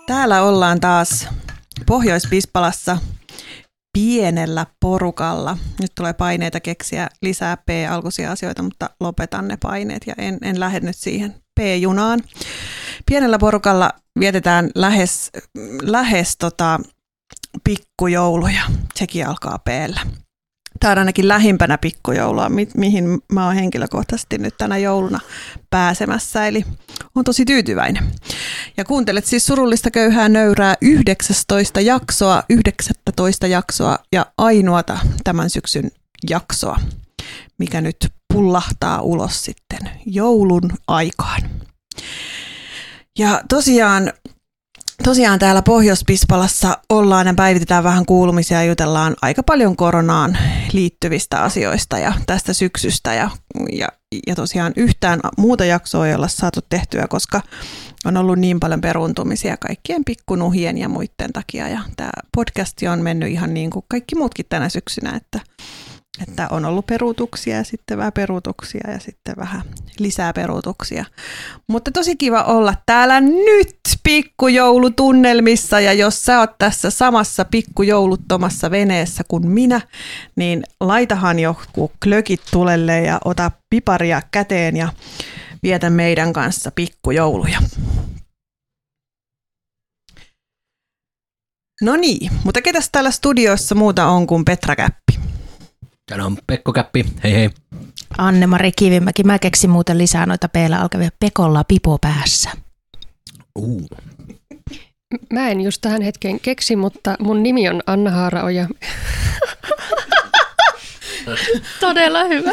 Täällä ollaan taas Pohjois-Pispalassa pienellä porukalla. Nyt tulee paineita keksiä lisää P-alkuisia asioita, mutta lopetan ne paineet ja en lähde nyt siihen P-junaan. Pienellä porukalla vietetään lähes pikkujouluja. Sekin alkaa P:llä. Tämä on ainakin lähimpänä pikkujoulua, mihin mä oon henkilökohtaisesti nyt tänä jouluna pääsemässä, eli on tosi tyytyväinen. Ja kuuntelet siis Surullista köyhää nöyrää 19 jaksoa ja ainoata tämän syksyn jaksoa, mikä nyt pullahtaa ulos sitten joulun aikaan. Ja tosiaan täällä Pohjois-Pispalassa ollaan ja päivitetään vähän kuulumisia ja jutellaan aika paljon koronaan liittyvistä asioista ja tästä syksystä ja tosiaan yhtään muuta jaksoa ei olla saatu tehtyä, koska on ollut niin paljon peruuntumisia kaikkien pikkunuhien ja muiden takia ja tämä podcasti on mennyt ihan niin kuin kaikki muutkin tänä syksynä, että on ollut peruutuksia ja sitten vähän peruutuksia ja sitten vähän lisää peruutuksia. Mutta tosi kiva olla täällä nyt pikkujoulutunnelmissa ja jos sä oot tässä samassa pikkujouluttomassa veneessä kuin minä, niin laitahan joku klökit tulelle ja ota piparia käteen ja vietä meidän kanssa pikkujouluja. No niin, mutta ketäs täällä studiossa muuta on kuin Petra Käppi? Täällä on Pekko Käppi, hei hei. Anne-Mari Kivimäki, mä keksin muuten lisää noita P-llä alkavia Pekolla pipo päässä. Mä en just tähän hetkeen keksi, mutta mun nimi on Anna Haaraoja. Todella hyvä.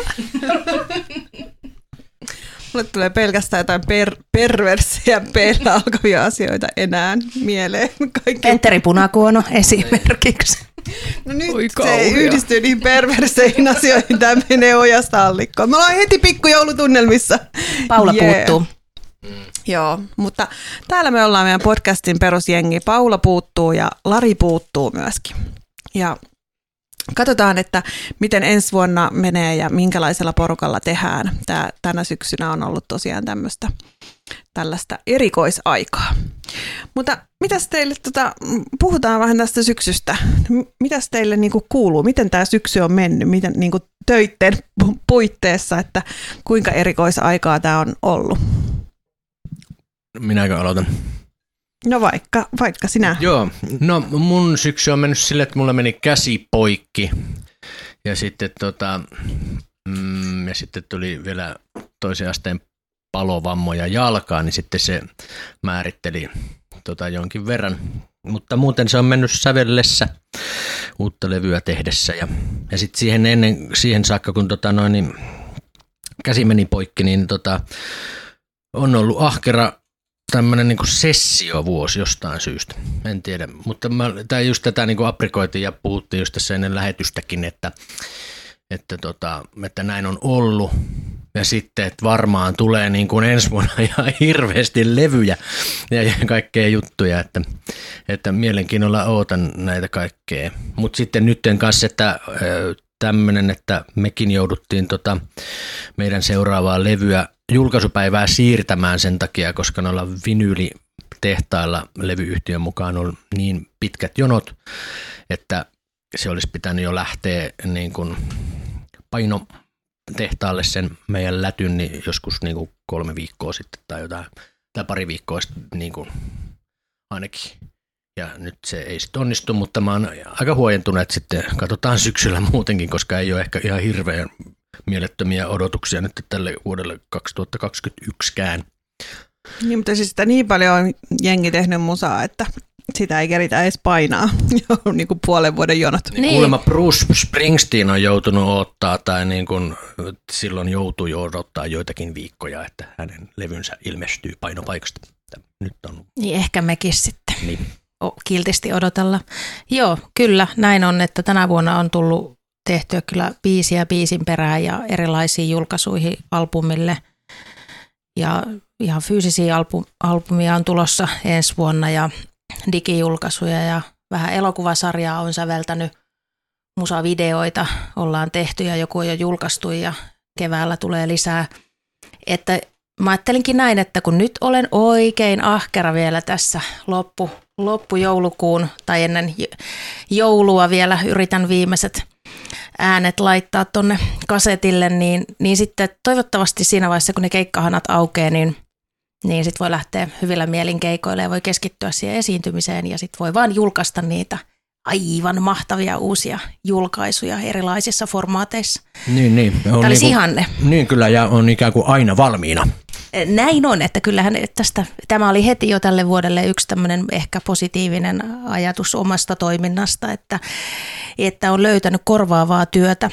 Mulle tulee pelkästään jotain perversiä P-llä alkavia asioita enää mieleen. Petteri Punakuono esimerkiksi. No nyt se yhdistyy niihin perverseihin asioihin, tämä menee ojasta allikkoon. Me ollaan heti pikkujoulutunnelmissa. Paula puuttuu. Joo, mutta täällä me ollaan meidän podcastin perusjengi. Paula puuttuu ja Lari puuttuu myöskin. Ja katsotaan, että miten ensi vuonna menee ja minkälaisella porukalla tehdään. Tänä syksynä on ollut tosiaan tällaista erikoisaikaa. Mutta mitäs teille, puhutaan vähän tästä syksystä. Mitäs teille niinku kuuluu? Miten tämä syksy on mennyt? Miten niinku töitten puitteissa, että kuinka erikoisaikaa tämä on ollut? Minäkö aloitan? No vaikka sinä. Joo, no mun syksy on mennyt sille, että mulla meni käsi poikki ja sitten, ja sitten tuli vielä toisen asteen palovammoja jalkaan, niin sitten se määritteli jonkin verran. Mutta muuten se on mennyt sävellessä uutta levyä tehdessä ja sitten siihen saakka, kun niin käsi meni poikki, niin on ollut ahkera tämmöinen niin kuin sessiovuosi jostain syystä, en tiedä, mutta just tätä niin kuin aprikoitiin ja puhuttiin just tässä ennen lähetystäkin, että näin on ollut ja sitten, että varmaan tulee niin kuin ensi vuonna ihan hirveästi levyjä ja kaikkea juttuja, että mielenkiinnolla ootan näitä kaikkea, mutta sitten nytten kanssa, että tämmöinen, että mekin jouduttiin meidän seuraavaa levyä julkaisupäivää siirtämään sen takia, koska noilla vinyylitehtailla levyyhtiön mukaan on niin pitkät jonot, että se olisi pitänyt jo lähteä niin kuin painotehtaalle sen meidän lätyn niin joskus niin kuin 3 viikkoa sitten tai jotain, tai pari viikkoa sitten niin kuin ainakin. Ja nyt se ei sitten onnistu, mutta mä oon aika huojentunut, että sitten katsotaan syksyllä muutenkin, koska ei ole ehkä ihan hirveän mielettömiä odotuksia nyt tälle vuodelle 2021kään. Niin, mutta siis sitä niin paljon on jengi tehnyt musaa, että sitä ei keritä edes painaa. On niin kuin puolen vuoden jonot. Niin. Kuulemma Bruce Springsteen on joutunut odottaa tai niin kuin silloin joutui odottaa joitakin viikkoja, että hänen levynsä ilmestyy painopaikasta. Nyt on. Niin ehkä mekin sitten. Niin. Kiltisti odotella. Joo, kyllä näin on, että tänä vuonna on tullut tehtyä kyllä biisiä biisin perään ja erilaisiin julkaisuihin albumille. Ja ihan fyysisiä albumia on tulossa ensi vuonna ja digijulkaisuja ja vähän elokuvasarjaa on säveltänyt, musavideoita ollaan tehty ja joku on jo julkaistu ja keväällä tulee lisää. Että Mä ajattelinkin näin, että kun nyt olen oikein ahkera vielä tässä loppujoulukuun tai ennen joulua vielä yritän viimeiset äänet laittaa tonne kasetille, niin sitten toivottavasti siinä vaiheessa, kun ne keikkahanat aukeaa, niin sitten voi lähteä hyvillä mielin keikoille ja voi keskittyä siihen esiintymiseen ja sitten voi vaan julkaista niitä aivan mahtavia uusia julkaisuja erilaisissa formaateissa. Niin. Tämä olisi ihanne. Niin kyllä, ja on ikään kuin aina valmiina. Näin on, että kyllähän tämä oli heti jo tälle vuodelle yksi tämmöinen ehkä positiivinen ajatus omasta toiminnasta, että on löytänyt korvaavaa työtä,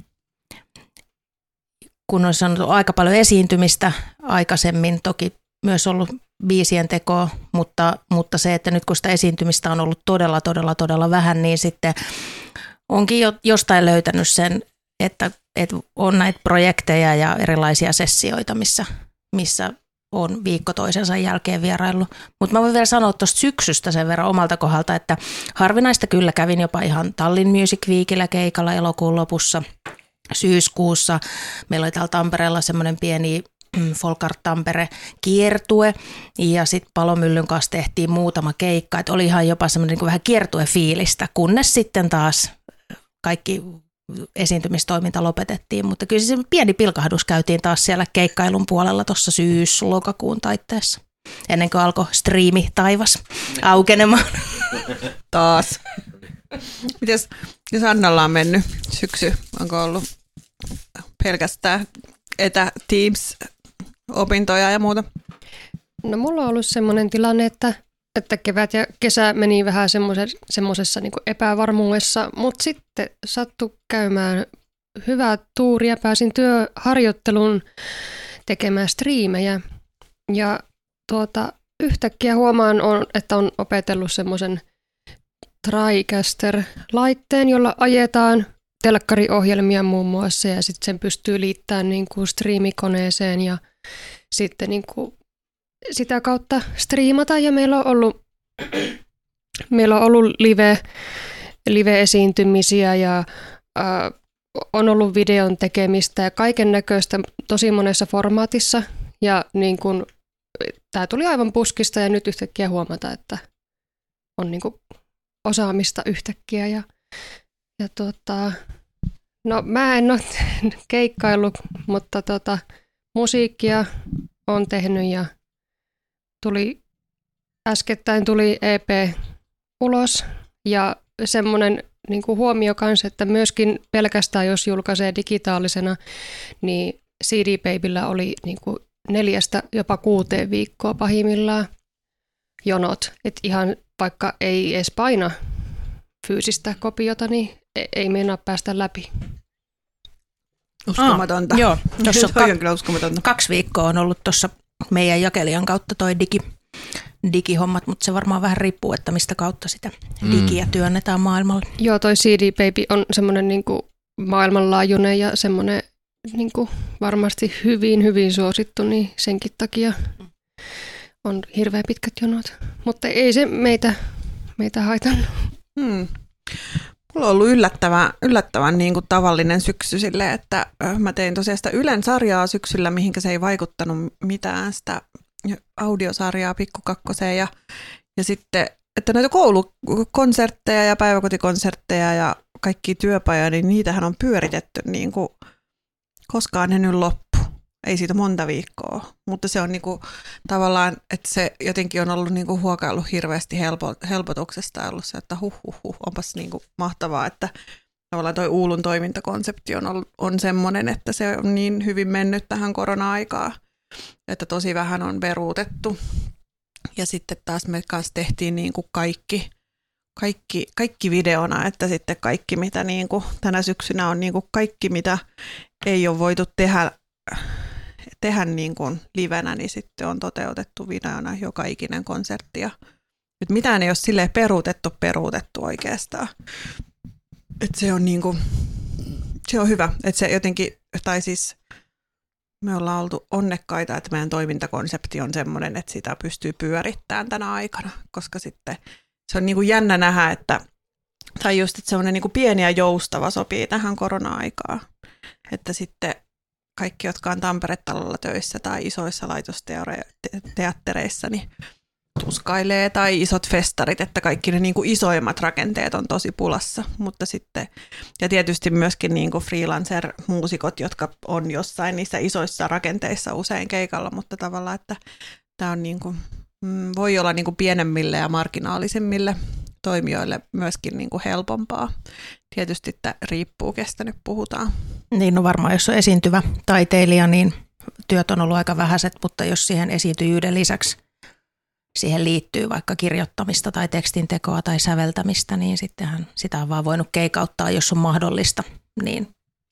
kun on saanut aika paljon esiintymistä aikaisemmin, toki myös ollut biisien tekoa, mutta se, että nyt kun sitä esiintymistä on ollut todella vähän, niin sitten onkin jostain löytänyt sen, että on näitä projekteja ja erilaisia sessioita, missä on viikko toisensa jälkeen vieraillut. Mutta mä voin vielä sanoa tuosta syksystä sen verran omalta kohdalta, että harvinaista kyllä kävin jopa ihan Tallinn Music Weekillä keikalla elokuun lopussa. Syyskuussa meillä oli täällä Tampereella semmoinen pieni Folkart Tampere kiertue ja sitten Palomyllyn kanssa tehtiin muutama keikka. Et oli ihan jopa semmoinen niin vähän kiertuefiilistä, kunnes sitten taas kaikki esiintymistoiminta lopetettiin, mutta kyllä se pieni pilkahdus käytiin taas siellä keikkailun puolella tuossa syys-lokakuun taitteessa, ennen kuin alkoi striimi taivas aukenemaan. Taas. Mites, jos Annalla on mennyt syksy, onko ollut pelkästään Teams-opintoja ja muuta? No mulla on ollut semmoinen tilanne, että kevät ja kesä meni vähän semmoisessa niin kuin epävarmuudessa, mutta sitten sattui käymään hyvää tuuria. Pääsin työharjoitteluun tekemään striimejä ja yhtäkkiä huomaan, että on opetellut semmoisen TriCaster-laitteen, jolla ajetaan telkkariohjelmia muun muassa ja sitten sen pystyy liittämään niin kuin striimikoneeseen ja sitten niin kuin sitä kautta striimata ja meillä on ollut live-esiintymisiä ja on ollut videon tekemistä ja kaiken näköistä tosi monessa formaatissa ja niin kun, tämä tuli aivan puskista ja nyt yhtäkkiä huomata, että on niin kun osaamista yhtäkkiä no mä en ole keikkaillut, mutta musiikkia on tehnyt ja äskettäin tuli EP ulos ja semmoinen niin kuin huomio kanssa, että myöskin pelkästään jos julkaisee digitaalisena, niin CD Babyllä oli niin kuin 4 jopa 6 viikkoa pahimmillaan jonot. Että ihan vaikka ei edes paina fyysistä kopiota, niin ei meinaa päästä läpi. Uskomatonta. Joo, tuossa on kyllä uskomatonta. 2 viikkoa on ollut tuossa meidän jakelijan kautta toi digihommat, mutta se varmaan vähän riippuu, että mistä kautta sitä digiä työnnetään maailmalle. Joo, toi CD Baby on semmoinen niinku maailmanlaajuinen ja semmoinen niinku varmasti hyvin suosittu, niin senkin takia on hirveän pitkät jonot. Mutta ei se meitä haitannut. Mulla on ollut yllättävän niin kuin tavallinen syksy silleen, että mä tein tosiaan sitä Ylen sarjaa syksyllä, mihinkä se ei vaikuttanut mitään, sitä audiosarjaa Pikku Kakkoseen ja sitten, että noita koulukonsertteja ja päiväkotikonsertteja ja kaikki työpajoja, niin niitähän on pyöritetty niin kuin koskaan ne nyt loppu. Ei siitä monta viikkoa, mutta se on niinku, tavallaan, että se jotenkin on ollut niinku huokaillut hirveästi helpotuksesta ollut se, että onpas niinku mahtavaa, että tavallaan toi Uulun toimintakonsepti on semmoinen, että se on niin hyvin mennyt tähän korona-aikaan, että tosi vähän on peruutettu. Ja sitten taas me kanssa tehtiin niinku kaikki videona, että sitten kaikki mitä niinku tänä syksynä on niinku kaikki mitä ei ole voitu tehdä niin kuin livenä, niin sitten on toteutettu videona joka ikinen konsertti. Ja nyt mitään ei ole silleen peruutettu oikeastaan. Että se on niin kuin, se on hyvä. Että se jotenkin, tai siis me ollaan oltu onnekkaita, että meidän toimintakonsepti on semmoinen, että sitä pystyy pyörittämään tänä aikana, koska sitten se on niin kuin jännä nähdä, että tai just, että semmoinen niin kuin pieni ja joustava sopii tähän korona-aikaan. Että sitten kaikki, jotka on Tampere-talolla töissä tai isoissa laitosteattereissa, niin tuskailee, tai isot festarit, että kaikki ne niin kuin isoimmat rakenteet on tosi pulassa, mutta sitten, ja tietysti myöskin niin kuin freelancer-muusikot, jotka on jossain niissä isoissa rakenteissa usein keikalla, mutta tavallaan, että tämä on niin kuin, voi olla niin kuin pienemmille ja marginaalisemmille toimijoille myöskin niin kuin helpompaa. Tietysti että riippuu, kestä nyt puhutaan. Niin, no varmaan jos on esiintyvä taiteilija, niin työt on ollut aika vähäiset, mutta jos siihen esiintyjyyden lisäksi siihen liittyy vaikka kirjoittamista tai tekstintekoa tai säveltämistä, niin sittenhän sitä on vaan voinut keikauttaa, jos on mahdollista, niin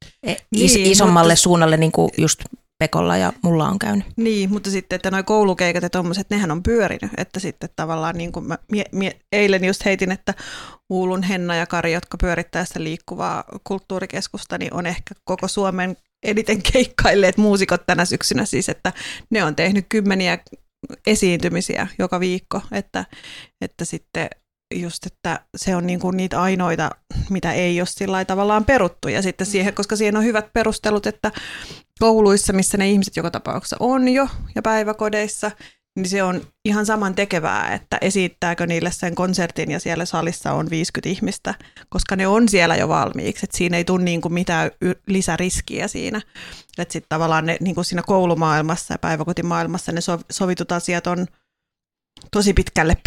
isommalle suunnalle, niin kuin just Pekolla ja mulla on käynyt. Niin, mutta sitten, että noi koulukeikat ja tommoset, nehän on pyörinyt, että sitten tavallaan niin kuin mä eilen just heitin, että Oulun Henna ja Kari, jotka pyörittää sitä liikkuvaa kulttuurikeskusta, niin on ehkä koko Suomen eniten keikkailleet muusikot tänä syksynä siis, että ne on tehnyt 10 esiintymisiä joka viikko, että sitten just, että se on niin kuin niitä ainoita, mitä ei ole sillä tavallaan peruttu, ja sitten siihen, koska siihen on hyvät perustelut, että kouluissa, missä ne ihmiset joka tapauksessa on jo, ja päiväkodeissa, niin se on ihan saman tekevää, että esittääkö niille sen konsertin, ja siellä salissa on 50 ihmistä, koska ne on siellä jo valmiiksi, että siinä ei tule niin kuin mitään lisäriskiä siinä, että sitten tavallaan ne, niin kuin siinä koulumaailmassa ja päiväkotimaailmassa ne sovitut asiat on tosi pitkälle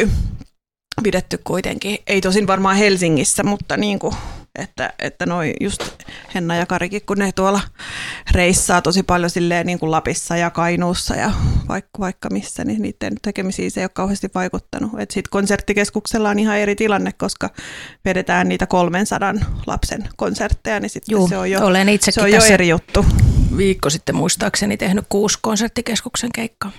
pidetty kuitenkin. Ei tosin varmaan Helsingissä, mutta niin kuin, että noi just Henna ja Karikin, kun ne tuolla reissaa tosi paljon silleen niin kuin Lapissa ja Kainuussa ja vaikka missä, niin niiden tekemisiin se ei ole kauheasti vaikuttanut. Sitten konserttikeskuksella on ihan eri tilanne, koska vedetään niitä 300 lapsen konsertteja, niin sitten se on jo, olen itsekin se on jo eri juttu. Viikko sitten muistaakseni tehnyt 6 konserttikeskuksen keikkaa.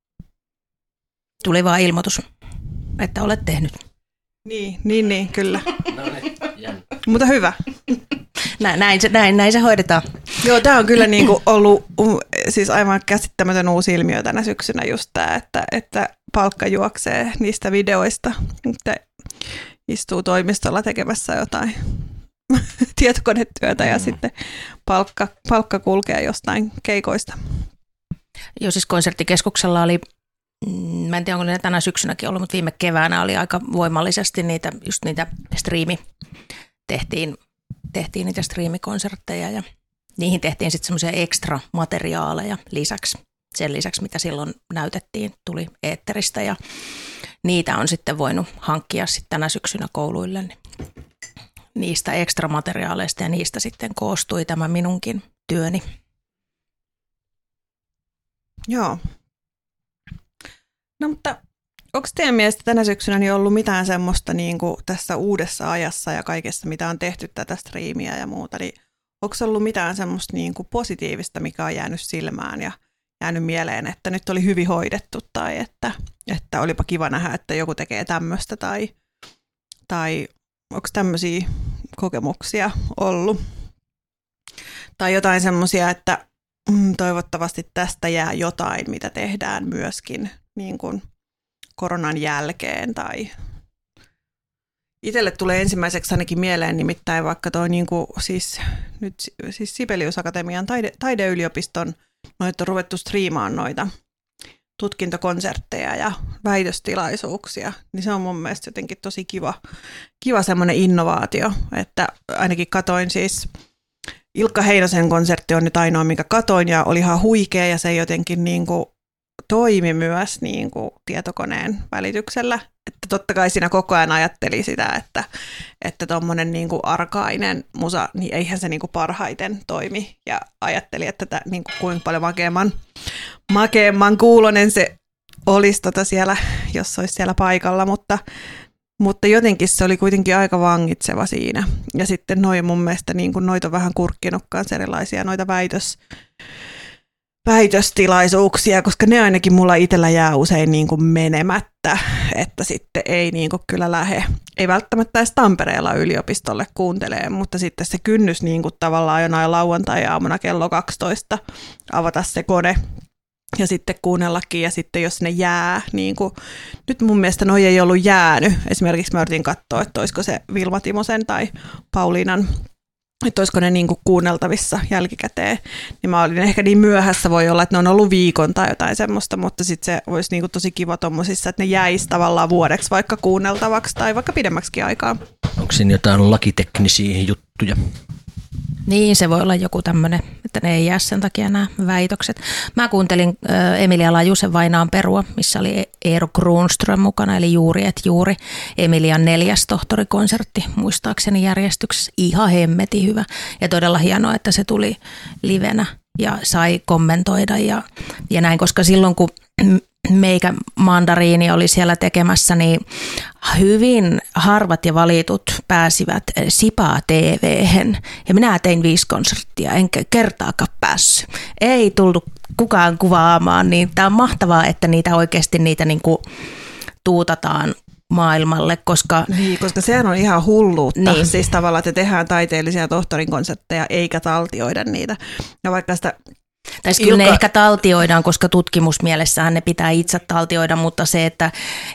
Tuli vaan ilmoitus, että olet tehnyt. Niin, kyllä. Mutta hyvä. Näin se hoidetaan. Joo, tämä on kyllä niinku ollut siis aivan käsittämätön uusi ilmiö tänä syksynä just tämä, että palkka juoksee niistä videoista, että istuu toimistolla tekemässä jotain tietokonetyötä ja sitten palkka kulkee jostain keikoista. Joo, siis konserttikeskuksella oli, mä en tiedä onko ne tänä syksynäkin ollut, mutta viime keväänä oli aika voimallisesti niitä tehtiin niitä striimikonsertteja ja niihin tehtiin sitten semmoisia ekstra materiaaleja lisäksi. Sen lisäksi, mitä silloin näytettiin, tuli eetteristä ja niitä on sitten voinut hankkia sitten tänä syksynä kouluille. Niin niistä ekstra materiaaleista ja niistä sitten koostui tämä minunkin työni. Joo. No mutta onko teidän mielestä tänä syksynä niin ollut mitään semmoista niin kuin tässä uudessa ajassa ja kaikessa, mitä on tehty tätä striimiä ja muuta, niin onko ollut mitään semmoista niin kuin positiivista, mikä on jäänyt silmään ja jäänyt mieleen, että nyt oli hyvin hoidettu tai että olipa kiva nähdä, että joku tekee tämmöistä tai onko tämmöisiä kokemuksia ollut? Tai jotain semmoisia, että toivottavasti tästä jää jotain, mitä tehdään myöskin niin kuin koronan jälkeen. Tai itselle tulee ensimmäiseksi ainakin mieleen nimittäin vaikka toi niin kuin, siis Sibelius Akatemian taideyliopiston, noita on ruvettu striimaan noita tutkintokonsertteja ja väitöstilaisuuksia, niin se on mun mielestä jotenkin tosi kiva semmoinen innovaatio, että ainakin katoin siis Ilkka Heinosen konsertti on nyt ainoa, mikä katoin ja oli ihan huikea ja se jotenkin niin kuin toimi myös niin kuin tietokoneen välityksellä. Että totta kai siinä koko ajan ajatteli sitä, että tommonen niin kuin arkainen musa, niin eihän se niin kuin parhaiten toimi. Ja ajatteli, että niin kuin kuinka paljon makeamman kuulonen se olisi siellä, jos olisi siellä paikalla, mutta jotenkin se oli kuitenkin aika vangitseva siinä. Ja sitten mun mielestä niin kuin noita on vähän kurkkinut kanssa erilaisia noita väitöstilaisuuksia, koska ne ainakin mulla itsellä jää usein niin kuin menemättä, että sitten ei niin kuin kyllä lähde, ei välttämättä edes Tampereella yliopistolle kuuntelee, mutta sitten se kynnys niin kuin tavallaan jonain lauantai-aamuna kello 12 avata se kone ja sitten kuunnellakin, ja sitten jos ne jää, niin kuin, nyt mun mielestä noi ei ollut jäänyt, esimerkiksi mä yritin katsoa, että olisiko se Vilma Timosen tai Pauliinan että olisiko ne niin kuin kuunneltavissa jälkikäteen. Niin mä olin ehkä niin myöhässä, voi olla, että ne on ollut viikon tai jotain semmoista, mutta sitten se olisi niin kuin tosi kiva tommosissa, että ne jäisi tavallaan vuodeksi vaikka kuunneltavaksi tai vaikka pidemmäksikin aikaa. Onko siinä jotain lakiteknisiä juttuja? Niin, se voi olla joku tämmöinen, että ne ei jää sen takia nämä väitokset. Mä kuuntelin Emilia Lajusen Vainaan perua, missä oli Eero Kronström mukana, eli Juuri et juuri. Emilian 4. tohtorikonsertti, muistaakseni järjestyksessä. Ihan hemmeti hyvä ja todella hienoa, että se tuli livenä ja sai kommentoida ja näin, koska silloin kun meikä Mandariini oli siellä tekemässä, niin hyvin harvat ja valitut pääsivät Sipaa TV:hen. Ja minä tein 5 konserttia, enkä kertaakaan päässyt. Ei tullut kukaan kuvaamaan, niin tämä on mahtavaa, että niitä oikeasti niitä niinku tuutataan maailmalle, koska... Niin, koska sehän on ihan hulluutta. Niin. Siis tavallaan, että tehdään taiteellisia tohtorin konsertteja eikä taltioida niitä. Ja vaikka sitä... Tai kyllä ne ehkä taltioidaan, koska tutkimusmielessähän ne pitää itse taltioida, mutta se, että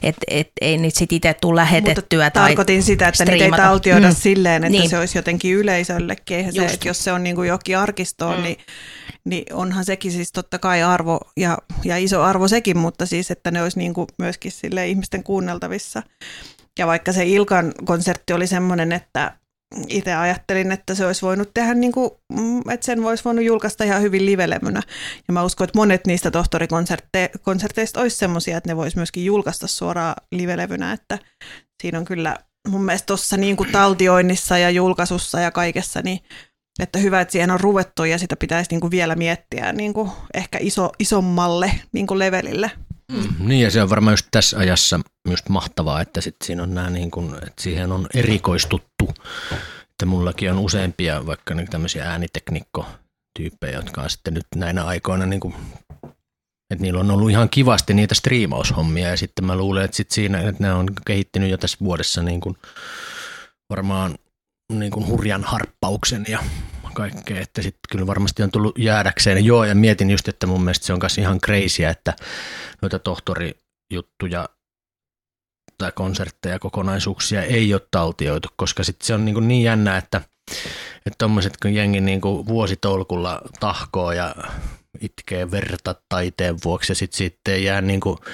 ei niitä sitten itse tule lähetettyä tai tarkoitin sitä, että niitä ei taltioida silleen, että niin. Se olisi jotenkin yleisöllekin. Eihän se, että jos se on niin kuin jokin arkistoon, niin onhan sekin siis totta kai arvo ja iso arvo sekin, mutta siis, että ne olisi niin kuin myöskin silleen ihmisten kuunneltavissa. Ja vaikka se Ilkan konsertti oli semmoinen, että itse ajattelin, että se olisi voinut tehdä, niin kuin, että sen voisi voinut julkaista ihan hyvin livelemynä. Ja mä uskon, että monet niistä tohtorikonserteista olisi semmoisia, että ne voisi myöskin julkaista suoraan livelevynä. Että siinä on kyllä mun mielestä tuossa niin kuin taltioinnissa ja julkaisussa ja kaikessa, niin että hyvä, että siihen on ruvettu ja sitä pitäisi niin kuin vielä miettiä niin kuin ehkä isommalle niin kuin levelille. Niin ja se on varmaan just tässä ajassa just mahtavaa, että sit siinä on nämä niin kuin, että siihen on erikoistuttu. Että mullakin on useampia vaikka tämmöisiä ääniteknikkotyyppejä, jotka on sitten nyt näinä aikoina niin kuin, että niillä on ollut ihan kivasti niitä striimaushommia ja sitten mä luulen, että sitten siinä, että ne on kehittynyt jo tässä vuodessa niin kuin varmaan niin kuin hurjan harppauksen ja kaikkea, että sitten kyllä varmasti on tullut jäädäkseen. Joo, ja mietin just, että mun mielestä se on myös ihan crazyä, että noita tohtorijuttuja tai konsertteja, kokonaisuuksia ei ole taltioitu, koska sitten se on niin jännä, että tommoset kun jengi niin kuin vuositolkulla tahkoo ja itkee verta taiteen vuoksi ja sitten jää niin kuin,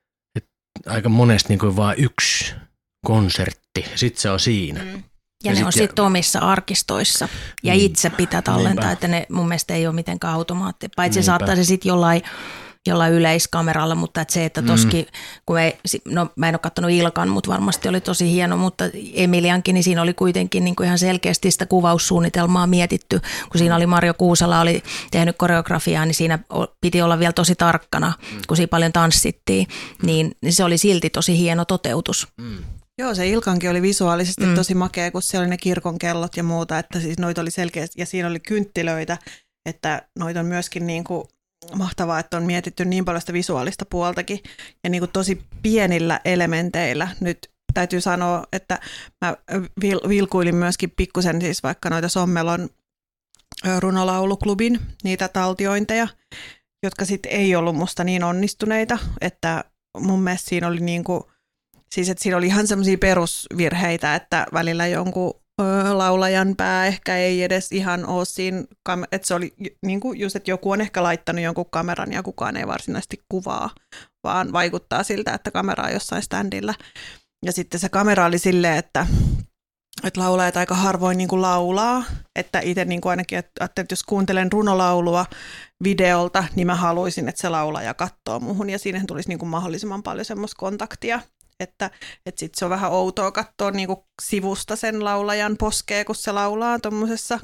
aika monesti niin kuin vaan yksi konsertti, sitten se on siinä. Ja ne on sitten omissa arkistoissa ja itse pitää tallentaa, että ne mun mielestä ei ole mitenkään automaatti. Paitsi saattaa se sitten jollain yleiskameralla, mutta että se, että toskin, kun mä en ole katsonut Ilkan, mutta varmasti oli tosi hieno, mutta Emiliankin, niin siinä oli kuitenkin niin kuin ihan selkeästi sitä kuvaussuunnitelmaa mietitty. Kun siinä oli Marjo Kuusala oli tehnyt koreografiaa, niin siinä piti olla vielä tosi tarkkana, kun siinä paljon tanssittiin, niin se oli silti tosi hieno toteutus. Joo, se Ilkankin oli visuaalisesti tosi makea, kun siellä oli ne kirkon kellot ja muuta, että siis noita oli selkeästi, ja siinä oli kynttilöitä, että noita on myöskin niin kuin mahtavaa, että on mietitty niin paljon sitä visuaalista puoltakin, ja niin kuin tosi pienillä elementeillä. Nyt täytyy sanoa, että mä vilkuilin myöskin pikkusen siis vaikka noita Sommelon runolauluklubin, niitä taltiointeja, jotka sitten ei ollut musta niin onnistuneita, että mun mielestä siinä oli niin kuin siis, että siinä oli ihan semmoisia perusvirheitä, että välillä jonkun laulajan pää ehkä ei edes ihan ole siinä, että se oli niin kuin just, että joku on ehkä laittanut jonkun kameran ja kukaan ei varsinaisesti kuvaa, vaan vaikuttaa siltä, että kamera on jossain standilla. Ja sitten se kamera oli silleen, että laulajat aika harvoin niin kuin laulaa, että itse niin kuin ainakin, että jos kuuntelen runolaulua videolta, niin mä haluaisin, että se laulaja katsoo muhun ja siihen tulisi niin kuin mahdollisimman paljon semmoista kontaktia. Että sitten se on vähän outoa katsoa niinku sivusta sen laulajan poskea, kun se laulaa tuommoisessa,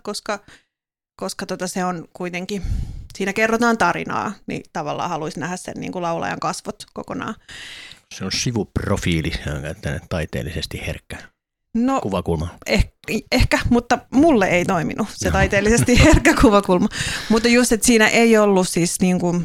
koska se on kuitenkin, siinä kerrotaan tarinaa, niin tavallaan haluaisi nähdä sen niinku laulajan kasvot kokonaan. Se on sivuprofiili, taiteellisesti herkkä kuvakulma. Ehkä, mutta mulle ei toiminut se taiteellisesti herkkä kuvakulma. Mutta just, että siinä ei ollut siis niinku,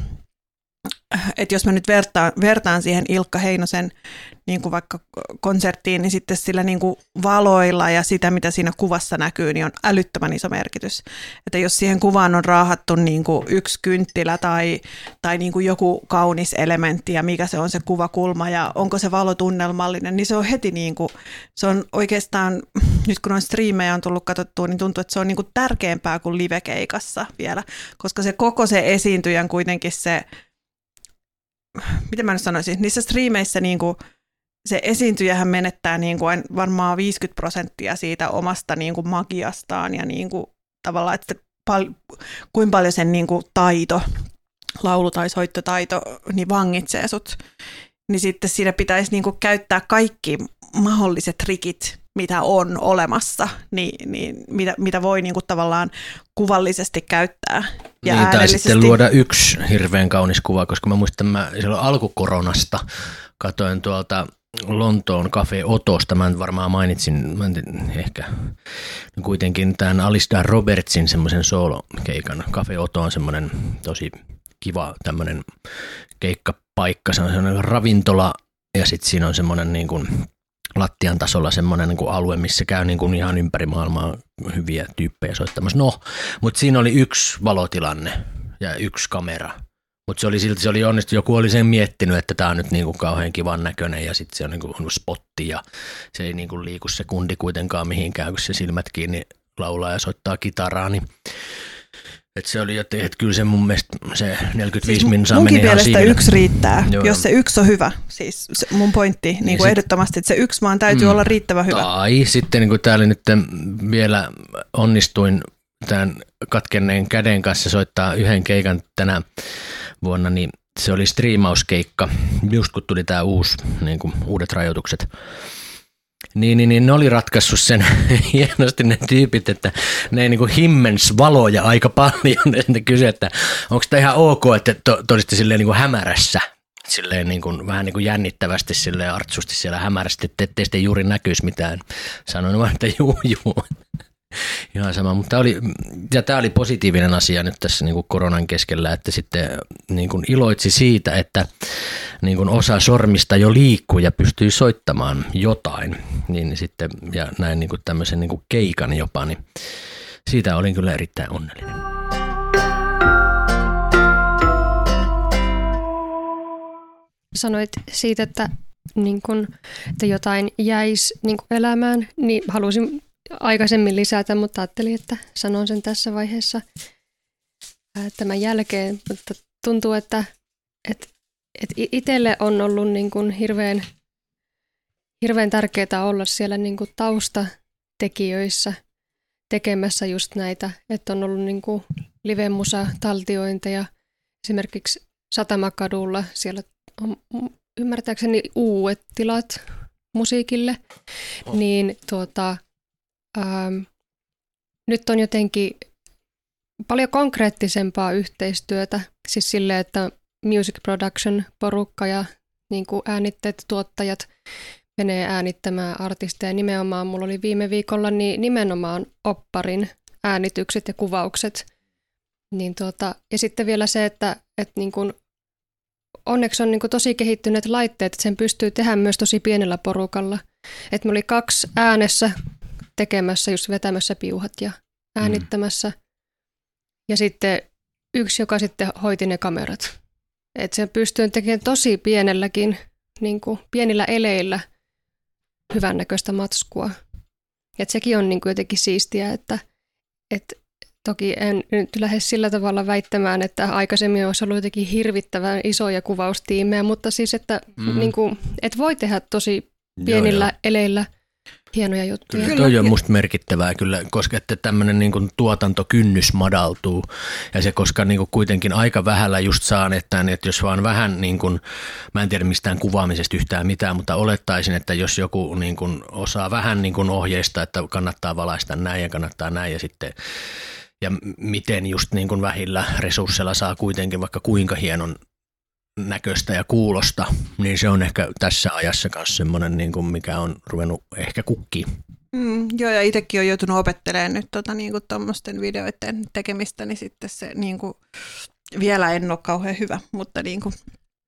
että jos mä nyt vertaan siihen Ilkka Heinosen niin kuin vaikka konserttiin, niin sitten sillä niin kuin valoilla ja sitä, mitä siinä kuvassa näkyy, niin on älyttömän iso merkitys. Että jos siihen kuvaan on raahattu niin kuin yksi kynttilä tai niin kuin joku kaunis elementti ja mikä se on se kuvakulma ja onko se valo tunnelmallinen, niin se on heti niin kuin, se on oikeastaan nyt kun on striimejä on tullut katsottua, niin tuntuu, että se on niin kuin tärkeämpää kuin livekeikassa vielä, koska se koko se esiintyjän kuitenkin se, miten mä nyt sanoisin, niissä striimeissä niin kuin se esiintyjähän menettää niin kuin varmaan 50% siitä omasta niin kuin magiastaan ja niin kuin tavallaan, että kuinka paljon sen niin kuin taito, laulu- tai soittotaito, niin vangitsee sut. Niin sitten siinä pitäisi niin kuin käyttää kaikki mahdolliset trikit, mitä on olemassa, niin mitä voi niin kuin tavallaan kuvallisesti käyttää. Ja niin, tai sitten luoda yksi hirveän kaunis kuva, koska mä muistan, mä silloin alkukoronasta katoin tuolta Lontoon Café Otosta, mä varmaan mainitsin, ehkä kuitenkin tämän Alistair Robertsin semmoisen soolokeikan. Café Oto on semmoinen tosi kiva tämmöinen keikkapaikka, se on semmoinen ravintola ja sitten siinä on semmoinen niin kuin lattian tasolla semmoinen niin kuin alue, missä käy niin kuin ihan ympäri maailmaa hyviä tyyppejä soittamassa. No, mutta siinä oli yksi valotilanne ja yksi kamera. Mutta se oli onnistunut, joku oli sen miettinyt, että tämä on nyt niinku kauhean kivan näköinen ja sitten se on niinku spotti ja se ei niinku liiku se kundi kuitenkaan mihinkään, kun se silmät kiinni laulaa ja soittaa kitaraa. Niin. Että se oli, että kyllä se mun mielestä se 45 minsaa meni ihan mielestä siinä. Yksi riittää, Joo. jos se yksi on hyvä. Siis se mun pointti niin kuin ehdottomasti, että se yksi vaan täytyy olla riittävän hyvä. Tai sitten niin kuin täällä nyt vielä onnistuin tämän katkenneen käden kanssa soittaa yhden keikan tänä vuonna, niin se oli striimauskeikka, just kun tuli tämä niin kuin uudet rajoitukset. Niin ne oli ratkaissut sen hienosti ne tyypit, että ne niin kuin himmens valoja aika paljon. Ne kysyi, että onko tämä ihan ok, että todisti silleen niin kuin hämärässä, silleen niin kuin, vähän niin kuin jännittävästi, silleen artsusti siellä hämärästi, että ettei sitten juuri näkyisi mitään. Sanoin vaan, että juu. Ihan sama, mutta tämä oli positiivinen asia nyt tässä niin kuin koronan keskellä, että sitten niin kuin iloitsi siitä, että niin kuin osa sormista jo liikkuu ja pystyy soittamaan jotain, niin sitten, ja näin niin kuin tämmöisen niin kuin keikan jopa, niin siitä olin kyllä erittäin onnellinen. Sanoit siitä, että, niin kun, että jotain jäisi niin kun elämään, niin halusin aikaisemmin lisätä, mutta ajattelin, että sanon sen tässä vaiheessa tämän jälkeen. Mutta tuntuu, että itselle on ollut niin kuin hirveän tärkeää olla siellä niin kuin taustatekijöissä tekemässä just näitä, että on ollut niin kuin live-musa-taltiointeja. Esimerkiksi Satamakadulla siellä on ymmärtääkseni uudet tilat musiikille, niin nyt on jotenkin paljon konkreettisempaa yhteistyötä, siis silleen, että music production porukka ja niin kuin äänitteet, tuottajat menee äänittämään artisteja. Nimenomaan mulla oli viime viikolla niin nimenomaan opparin äänitykset ja kuvaukset. Niin ja sitten vielä se, että niin kuin onneksi on niin kuin tosi kehittyneet laitteet, että sen pystyy tehdä myös tosi pienellä porukalla. Että me oli 2 äänessä tekemässä, just vetämässä piuhat ja äänittämässä. Ja sitten 1, joka sitten hoiti ne kamerat. Että sen pystyy tekemään tosi pienelläkin, niin kuin pienillä eleillä hyvännäköistä matskua. Että sekin on niin kuin jotenkin siistiä, että toki en nyt lähde sillä tavalla väittämään, että aikaisemmin olisi ollut jotenkin hirvittävän isoja kuvaustiimejä, mutta siis, että niin kuin, et voi tehdä tosi pienillä eleillä hienoja juttuja. Kyllä, toi on musta merkittävää kyllä, koska että tämmöinen niin kuin tuotantokynnys madaltuu ja se, koska niin kuin kuitenkin aika vähällä just saan, että jos vaan vähän, niin kuin, mä en tiedä mistään kuvaamisesta yhtään mitään, mutta olettaisin, että jos joku niin kuin osaa vähän niin kuin ohjeistaa, että kannattaa valaista näin ja kannattaa näin ja sitten ja miten just niin kuin vähillä resursseilla saa kuitenkin vaikka kuinka hienon näköistä ja kuulosta, niin se on ehkä tässä ajassa myös semmoinen, niin kuin mikä on ruvennut ehkä kukkiin. Joo, ja itsekin olen joutunut opettelemaan nyt niin tuommoisten videoiden tekemistä, niin sitten se niin kuin, vielä en ole kauhean hyvä, mutta, niin kuin,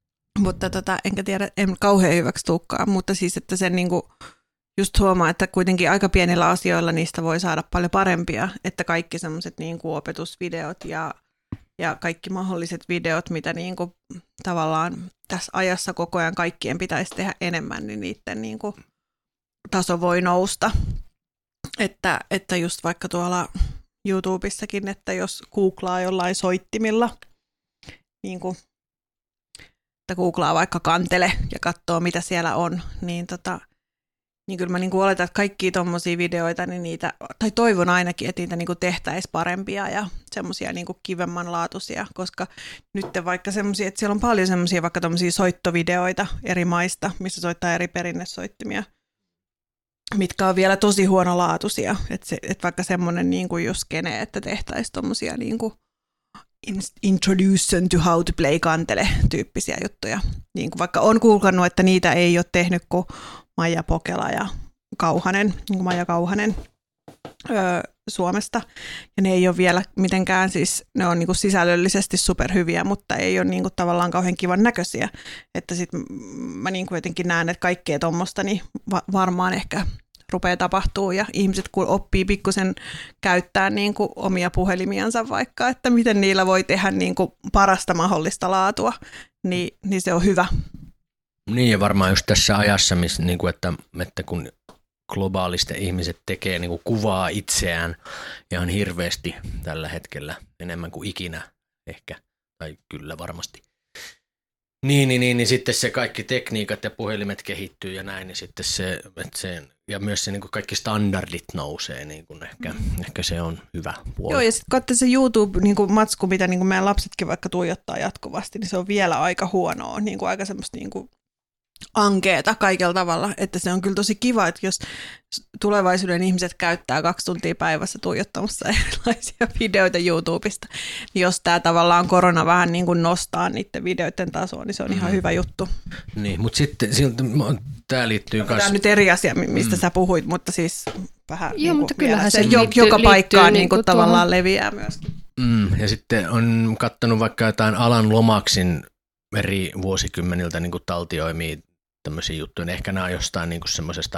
enkä tiedä, en kauhean hyväksi tulekaan, mutta siis, että sen niin kuin, just huomaa, että kuitenkin aika pienillä asioilla niistä voi saada paljon parempia, että kaikki semmoiset niin kuin opetusvideot ja kaikki mahdolliset videot, mitä niin kuin, tavallaan tässä ajassa koko ajan kaikkien pitäisi tehdä enemmän, niin niiden niin kuin, taso voi nousta. että just vaikka tuolla YouTubessakin, että jos googlaa jollain soittimilla, niin kuin, että googlaa vaikka kantele ja katsoo mitä siellä on, niin niin kyllä mä niin kuin oletan, että kaikkia tommosia videoita, niin niitä, tai toivon ainakin, että niitä niin kuin tehtäisiin parempia ja semmoisia niin kuin kivemmanlaatuisia, koska nyt vaikka semmoisia, että siellä on paljon semmoisia vaikka tommosia soittovideoita eri maista, missä soittaa eri perinnesoittimia, mitkä on vielä tosi huonolaatuisia, että vaikka semmoinen niin kuin just skene, että tehtäisiin tommosia niin kuin introduction to how to play kantele -tyyppisiä juttuja. Niin kuin vaikka on kuulkanut, että niitä ei ole tehnyt kuin Maija Pokela ja Kauhanen, niin kuin Maija Kauhanen Suomesta. Ja ne ei ole vielä mitenkään, siis ne on niin kuin sisällöllisesti superhyviä, mutta ei ole niin kuin tavallaan kauhean kivan näköisiä. Että sit mä niin kuin jotenkin näen, että kaikkea tuommoista niin varmaan ehkä rupeaa tapahtuu ja ihmiset kun oppii pikkusen käyttää niin kuin omia puhelimiansa vaikka, että miten niillä voi tehdä niin kuin parasta mahdollista laatua, niin se on hyvä. Niin ja varmaan just tässä ajassa, missä, niin kuin, että kun globaalisti ihmiset tekee niin kuin kuvaa itseään ihan hirveästi tällä hetkellä, enemmän kuin ikinä ehkä, tai kyllä varmasti. Niin sitten se kaikki tekniikat ja puhelimet kehittyy ja näin, niin sitten ja myös se niin kuin kaikki standardit nousee, niin kuin ehkä se on hyvä puoli. Joo, ja sitten katsotaan se YouTube-matsku, mitä niin kuin meidän lapsetkin vaikka tuijottaa jatkuvasti, niin se on vielä aika huonoa, niin kuin aika semmoista niin kuin ankeeta kaikella tavalla, että se on kyllä tosi kiva, että jos tulevaisuuden ihmiset käyttää 2 tuntia päivässä tuijottamassa erilaisia videoita YouTubesta, niin jos tämä tavallaan korona vähän niin kuin nostaa niiden videoiden tasoa, niin se on ihan hyvä juttu. Niin, mutta sitten tämä liittyy Tämä on nyt eri asia, mistä sä puhuit, mutta siis vähän joo, niin mutta kyllähän se liittyy, joka paikkaan niin kuin tavallaan leviää myöskin. Ja sitten on katsonut vaikka jotain Alan Lomaksin eri vuosikymmeniltä niin kuin taltioimia tämmöisiä juttuja. Ehkä nämä on jostain niin kuin semmoisesta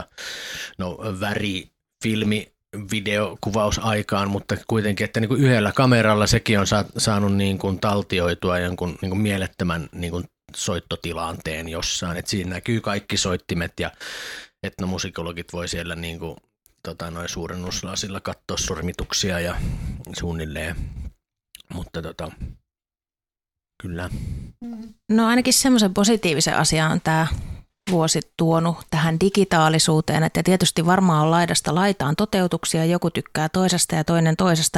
videokuvausaikaan, mutta kuitenkin, että niin kuin yhdellä kameralla sekin on saanut niin kuin taltioitua jonkun niin kuin mielettömän niin kuin soittotilanteen jossain. Että siinä näkyy kaikki soittimet ja etnomusikologit voi siellä niin kuin, suurennuslasilla katsoa sormituksia ja suunnilleen. Mutta kyllä. No ainakin semmoisen positiivisen asian on tämä vuosi tuonut tähän digitaalisuuteen, että tietysti varmaan on laidasta laitaan toteutuksia, joku tykkää toisesta ja toinen toisesta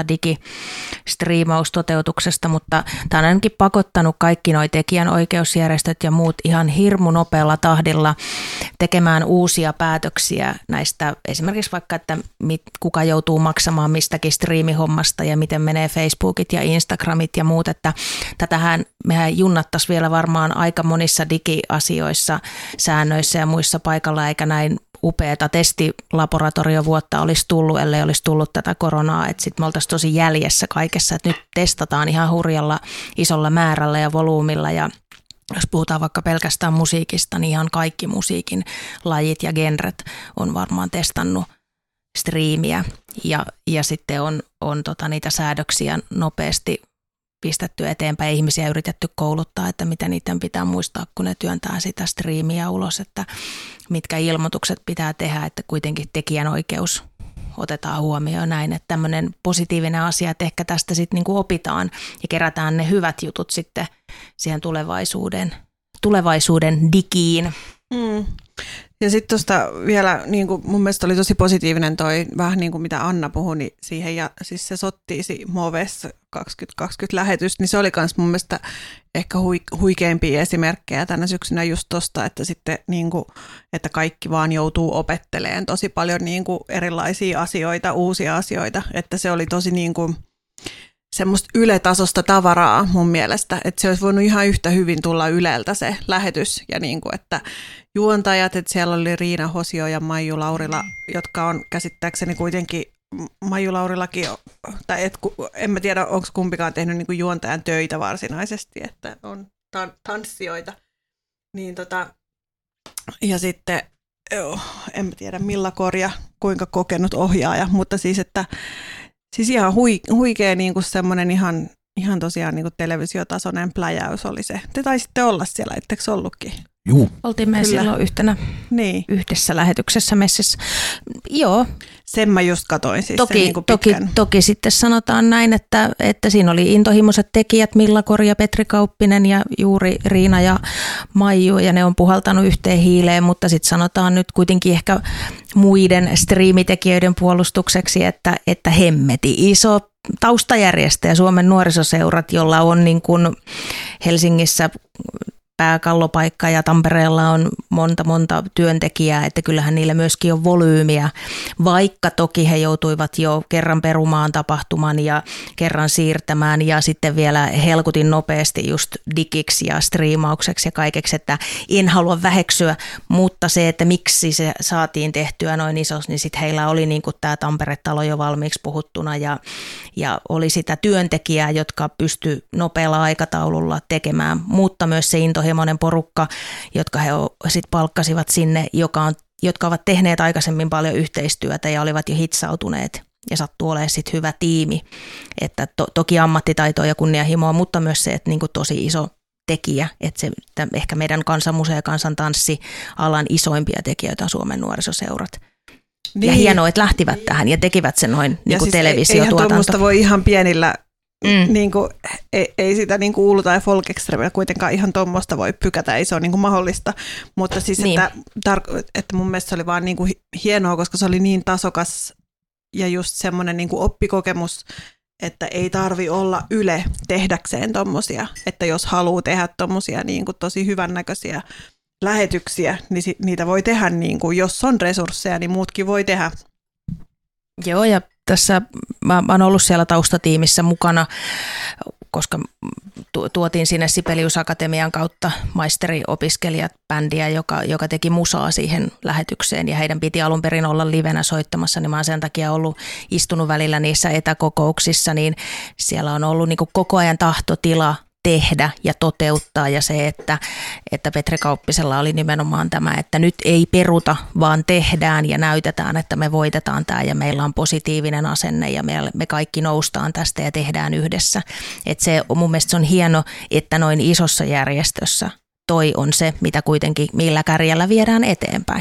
digistriimaustoteutuksesta, mutta tämä on ainakin pakottanut kaikki nuo tekijänoikeusjärjestöt ja muut ihan hirmu nopealla tahdilla tekemään uusia päätöksiä näistä, esimerkiksi vaikka, että kuka joutuu maksamaan mistäkin striimihommasta ja miten menee Facebookit ja Instagramit ja muut, että tätähän mehän junnattaisiin vielä varmaan aika monissa digiasioissa, säännöissä ja muissa paikalla, eikä näin upeata testilaboratoriovuotta olisi tullut, ellei olisi tullut tätä koronaa, että sitten me oltaisiin tosi jäljessä kaikessa, että nyt testataan ihan hurjalla isolla määrällä ja volyymilla ja jos puhutaan vaikka pelkästään musiikista, niin ihan kaikki musiikin lajit ja genret on varmaan testannut striimiä ja sitten on niitä säädöksiä nopeasti pistetty eteenpäin, ihmisiä yritetty kouluttaa, että mitä niiden pitää muistaa, kun ne työntää sitä striimiä ulos, että mitkä ilmoitukset pitää tehdä, että kuitenkin tekijänoikeus otetaan huomioon näin, että tämmöinen positiivinen asia, että ehkä tästä sitten niinku opitaan ja kerätään ne hyvät jutut sitten siihen tulevaisuuden digiin. Ja sitten tuosta vielä, niin kuin mun mielestä oli tosi positiivinen toi, vähän niin kuin mitä Anna puhui, niin siihen, ja siis se Sottiisi Moves 2020 lähetys, niin se oli myös mun mielestä ehkä huikeimpia esimerkkejä tänä syksynä just tosta, että sitten niin kuin, että kaikki vaan joutuu opettelemaan tosi paljon niin kuin erilaisia asioita, uusia asioita, että se oli tosi niin kuin semmoista Yle-tasosta tavaraa mun mielestä, että se olisi voinut ihan yhtä hyvin tulla Yleltä se lähetys ja niin kuin, että juontajat, että siellä oli Riina Hosio ja Maiju Laurila, jotka on käsittääkseni kuitenkin, Maiju Laurilakin, tai en mä tiedä, onko kumpikaan tehnyt niin kuin juontajan töitä varsinaisesti, että on tanssijoita, niin ja sitten, en mä tiedä Milla Korja, kuinka kokenut ohjaaja, mutta siis, että siis ihan huikea niin kuin semmoinen ihan ihan tosiaan niin kuin televisiotasoinen pläjäys oli se. Te taisitte olla siellä, etteikö ollutkin? Juu. Oltiin me silloin yhtenä yhdessä lähetyksessä messissä. Joo. Sen mä just katoin siis sen niin kuin pitkän. Toki sitten sanotaan näin, että siinä oli intohimoiset tekijät Milla Kori ja Petri Kauppinen ja juuri Riina ja Maiju, ja ne on puhaltanut yhteen hiileen, mutta sitten sanotaan nyt kuitenkin ehkä muiden striimitekijöiden puolustukseksi, että hemmeti iso taustajärjestäjä Suomen nuorisoseurat, jolla on niin kuin Helsingissä pääkallopaikka ja Tampereella on monta työntekijää, että kyllähän niillä myöskin on volyymiä, vaikka toki he joutuivat jo kerran perumaan tapahtuman ja kerran siirtämään ja sitten vielä helkutin nopeasti just digiksi ja striimaukseksi ja kaikeksi, että en halua väheksyä, mutta se, että miksi se saatiin tehtyä noin isos, niin sitten heillä oli niin kuin tämä Tampere-talo jo valmiiksi puhuttuna ja oli sitä työntekijää, jotka pysty nopealla aikataululla tekemään, mutta myös se intohimoinen porukka, jotka he sitten palkkasivat sinne, jotka ovat tehneet aikaisemmin paljon yhteistyötä ja olivat jo hitsautuneet ja sattuu olemaan sitten hyvä tiimi. Että toki ammattitaitoa ja kunnianhimoa, mutta myös se, että niinku tosi iso tekijä, että ehkä meidän kansanmuseo- ja kansantanssialan isoimpia tekijöitä on Suomen nuorisoseurat. Niin. Ja hienoa, että lähtivät tähän ja tekivät sen noin niin kuin televisiotuotanto. Eihän tuommoista voi ihan pienillä, niin kuin, ei sitä niin kuin Uulu tai Folk Extremellä kuitenkaan ihan tuommoista voi pykätä, ei se ole niin kuin mahdollista. Mutta siis, niin. että mun mielestä se oli vaan niin kuin hienoa, koska se oli niin tasokas ja just semmoinen niin kuin oppikokemus, että ei tarvi olla Yle tehdäkseen tommosia, että jos haluaa tehdä tommosia niin kuin tosi hyvännäköisiä lähetyksiä, niin niitä voi tehdä, niin kuin, jos on resursseja, niin muutkin voi tehdä. Joo, ja tässä mä oon ollut siellä taustatiimissä mukana, koska tuotiin sinne Sibelius Akatemian kautta maisteriopiskelijat bändiä, joka teki musaa siihen lähetykseen, ja heidän piti alun perin olla livenä soittamassa, niin mä oon sen takia istunut välillä niissä etäkokouksissa, niin siellä on ollut niin kuin koko ajan tahtotila tehdä ja toteuttaa, ja se, että Petri Kauppisella oli nimenomaan tämä, että nyt ei peruta, vaan tehdään ja näytetään, että me voitetaan tämä ja meillä on positiivinen asenne ja me kaikki noustaan tästä ja tehdään yhdessä. Että se, mun mielestä se on hieno, että noin isossa järjestössä toi on se, mitä kuitenkin millä kärjellä viedään eteenpäin.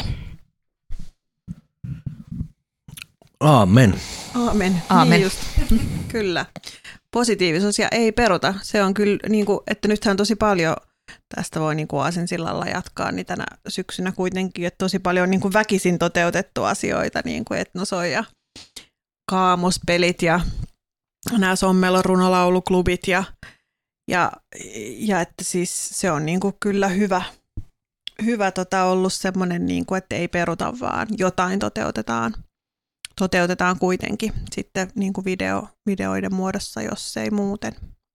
Aamen. Aamen. Niin just. Kyllä. Positiivisuus ja ei peruta. Se on kyllä, niin kuin, että nythän tosi paljon, tästä voi niin kuin aasinsillalla jatkaa, niin tänä syksynä kuitenkin, että tosi paljon niin kuin väkisin toteutettu asioita, niin kuin Etnosoi ja Kaamospelit ja nämä Sommelon runolauluklubit ja että siis se on niin kuin kyllä hyvä ollut semmoinen, niin kuin, että ei peruta, vaan jotain toteutetaan kuitenkin sitten niin kuin videoiden muodossa, jos ei muuten.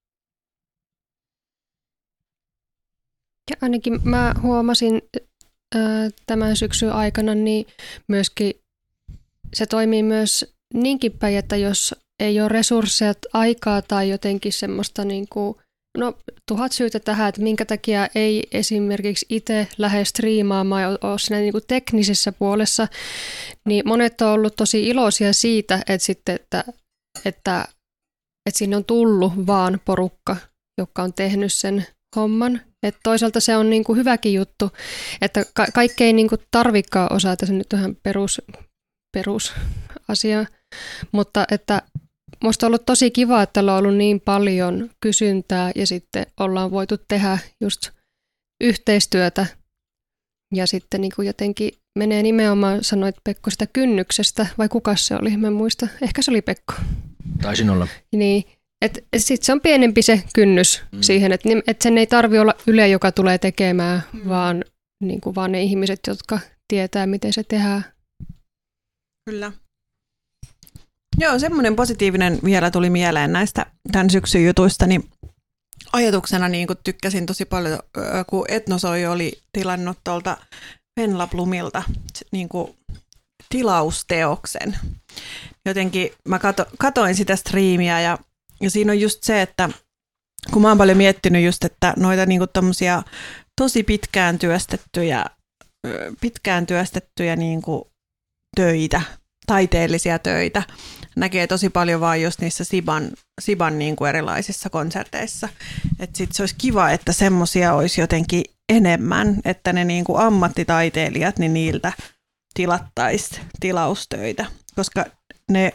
Ja ainakin mä huomasin tämän syksyn aikana, niin myöskin se toimii myös niinkin päin, että jos ei ole resursseja, aikaa tai jotenkin semmoista niin kuin, no 1000 syytä tähän, että minkä takia ei esimerkiksi itse lähde striimaamaan ja ole siinä niin kuin teknisessä puolessa, niin monet on ollut tosi iloisia siitä, että sinne on tullut vaan porukka, joka on tehnyt sen homman. Et toisaalta se on niin kuin hyväkin juttu, että kaikki ei niin kuin tarvikaan osata, se nyt on ihan perusasia, mutta että musta on ollut tosi kiva, että on ollut niin paljon kysyntää ja sitten ollaan voitu tehdä just yhteistyötä ja sitten niin kuin jotenkin menee nimenomaan, sanoit Pekko sitä kynnyksestä, vai kuka se oli, mä en muista, ehkä se oli Pekko. Taisin olla. Niin, että sitten se on pienempi se kynnys siihen, että sen ei tarvitse olla Yle, joka tulee tekemään, vaan, niin kuin vaan ne ihmiset, jotka tietää, miten se tehdään. Kyllä. Joo, semmoinen positiivinen vielä tuli mieleen näistä tämän syksyn jutuista, niin ajatuksena niin kun tykkäsin tosi paljon, kun Etnosoi oli tilannut tuolta Fenlaplumilta niin kuin tilausteoksen. Jotenkin mä katoin sitä striimiä ja siinä on just se, että kun mä oon paljon miettinyt just, että noita niin kuin tommosia tosi pitkään työstettyjä niin kuin töitä taiteellisia töitä. Näkee tosi paljon vaan just niissä Siban niin kuin erilaisissa konserteissa. Että sit se olisi kiva, että semmoisia olisi jotenkin enemmän, että ne niin kuin ammattitaiteilijat, niin niiltä tilattaisiin tilaustöitä, koska ne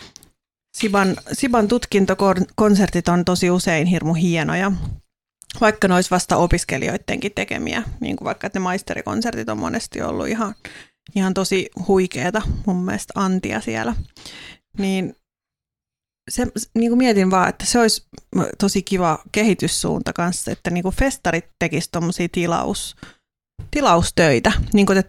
Siban tutkintokonsertit on tosi usein hirmu hienoja, vaikka ne olisi vasta opiskelijoidenkin tekemiä, niin kuin vaikka että ne maisterikonsertit on monesti ollut ihan tosi huikeeta, mun mielestä antia siellä. Niin se, niin kuin mietin vaan, että se olisi tosi kiva kehityssuunta kanssa, että niin kuin festarit tekisivät tuommoisia tilaustöitä, niin kuin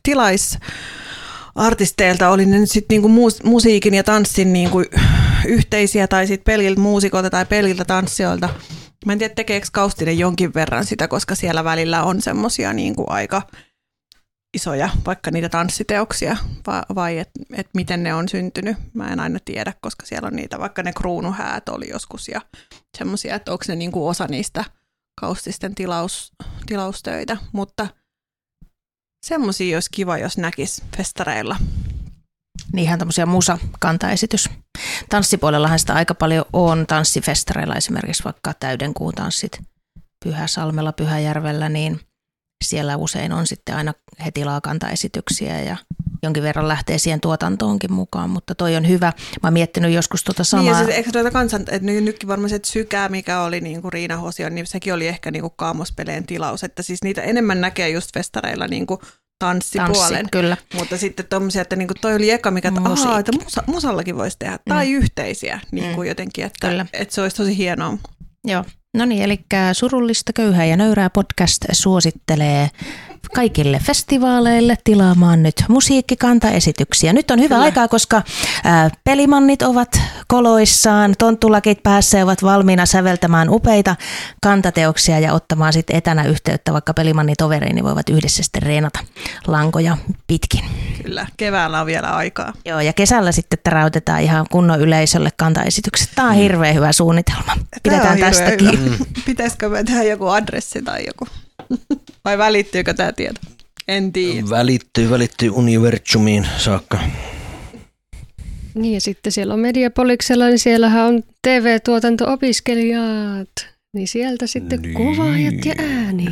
tilaisartisteilta oli ne nyt sitten niin kuin musiikin ja tanssin niin kuin yhteisiä tai sitten peliltä muusikolta tai peliltä tanssijoilta. Mä en tiedä, tekeekö Kaustinen jonkin verran sitä, koska siellä välillä on semmoisia niin kuin aika isoja, vaikka niitä tanssiteoksia, vai et miten ne on syntynyt. Mä en aina tiedä, koska siellä on niitä, vaikka ne kruunuhäät oli joskus ja semmoisia, että onko ne niin kuin osa niistä Kaustisten tilaustöitä, mutta semmoisia olisi kiva, jos näkisi festareilla. Niin ihan tämmöisiä musakantaesitys. Tanssipuolellahan sitä aika paljon on tanssifestareilla, esimerkiksi vaikka täydenkuun tanssit Pyhäsalmella, Pyhäjärvellä, niin siellä usein on sitten aina heti kantaesityksiä ja jonkin verran lähtee siihen tuotantoonkin mukaan, mutta toi on hyvä. Mä oon miettinyt joskus samaa. Niin ja siis eikö että nytkin varmaan se Sykää, mikä oli niin kuin Riina Hosion, niin sekin oli ehkä niin kuin Kaamospeleen tilaus, että siis niitä enemmän näkee just festareilla niin kuin tanssipuolen. Kyllä. Mutta sitten tommosia, että niin kuin toi oli eka, mikä että musallakin voisi tehdä, tai yhteisiä niin kuin jotenkin, että se olisi tosi hienoa. Joo. No niin, eli Surullista, köyhää ja nöyrää podcast suosittelee kaikille festivaaleille tilaamaan nyt musiikkikantaesityksiä. Nyt on hyvä aikaa, koska pelimannit ovat koloissaan, tonttulakit päässä ja ovat valmiina säveltämään upeita kantateoksia ja ottamaan sitten etänä yhteyttä vaikka pelimannitoveriin, niin voivat yhdessä sitten reenata lankoja pitkin. Kyllä, keväällä on vielä aikaa. Joo, ja kesällä sitten täräytetään ihan kunnon yleisölle kantaesitykset. Tämä on hirveän hyvä suunnitelma. Pidetään tästä kiinni. Pitäisikö me tehdä joku adressi tai joku? Vai välittyykö tämä tieto? En tiedä. Välittyy universumiin saakka. Niin ja sitten siellä on Mediapoliksella, niin siellähän on TV-tuotanto-opiskelijat. Niin sieltä sitten kuvaajat ja ääni.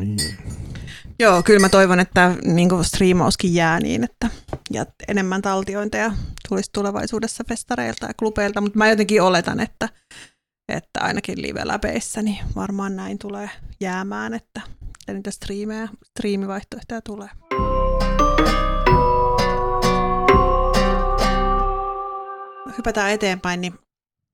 Joo, kyllä mä toivon, että niin striimauskin jää niin, että ja enemmän taltiointeja tulisi tulevaisuudessa festareilta ja klubeilta, mutta mä jotenkin oletan, että ainakin live-läpeissä niin varmaan näin tulee jäämään, että niitä striimivaihtoehtoja tulee. Hypätään eteenpäin, niin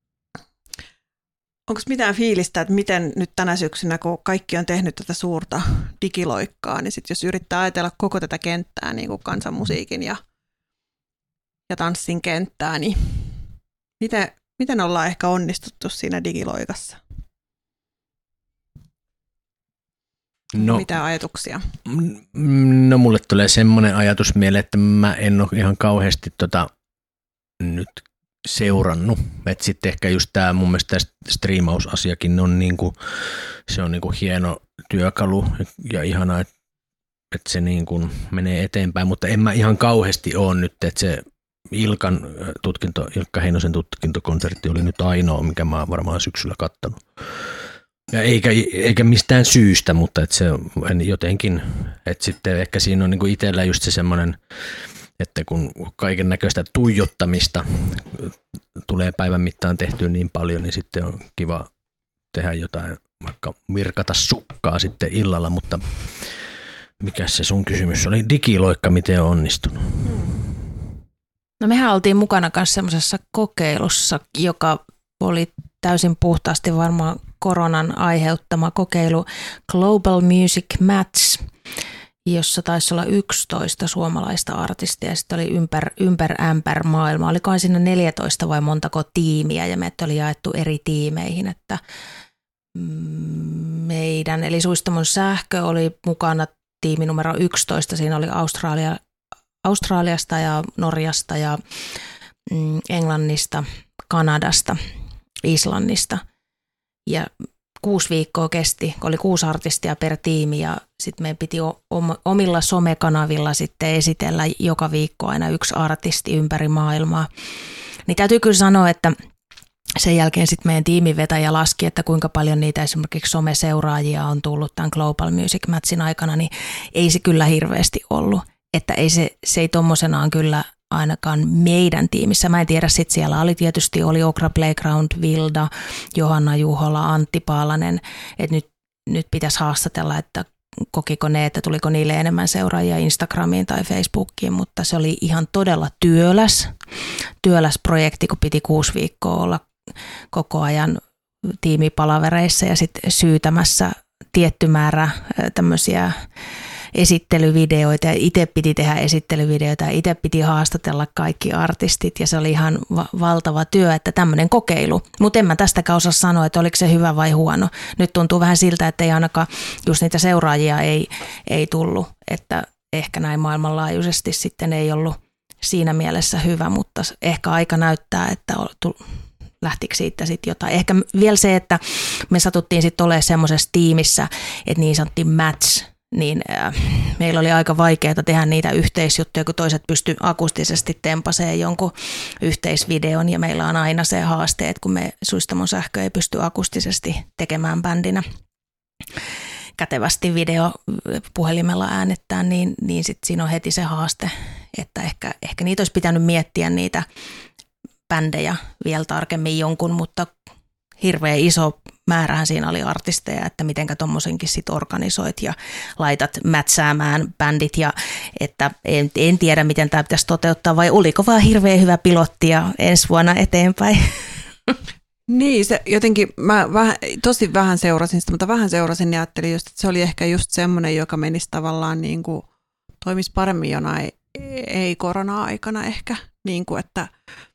onko mitään fiilistä, että miten nyt tänä syksynä, kun kaikki on tehnyt tätä suurta digiloikkaa, niin sit jos yrittää ajatella koko tätä kenttää, niin kuin kansanmusiikin ja tanssin kenttää, niin miten ollaan ehkä onnistuttu siinä digiloikassa? No, mitä ajatuksia? No mulle tulee semmoinen ajatus mieleen, että mä en ole ihan kauheasti nyt seurannut. Että sitten ehkä just tämä mun mielestä tämä striimausasiakin on niinku, se on niinku hieno työkalu ja ihana, että se niinku menee eteenpäin, mutta en mä ihan kauheasti ole nyt, että se Ilkka Heinosen tutkintokonsertti oli nyt ainoa, mikä mä oon varmaan syksyllä kattanut. Ja eikä mistään syystä, mutta että se jotenkin, että sitten ehkä siinä on niinku itsellä just se semmoinen, että kun kaiken näköistä tuijottamista tulee päivän mittaan tehtyä niin paljon, niin sitten on kiva tehdä jotain, vaikka virkata sukkaa sitten illalla, mutta mikä se sun kysymys oli? Digiloikka, miten on onnistunut? No mehän oltiin mukana myös semmoisessa kokeilussa, joka oli täysin puhtaasti varmaan koronan aiheuttama kokeilu Global Music Match, jossa taisi olla 11 suomalaista artistia ja sitten oli ämpär maailma. Olikohan siinä 14 vai montako tiimiä ja meitä oli jaettu eri tiimeihin, että meidän eli Suistamon sähkö oli mukana tiimi numero 11. Siinä oli Australiasta ja Norjasta ja Englannista, Kanadasta, Islannista. Ja 6 viikkoa kesti, oli 6 artistia per tiimi ja sitten meidän piti omilla somekanavilla sitten esitellä joka viikko aina 1 artisti ympäri maailmaa. Niin täytyy kyllä sanoa, että sen jälkeen sitten meidän tiimivetäjä laski, että kuinka paljon niitä esimerkiksi someseuraajia on tullut tämän Global Music Matchin aikana, niin ei se kyllä hirveästi ollut. Että se ei tommosenaan kyllä ainakaan meidän tiimissä. Mä en tiedä, sitten siellä oli Okra Playground, Vilda, Johanna Juhola, Antti Paalanen, että nyt pitäisi haastatella, että kokiko ne, että tuliko niille enemmän seuraajia Instagramiin tai Facebookiin, mutta se oli ihan todella työläs projekti, kun piti 6 viikkoa olla koko ajan tiimipalavereissa ja sitten syytämässä tietty määrä tämmöisiä esittelyvideoita ja itse piti tehdä esittelyvideoita ja itse piti haastatella kaikki artistit ja se oli ihan valtava työ, että tämmöinen kokeilu. Mutta en mä tästäkään osaa sanoa, että oliko se hyvä vai huono. Nyt tuntuu vähän siltä, että ei ainakaan just niitä seuraajia ei tullut, että ehkä näin maailmanlaajuisesti sitten ei ollut siinä mielessä hyvä, mutta ehkä aika näyttää, että lähtikö siitä sitten jotain. Ehkä vielä se, että me satuttiin sitten olemaan semmoisessa tiimissä, että niin sanottiin match, niin meillä oli aika vaikeaa tehdä niitä yhteisjuttuja, kun toiset pysty akustisesti tempaseen jonkun yhteisvideon ja meillä on aina se haaste, että kun me Suistamon sähkö ei pysty akustisesti tekemään bändinä kätevästi video puhelimella äänettää, niin sitten siinä on heti se haaste, että ehkä niitä olisi pitänyt miettiä niitä bändejä vielä tarkemmin jonkun, mutta hirveän iso määrähän siinä oli artisteja, että mitenkä tommosenkin sit organisoit ja laitat mätsäämään bändit ja että en tiedä miten tämä pitäisi toteuttaa vai oliko vaan hirveän hyvä pilotti ja ensi vuonna eteenpäin. Niin, se jotenkin, mä tosi vähän seurasin sitä, mutta vähän seurasin ja ajattelin just, että se oli ehkä just semmoinen, joka menisi tavallaan niin kuin, toimisi paremmin jonain ei-korona-aikana ehkä, niin kuin, että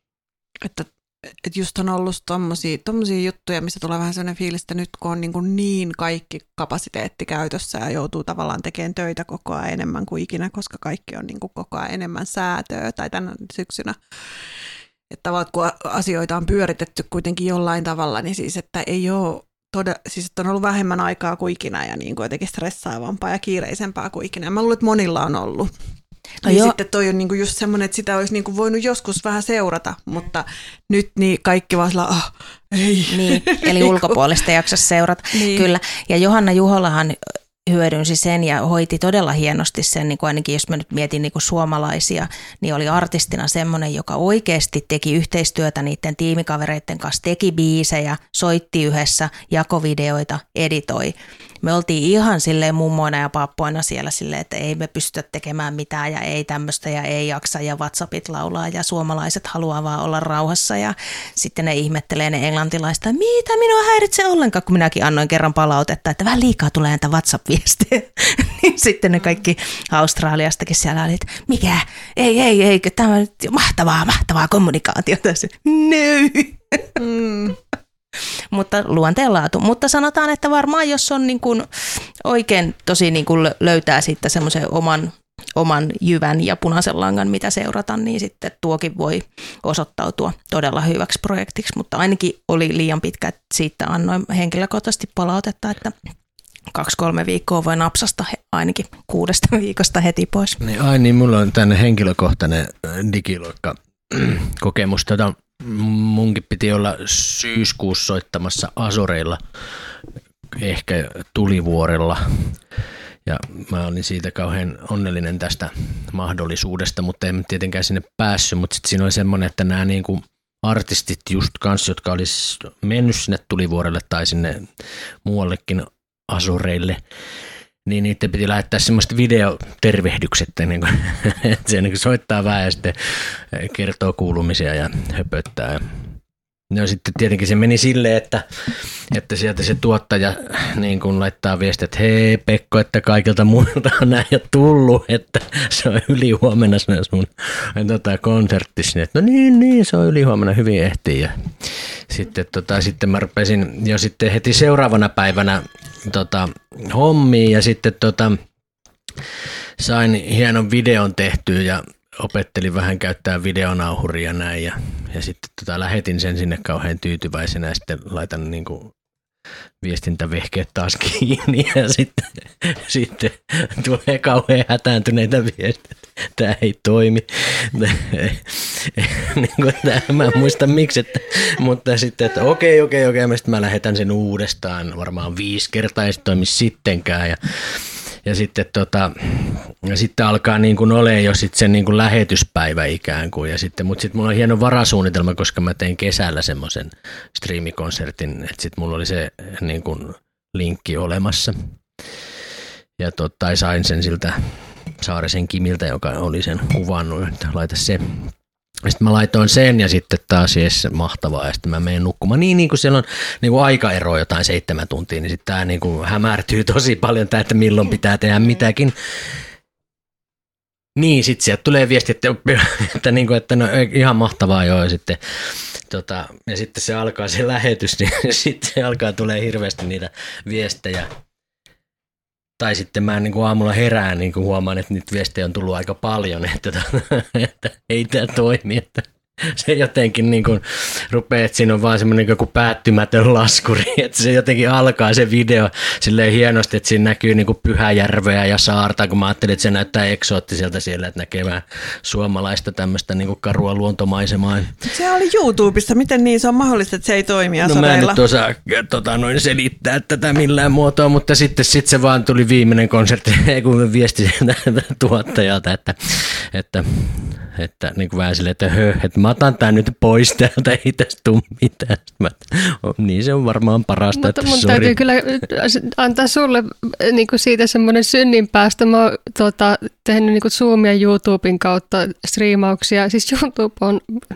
just on ollut tommosia juttuja, missä tulee vähän sellainen fiilis, että nyt kun on niin kaikki kapasiteetti käytössä ja joutuu tavallaan tekemään töitä koko ajan enemmän kuin ikinä, koska kaikki on niin kuin koko ajan enemmän säätöä tai tänä syksynä. Että tavallaan kun asioita on pyöritetty kuitenkin jollain tavalla, niin siis että ei ole siis että on ollut vähemmän aikaa kuin ikinä ja niin kuin jotenkin stressaavampaa ja kiireisempää kuin ikinä. Mä luulen, että monilla on ollut. Niin sitten toi on niinku just semmoinen, että sitä olisi niinku voinut joskus vähän seurata, mutta nyt niin kaikki vaan sillä, ei. Niin, eli ulkopuolista jaksa seurata, niin. Kyllä. Ja Johanna Juholahan hyödynsi sen ja hoiti todella hienosti sen, niin kuin ainakin jos mä nyt mietin niin kuin suomalaisia, niin oli artistina semmoinen, joka oikeasti teki yhteistyötä niiden tiimikavereiden kanssa, teki biisejä, soitti yhdessä, jakovideoita, editoi. Me oltiin ihan silleen mummoina ja pappoina siellä silleen, että ei me pystytä tekemään mitään ja ei tämmöistä ja ei jaksa ja WhatsAppit laulaa ja suomalaiset haluaa vaan olla rauhassa ja sitten ne ihmettelee ne englantilaista, mitä minua häiritsee ollenkaan, kun minäkin annoin kerran palautetta, että vähän liikaa tulee näitä WhatsApp-viestejä. Niin sitten ne kaikki Australiastakin siellä oli, että mikä, ei, tämä on mahtavaa kommunikaatiota. No. Mutta luonteenlaatu. Mutta sanotaan, että varmaan jos on niin kuin oikein tosi niin kuin löytää sitten semmoisen oman jyvän ja punaisen langan, mitä seurata, niin sitten tuokin voi osoittautua todella hyväksi projektiksi. Mutta ainakin oli liian pitkä, että siitä annoin henkilökohtaisesti palautetta, että 2-3 viikkoa voi napsasta ainakin 6 viikosta heti pois. Niin mulla on tänne henkilökohtainen digiloikka kokemus. Munkin piti olla syyskuussa soittamassa Azoreilla, ehkä Tulivuorella. Ja mä olin siitä kauhean onnellinen tästä mahdollisuudesta, mutta en tietenkään sinne päässyt. Mutta sitten siinä oli semmoinen, että nämä niinku artistit just kanssa, jotka olisi mennyt sinne Tulivuorelle tai sinne muuallekin Azoreille, niin niiden piti lähettää semmoista videotervehdykset, että se soittaa vähän ja sitten kertoo kuulumisia ja höpöttää. No sitten tietenkin se meni silleen, että sieltä se tuottaja niin kun laittaa viestiä, että hei Pekko, että kaikilta muilta on näin jo tullut, että se on ylihuomenna sun konsertti sinne. No niin, se on ylihuomenna, hyvin ehtii. Ja sitten mä rupesin jo sitten heti seuraavana päivänä hommiin ja sitten sain hienon videon tehtyä ja opettelin vähän käyttää videonauhuria näin ja sitten lähetin sen sinne kauhean tyytyväisenä ja sitten laitan niinku viestintävehkeet taas kiinni ja sitten tulee kauhean hätääntyneitä viestejä. Tämä ei toimi. Mä en muista miksi, mutta sitten, että okei, mä lähetän sen uudestaan varmaan 5 kertaa, ei se toimi sittenkään. Ja sitten, sitten alkaa niin kuin olemaan jo sit sen niin kuin lähetyspäivä ikään kuin. Mutta sitten mulla on hieno varasuunnitelma, koska mä tein kesällä semmoisen striimikonsertin, että sitten mulla oli se niin kuin linkki olemassa. Ja sain sen siltä Saarisen Kimiltä, joka oli sen kuvannut, että laita se. Sitten mä laitoin sen ja sitten taas mahtavaa ja sitten mä menen nukkumaan. Niin kuin siellä on niin kuin aikaero jotain 7 tuntia, niin sitten tämä niin kuin hämärtyy tosi paljon, että milloin pitää tehdä mitäkin. Niin, sitten sieltä tulee viesti, että no, ihan mahtavaa joo. Ja sitten se alkaa se lähetys, niin sitten se alkaa tulee hirveästi niitä viestejä. Tai sitten mä niin kuin aamulla herään, niin kuin huomaan, että niitä viestejä on tullut aika paljon, että ei tämä toimi. Että se jotenkin niin kuin rupeaa, että siinä on vaan semmoinen joku päättymätön laskuri, että se jotenkin alkaa se video silleen hienosti, että siinä näkyy niin kuin Pyhäjärveä ja saarta, kun mä ajattelin, että se näyttää eksoottiselta siellä, että näkee vähän suomalaista tämmöistä niin kuin karua luontomaisemaa. Se oli YouTubessa, miten niin se on mahdollista, että se ei toimi Asareilla? No mä en nyt osaa selittää tätä millään muotoa, mutta sitten se vaan tuli viimeinen konsertti, kun viesti tuottajalta, että niin kuin vähän silleen, että mä otan tämän nyt pois täältä, ei tästä tule mitään. Niin se on varmaan parasta. Mutta mun täytyy kyllä antaa sulle niin kuin siitä semmoinen synninpäästö. Mä oon tehnyt niin kuin Zoomia YouTuben kautta striimauksia. Siis YouTube on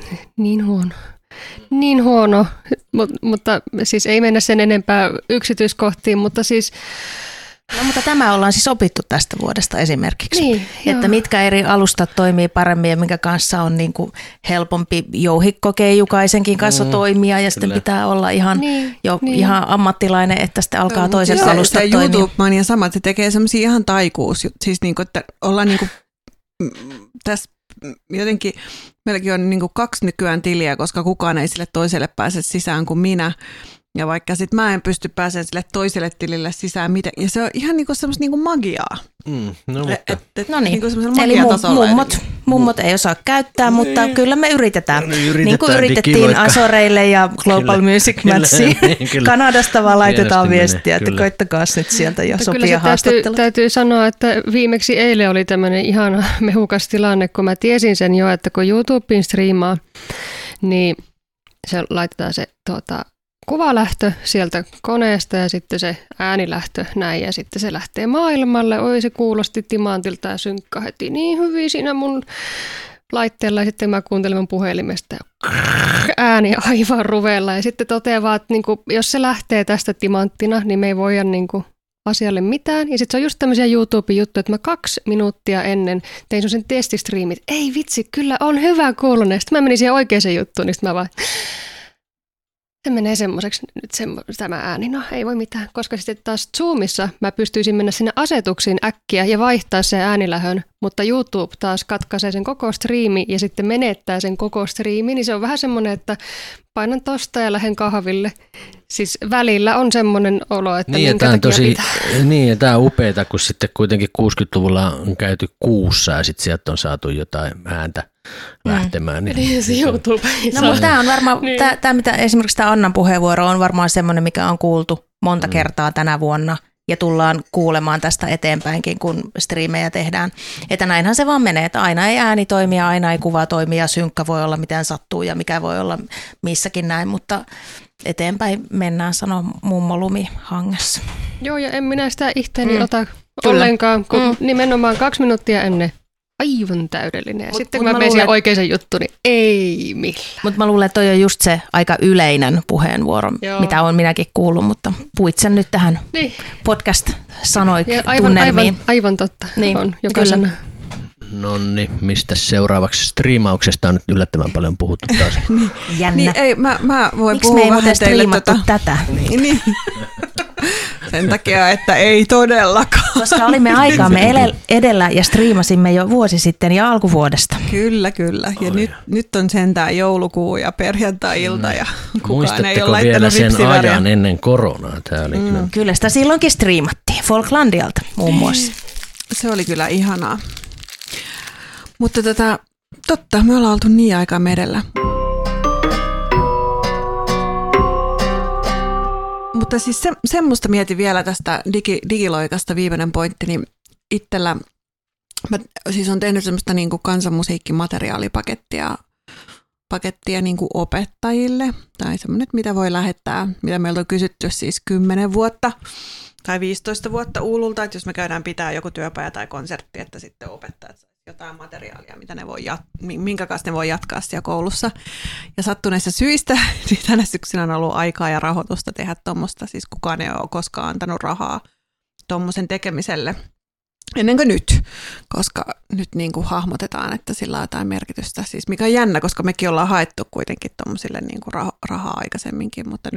niin huono, mutta siis ei mennä sen enempää yksityiskohtiin, mutta siis... No, mutta tämä ollaan siis opittu tästä vuodesta esimerkiksi, niin, että mitkä eri alustat toimii paremmin ja minkä kanssa on niin kuin helpompi jouhikkokeiukaisenkin kanssa toimia ja sitten pitää olla ihan, ihan ammattilainen, että sitten alkaa toiset alustat toimia. YouTube-mania sama, että se tekee semmoisia ihan taikuus, siis niin kuin, että ollaan niin kuin, tässä jotenkin, meilläkin on niin kuin 2 nykyään tiliä, koska kukaan ei sille toiselle pääse sisään kuin minä. Ja vaikka sitten mä en pysty pääsemään sille toiselle tilille sisään, ja se on ihan niinku semmoista niinku magiaa. No niin, eli mummot ei osaa käyttää, mutta kyllä me yritetään. Niin kuin yritettiin Azoreille ja Global Music Matchiin. Kanadasta vaan laitetaan viestiä, että koittakaa nyt sieltä ja sopia haastattelut. Täytyy sanoa, että viimeksi eilen oli tämmöinen ihana mehukas tilanne, kun mä tiesin sen jo, että kun YouTubeen striimaa, niin se laitetaan se kuvalähtö sieltä koneesta ja sitten se äänilähtö näin ja sitten se lähtee maailmalle. Oi, se kuulosti timantilta ja synkkä heti niin hyvin siinä mun laitteella ja sitten mä kuuntelin mun puhelimesta ja ääni aivan ruvella ja sitten toteaa vaan, että niinku, jos se lähtee tästä timanttina, niin me ei voida niinku asialle mitään. Ja sitten se on just tämmöisiä YouTube-juttuja, että mä 2 minuuttia ennen tein sen testistriimit. Ei vitsi, kyllä on hyvä kuulonen. Sitten mä menin siihen oikeaan juttuun, niin sitten mä vaan... Se menee semmoiseksi nyt tämä ääni, no ei voi mitään, koska sitten taas Zoomissa mä pystyisin mennä sinne asetuksiin äkkiä ja vaihtaa sen äänilähön, mutta YouTube taas katkaisee sen koko striimi ja sitten menettää sen koko striimi, niin se on vähän semmoinen, että painan tosta ja lähden kahville. Siis välillä on semmoinen olo, että niin, minkä takia pitää. Niin, ja tämä on upeata, kun sitten kuitenkin 60-luvulla on käyty kuussa ja sitten sieltä on saatu jotain ääntä lähtemään. Niin se YouTube. No, mutta tämä on varmaan, niin. Tämä mitä esimerkiksi tämä Annan puheenvuoro on varmaan semmoinen, mikä on kuultu monta kertaa tänä vuonna ja tullaan kuulemaan tästä eteenpäinkin, kun striimejä tehdään. Että näinhän se vaan menee, että aina ei ääni toimi ja aina ei kuva toimi ja synkkä voi olla miten sattuu ja mikä voi olla missäkin näin, mutta eteenpäin mennään, sanoo mummo Lumi hangessa. Joo, ja en minä sitä itteeni ota ollenkaan, kun nimenomaan 2 minuuttia ennen. Aivan täydellinen. Ja sitten kun mä menen siihen oikeaan juttuun, niin ei millään. Mutta mä luulen, että toi on just se aika yleinen puheenvuoro, mitä on minäkin kuullut, mutta puit sen nyt tähän podcast-tunnelmiin. Aivan totta. Niin, on jokaisena. Nonni, mistä seuraavaksi striimauksesta on nyt yllättävän paljon puhuttu taas. Jännä. Niin, ei, mä voin miksi puhua me ei vähän teille striimattu tätä? Niin. Sen takia, että ei todellakaan. Koska olimme aikaamme edellä ja striimasimme jo vuosi sitten ja alkuvuodesta. Kyllä. Ja nyt on sentään joulukuu ja perjantai-ilta ja kukaan ei ole Muistatteko vielä laittanut sen vipsiväriä. ajan ennen koronaa? Tämä oli kyllä. Kyllä sitä silloinkin striimattiin, Folklandialta muun muassa. Se oli kyllä ihanaa. Mutta totta, me ollaan oltu niin aikaa merellä. Mutta siis semmoista mietin vielä tästä digiloikasta viimeinen pointti, niin itsellä mä siis on tehnyt semmoista niin kuin kansanmusiikkimateriaalipakettia niin kuin opettajille, tai semmoinen, mitä voi lähettää, mitä meiltä on kysytty siis 10 vuotta tai 15 vuotta Uululta, että jos me käydään pitää joku työpaja tai konsertti, että sitten opettajat saa jotain materiaalia, mitä ne voi minkä kanssa ne voi jatkaa siellä koulussa. Ja sattuneissa syistä, niin tänä syksynä on ollut aikaa ja rahoitusta tehdä tuommoista, siis kukaan ei ole koskaan antanut rahaa tuommoisen tekemiselle. Ennen kuin nyt, koska nyt niin kuin hahmotetaan, että sillä on jotain merkitystä. Siis mikä on jännä, koska mekin ollaan haettu kuitenkin tuommoisille niin kuin rahaa aikaisemminkin, mutta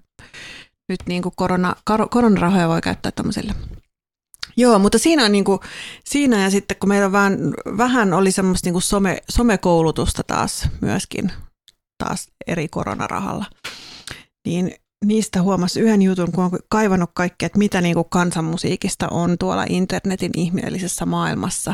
nyt niin kuin koronarahoja voi käyttää tuommoisille. Joo, mutta siinä on niin kuin, siinä ja sitten kun meillä vähän oli semmoista niin kuin somekoulutusta taas myöskin taas eri koronarahalla, niin niistä huomasi yhden jutun, kun on kaivannut kaikkea, että mitä niin kuin kansanmusiikista on tuolla internetin ihmeellisessä maailmassa.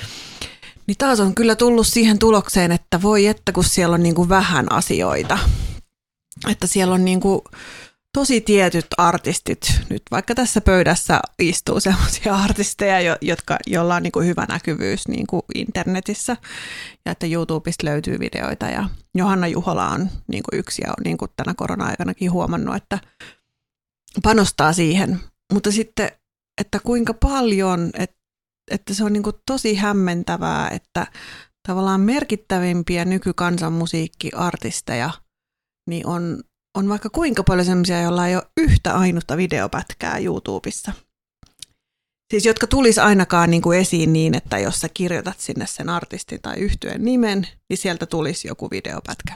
Niin taas on kyllä tullut siihen tulokseen, että voi että kun siellä on niin kuin vähän asioita. Että siellä on niin kuin tosi tietyt artistit. Nyt vaikka tässä pöydässä istuu sellaisia artisteja, joilla on niin kuin hyvä näkyvyys niin kuin internetissä. Ja että YouTubesta löytyy videoita. Ja Johanna Juhola on niin kuin yksi ja on niin kuin tänä korona-aikanakin huomannut, että panostaa siihen. Mutta sitten, että kuinka paljon, että se on niin kuin tosi hämmentävää, että tavallaan merkittävimpiä nykykansanmusiikkiartisteja niin on vaikka kuinka paljon sellaisia, joilla ei ole yhtä ainutta videopätkää YouTubessa. Siis jotka tulisi ainakaan niin kuin esiin niin, että jos sä kirjoitat sinne sen artistin tai yhtyeen nimen, niin sieltä tulisi joku videopätkä.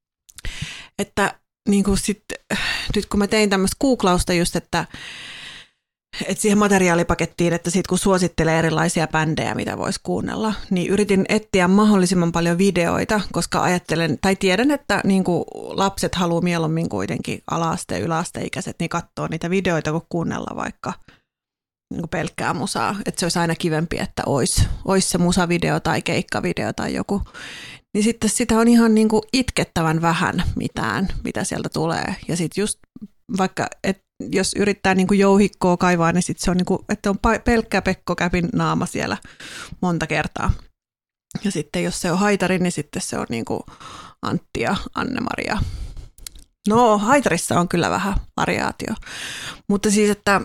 Että niin kuin nyt kun mä tein tämmöistä googlausta just, että siihen materiaalipakettiin, että sit kun suosittelee erilaisia bändejä, mitä voisi kuunnella, niin yritin etsiä mahdollisimman paljon videoita, koska ajattelen, tai tiedän, että niin kuin lapset haluaa mieluummin kuitenkin ala-aste- ja yläasteikäiset, niin katsoo niitä videoita, kun kuunnella vaikka niin kuin pelkkää musaa. Että se olisi aina kivempi, että olisi se musavideo tai keikkavideo tai joku. Niin sitten sitä on ihan niin kuin itkettävän vähän mitä sieltä tulee. Ja sitten just vaikka, jos yrittää niin kuin jouhikkoa kaivaa, niin sitten se on, niin kuin, että on pelkkä Pekko Käpin naama siellä monta kertaa. Ja sitten jos se on haitari, niin sitten se on niin kuin Antti ja Anne-Maria. No, haitarissa on kyllä vähän variaatio. Mutta siis, että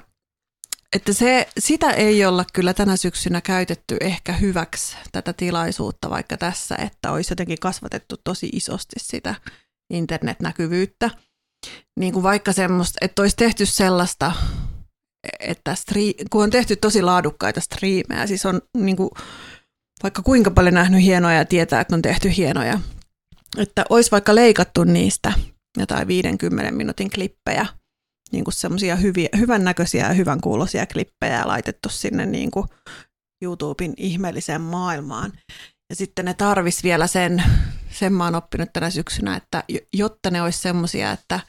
sitä ei olla kyllä tänä syksynä käytetty ehkä hyväksi tätä tilaisuutta vaikka tässä, että olisi jotenkin kasvatettu tosi isosti sitä internetnäkyvyyttä. Niin kuin vaikka semmoista, että olisi tehty sellaista, että kun on tehty tosi laadukkaita striimejä, siis on niin kuin, vaikka kuinka paljon nähnyt hienoja ja tietää, että on tehty hienoja, että olisi vaikka leikattu niistä jotain 50 minuutin klippejä, niin kuin semmoisia hyvän näköisiä ja hyvän kuuloisia klippejä ja laitettu sinne niin kuin YouTuben ihmeelliseen maailmaan. Ja sitten ne tarvisi vielä sen mä oon oppinut tänä syksynä, että jotta ne olisi semmoisia,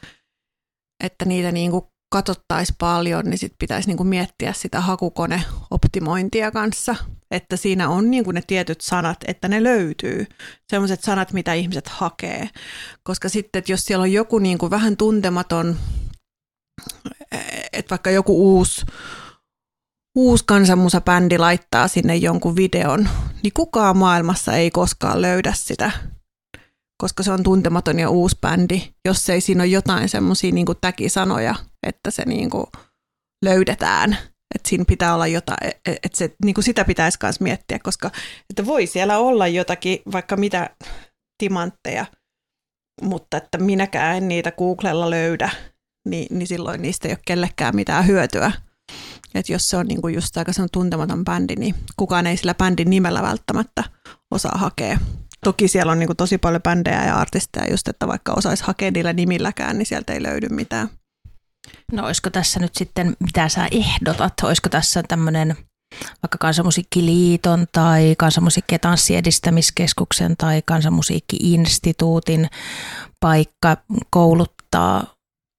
että niitä niin kuin katsottaisiin paljon, niin sitten pitäisi niin kuin miettiä sitä hakukoneoptimointia kanssa, että siinä on niin kuin ne tietyt sanat, että ne löytyy, sellaiset sanat, mitä ihmiset hakee. Koska sitten, että jos siellä on joku niin kuin vähän tuntematon, että vaikka joku uusi kansanmusabändi laittaa sinne jonkun videon, niin kukaan maailmassa ei koskaan löydä sitä, koska se on tuntematon ja uusi bändi, jos ei siinä ole jotain semmoisia niin kuin täkisanoja, että se niin kuin löydetään. Että siinä pitää olla jotain, että se, niin kuin sitä pitäisi myös miettiä, koska että voi siellä olla jotakin, vaikka mitä timantteja, mutta että minäkään en niitä Googlella löydä, niin silloin niistä ei ole kellekään mitään hyötyä. Että jos se on niin kuin just aika tuntematon bändi, niin kukaan ei sillä bändin nimellä välttämättä osaa hakea. Toki siellä on niin kuin tosi paljon bändejä ja artisteja just, että vaikka osaisi hakea niillä nimilläkään, niin sieltä ei löydy mitään. No olisiko tässä nyt sitten, mitä sä ehdotat? Olisiko tässä tämmöinen vaikka Kansanmusiikkiliiton tai Kansanmusiikki- ja tanssiedistämiskeskuksen tai Kansanmusiikki-instituutin paikka kouluttaa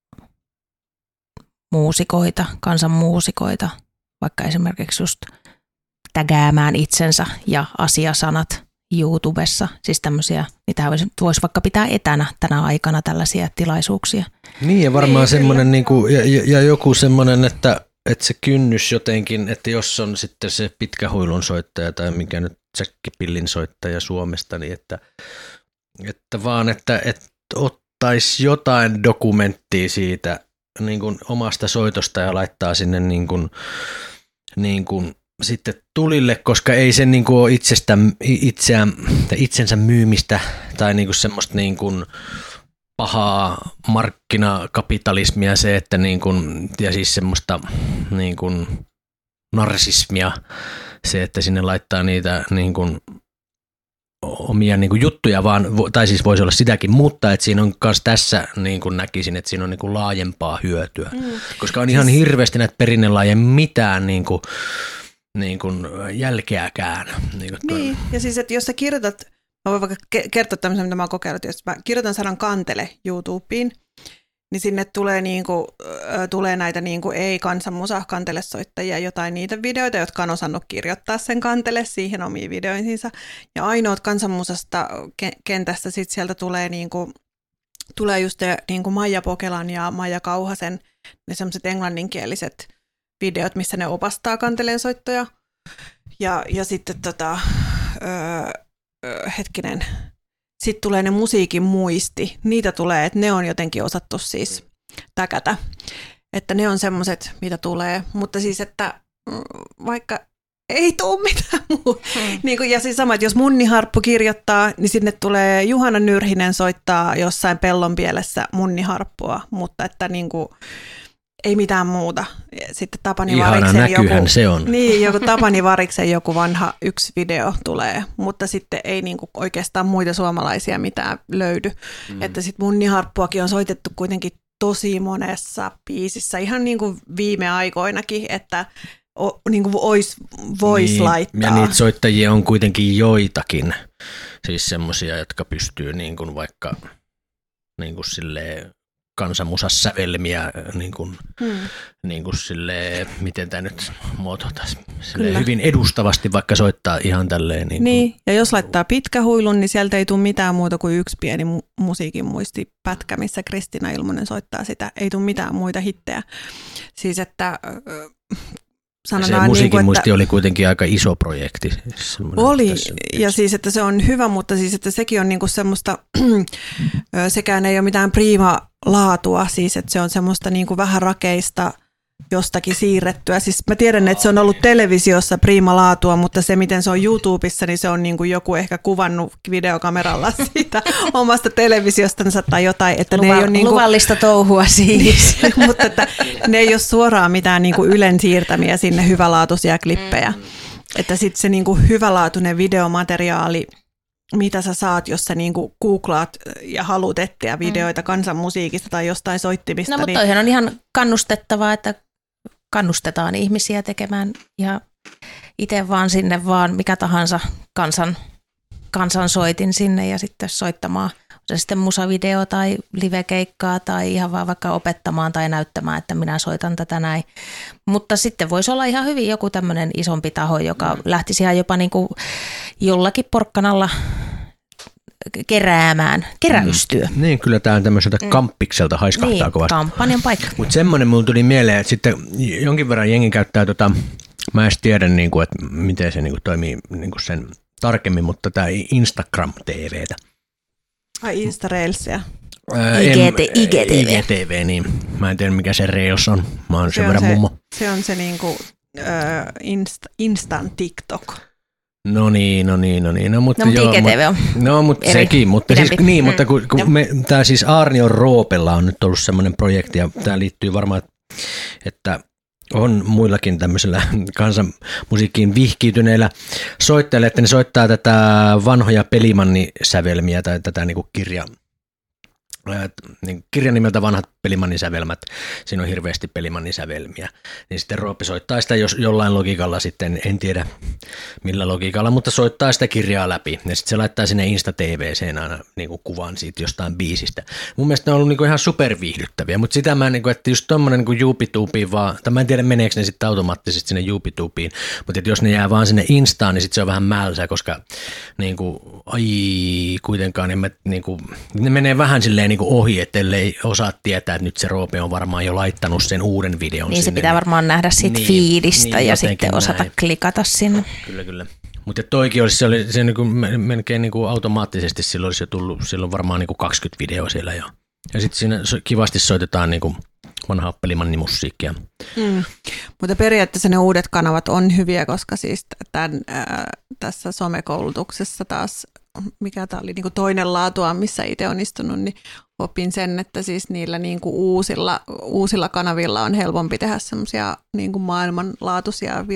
muusikoita, kansanmuusikoita, vaikka esimerkiksi just tägäämään itsensä ja asiasanat YouTubessa, siis tämmöisiä, mitä voisi vaikka pitää etänä tänä aikana tällaisia tilaisuuksia. Niin ja varmaan semmoinen niinku, ja joku semmoinen, että se kynnys jotenkin, että jos on sitten se pitkähuilun soittaja tai mikä nyt säkkipillin soittaja Suomesta, niin että vaan, että ottaisi jotain dokumenttia siitä niin kuin omasta soitosta ja laittaa sinne niin kuin sitten tulille, koska ei se niin kuin ole itsensä myymistä tai niin kuin semmoista niin kuin pahaa markkinakapitalismia se, että niin kuin, ja siis semmoista niin kuin narsismia se, että sinne laittaa niitä niin kuin omia niin kuin juttuja vaan, tai siis voisi olla sitäkin, mutta että siinä on myös tässä niin kuin näkisin, että siinä on niin kuin laajempaa hyötyä, koska on ihan hirveästi näitä perinnelajeja mitään niin kuin jälkeäkään. Niin, ja siis että jos sä kirjoitat, mä voin vaikka kertoa tämmöisen, mitä mä oon kokeillut, jos mä kirjoitan sanan kantele YouTubeen, niin sinne tulee näitä ei-kansanmusa kantelesoittajia, jotain niitä videoita, jotka on osannut kirjoittaa sen kantele siihen omiin videoihinsa. Ja ainoat kansanmusasta kentästä sit sieltä tulee just Maija Pokelan ja Maija Kauhasen, ne semmoiset englanninkieliset videot, missä ne opastaa kantelensoittoja. Ja sitten sitten tulee ne musiikin muisti. Niitä tulee, että ne on jotenkin osattu siis täkätä. Että ne on semmoiset, mitä tulee. Mutta siis, että vaikka ei tule mitään muuta. Ja siis sama, että jos Munniharppu kirjoittaa, niin sinne tulee Juhana Nyrhinen soittaa jossain pellonpielessä munniharppua. Mutta että ei mitään muuta. Sitten Tapani Variksen joku Tapani Variksen joku vanha yksi video tulee, mutta sitten ei oikeastaan muita suomalaisia mitään löydy. Että sitten Munniharppuakin on soitettu kuitenkin tosi monessa biisissä, ihan viime aikoinakin, että voisi laittaa. Ja niitä soittajia on kuitenkin joitakin, siis semmoisia, jotka pystyy vaikka silleen kansanmusasävelmiä, miten tämä nyt muotoiltaisiin, hyvin edustavasti vaikka soittaa ihan tälleen. Niin, ja jos laittaa pitkähuilun, niin sieltä ei tule mitään muuta kuin yksi pieni musiikin muistipätkä, missä Kristiina Ilmonen soittaa sitä. Ei tule mitään muita hittejä. Siis, että se musiikin muisti oli kuitenkin aika iso projekti. Oli, ja siis, että se on hyvä, mutta siis, että sekin on semmoista, sekään ei ole mitään priima-laatua, siis, että se on semmoista vähän rakeista jostakin siirrettyä. Siis mä tiedän, että se on ollut televisiossa priima-laatua, mutta se, miten se on YouTubessa, niin se on joku ehkä kuvannut videokameralla siitä omasta televisiostansa tai jotain. Että ne ei ole luvallista touhua siis. Mutta että ne ei ole suoraan mitään Ylen siirtämiä sinne hyvälaatuisia klippejä. Että sitten se hyvälaatuinen videomateriaali, mitä sä saat, jos sä googlaat ja haluat etsiä videoita kansanmusiikista tai jostain soittimista. No, mutta toihan on ihan kannustettavaa, että kannustetaan ihmisiä tekemään ja itse vaan sinne vaan mikä tahansa kansansoitin sinne ja sitten soittamaan. On se sitten musavideo tai livekeikkaa tai ihan vaan vaikka opettamaan tai näyttämään, että minä soitan tätä näin. Mutta sitten voisi olla ihan hyvin joku tämmöinen isompi taho, joka lähtisi ihan jopa jollakin porkkanalla keräämään, keräystyö. Niin, kyllä tämä on tämmöiseltä kamppikselta haiskahtaa kovasti. Niin, kampanjan paikka. Mutta semmoinen mulla tuli mieleen, että sitten jonkin verran jengi käyttää mä en tiedä, että miten se toimii sen tarkemmin, mutta tämä Instagram-TVtä. Ai Insta-reelsia. IGTV, niin. Mä en tiedä, mikä se Reels on. Mä oon sen verran mummo. Se on se instant TikTok. No niin. No, mutta IGTV on mutta sekin. Mutta siis, niin, mutta kun tämä siis Aarnion Roopella on nyt ollut semmoinen projekti, ja tämä liittyy varmaan, että on muillakin tämmöisellä kansanmusiikkiin vihkiytyneillä soittajilla, että ne soittaa tätä vanhoja Pelimanni-sävelmiä tai tätä niin kirjan nimeltä Vanhat Pelimannisävelmät, siinä on hirveästi Pelimannisävelmiä, niin sitten Roope soittaa sitä jollain logiikalla sitten, en tiedä millä logiikalla, mutta soittaa sitä kirjaa läpi ja sitten se laittaa sinne Insta-TV:seen aina niin kuin kuvan siitä jostain biisistä. Mun mielestä ne on ollut niin kuin ihan superviihdyttäviä, mutta sitä mä, niin kuin, että just tommonen niin YouTubeen vaan, tai mä en tiedä meneekö ne sitten automaattisesti sinne YouTubeen, mutta että jos ne jää vaan sinne Instaan, niin sitten se on vähän mälsä, koska niin kuin, kuitenkaan niin kuin, ne menee vähän silleen niin kuin ohi, ettei osaa tietää, että nyt se Roope on varmaan jo laittanut sen uuden videon niin sinne. Se pitää varmaan nähdä siitä feedistä ja sitten osata näin. klikata sinne. Kyllä. Mutta toikin olisi, se niin kuin, melkein niin kuin automaattisesti silloin olisi jo tullut, silloin varmaan niin kuin 20 videoa siellä jo. Ja sitten siinä kivasti soitetaan niin kuin vanhaa Pelimanni-musiikkia. Mutta periaatteessa ne uudet kanavat on hyviä, koska siis tässä somekoulutuksessa taas, mikä tämä oli niin kuin toinen laatua, missä itse on istunut, niin opin sen, että siis niillä niin kuin uusilla kanavilla on helpompi tehdä semmoisia niin kuin maailmanlaajuisia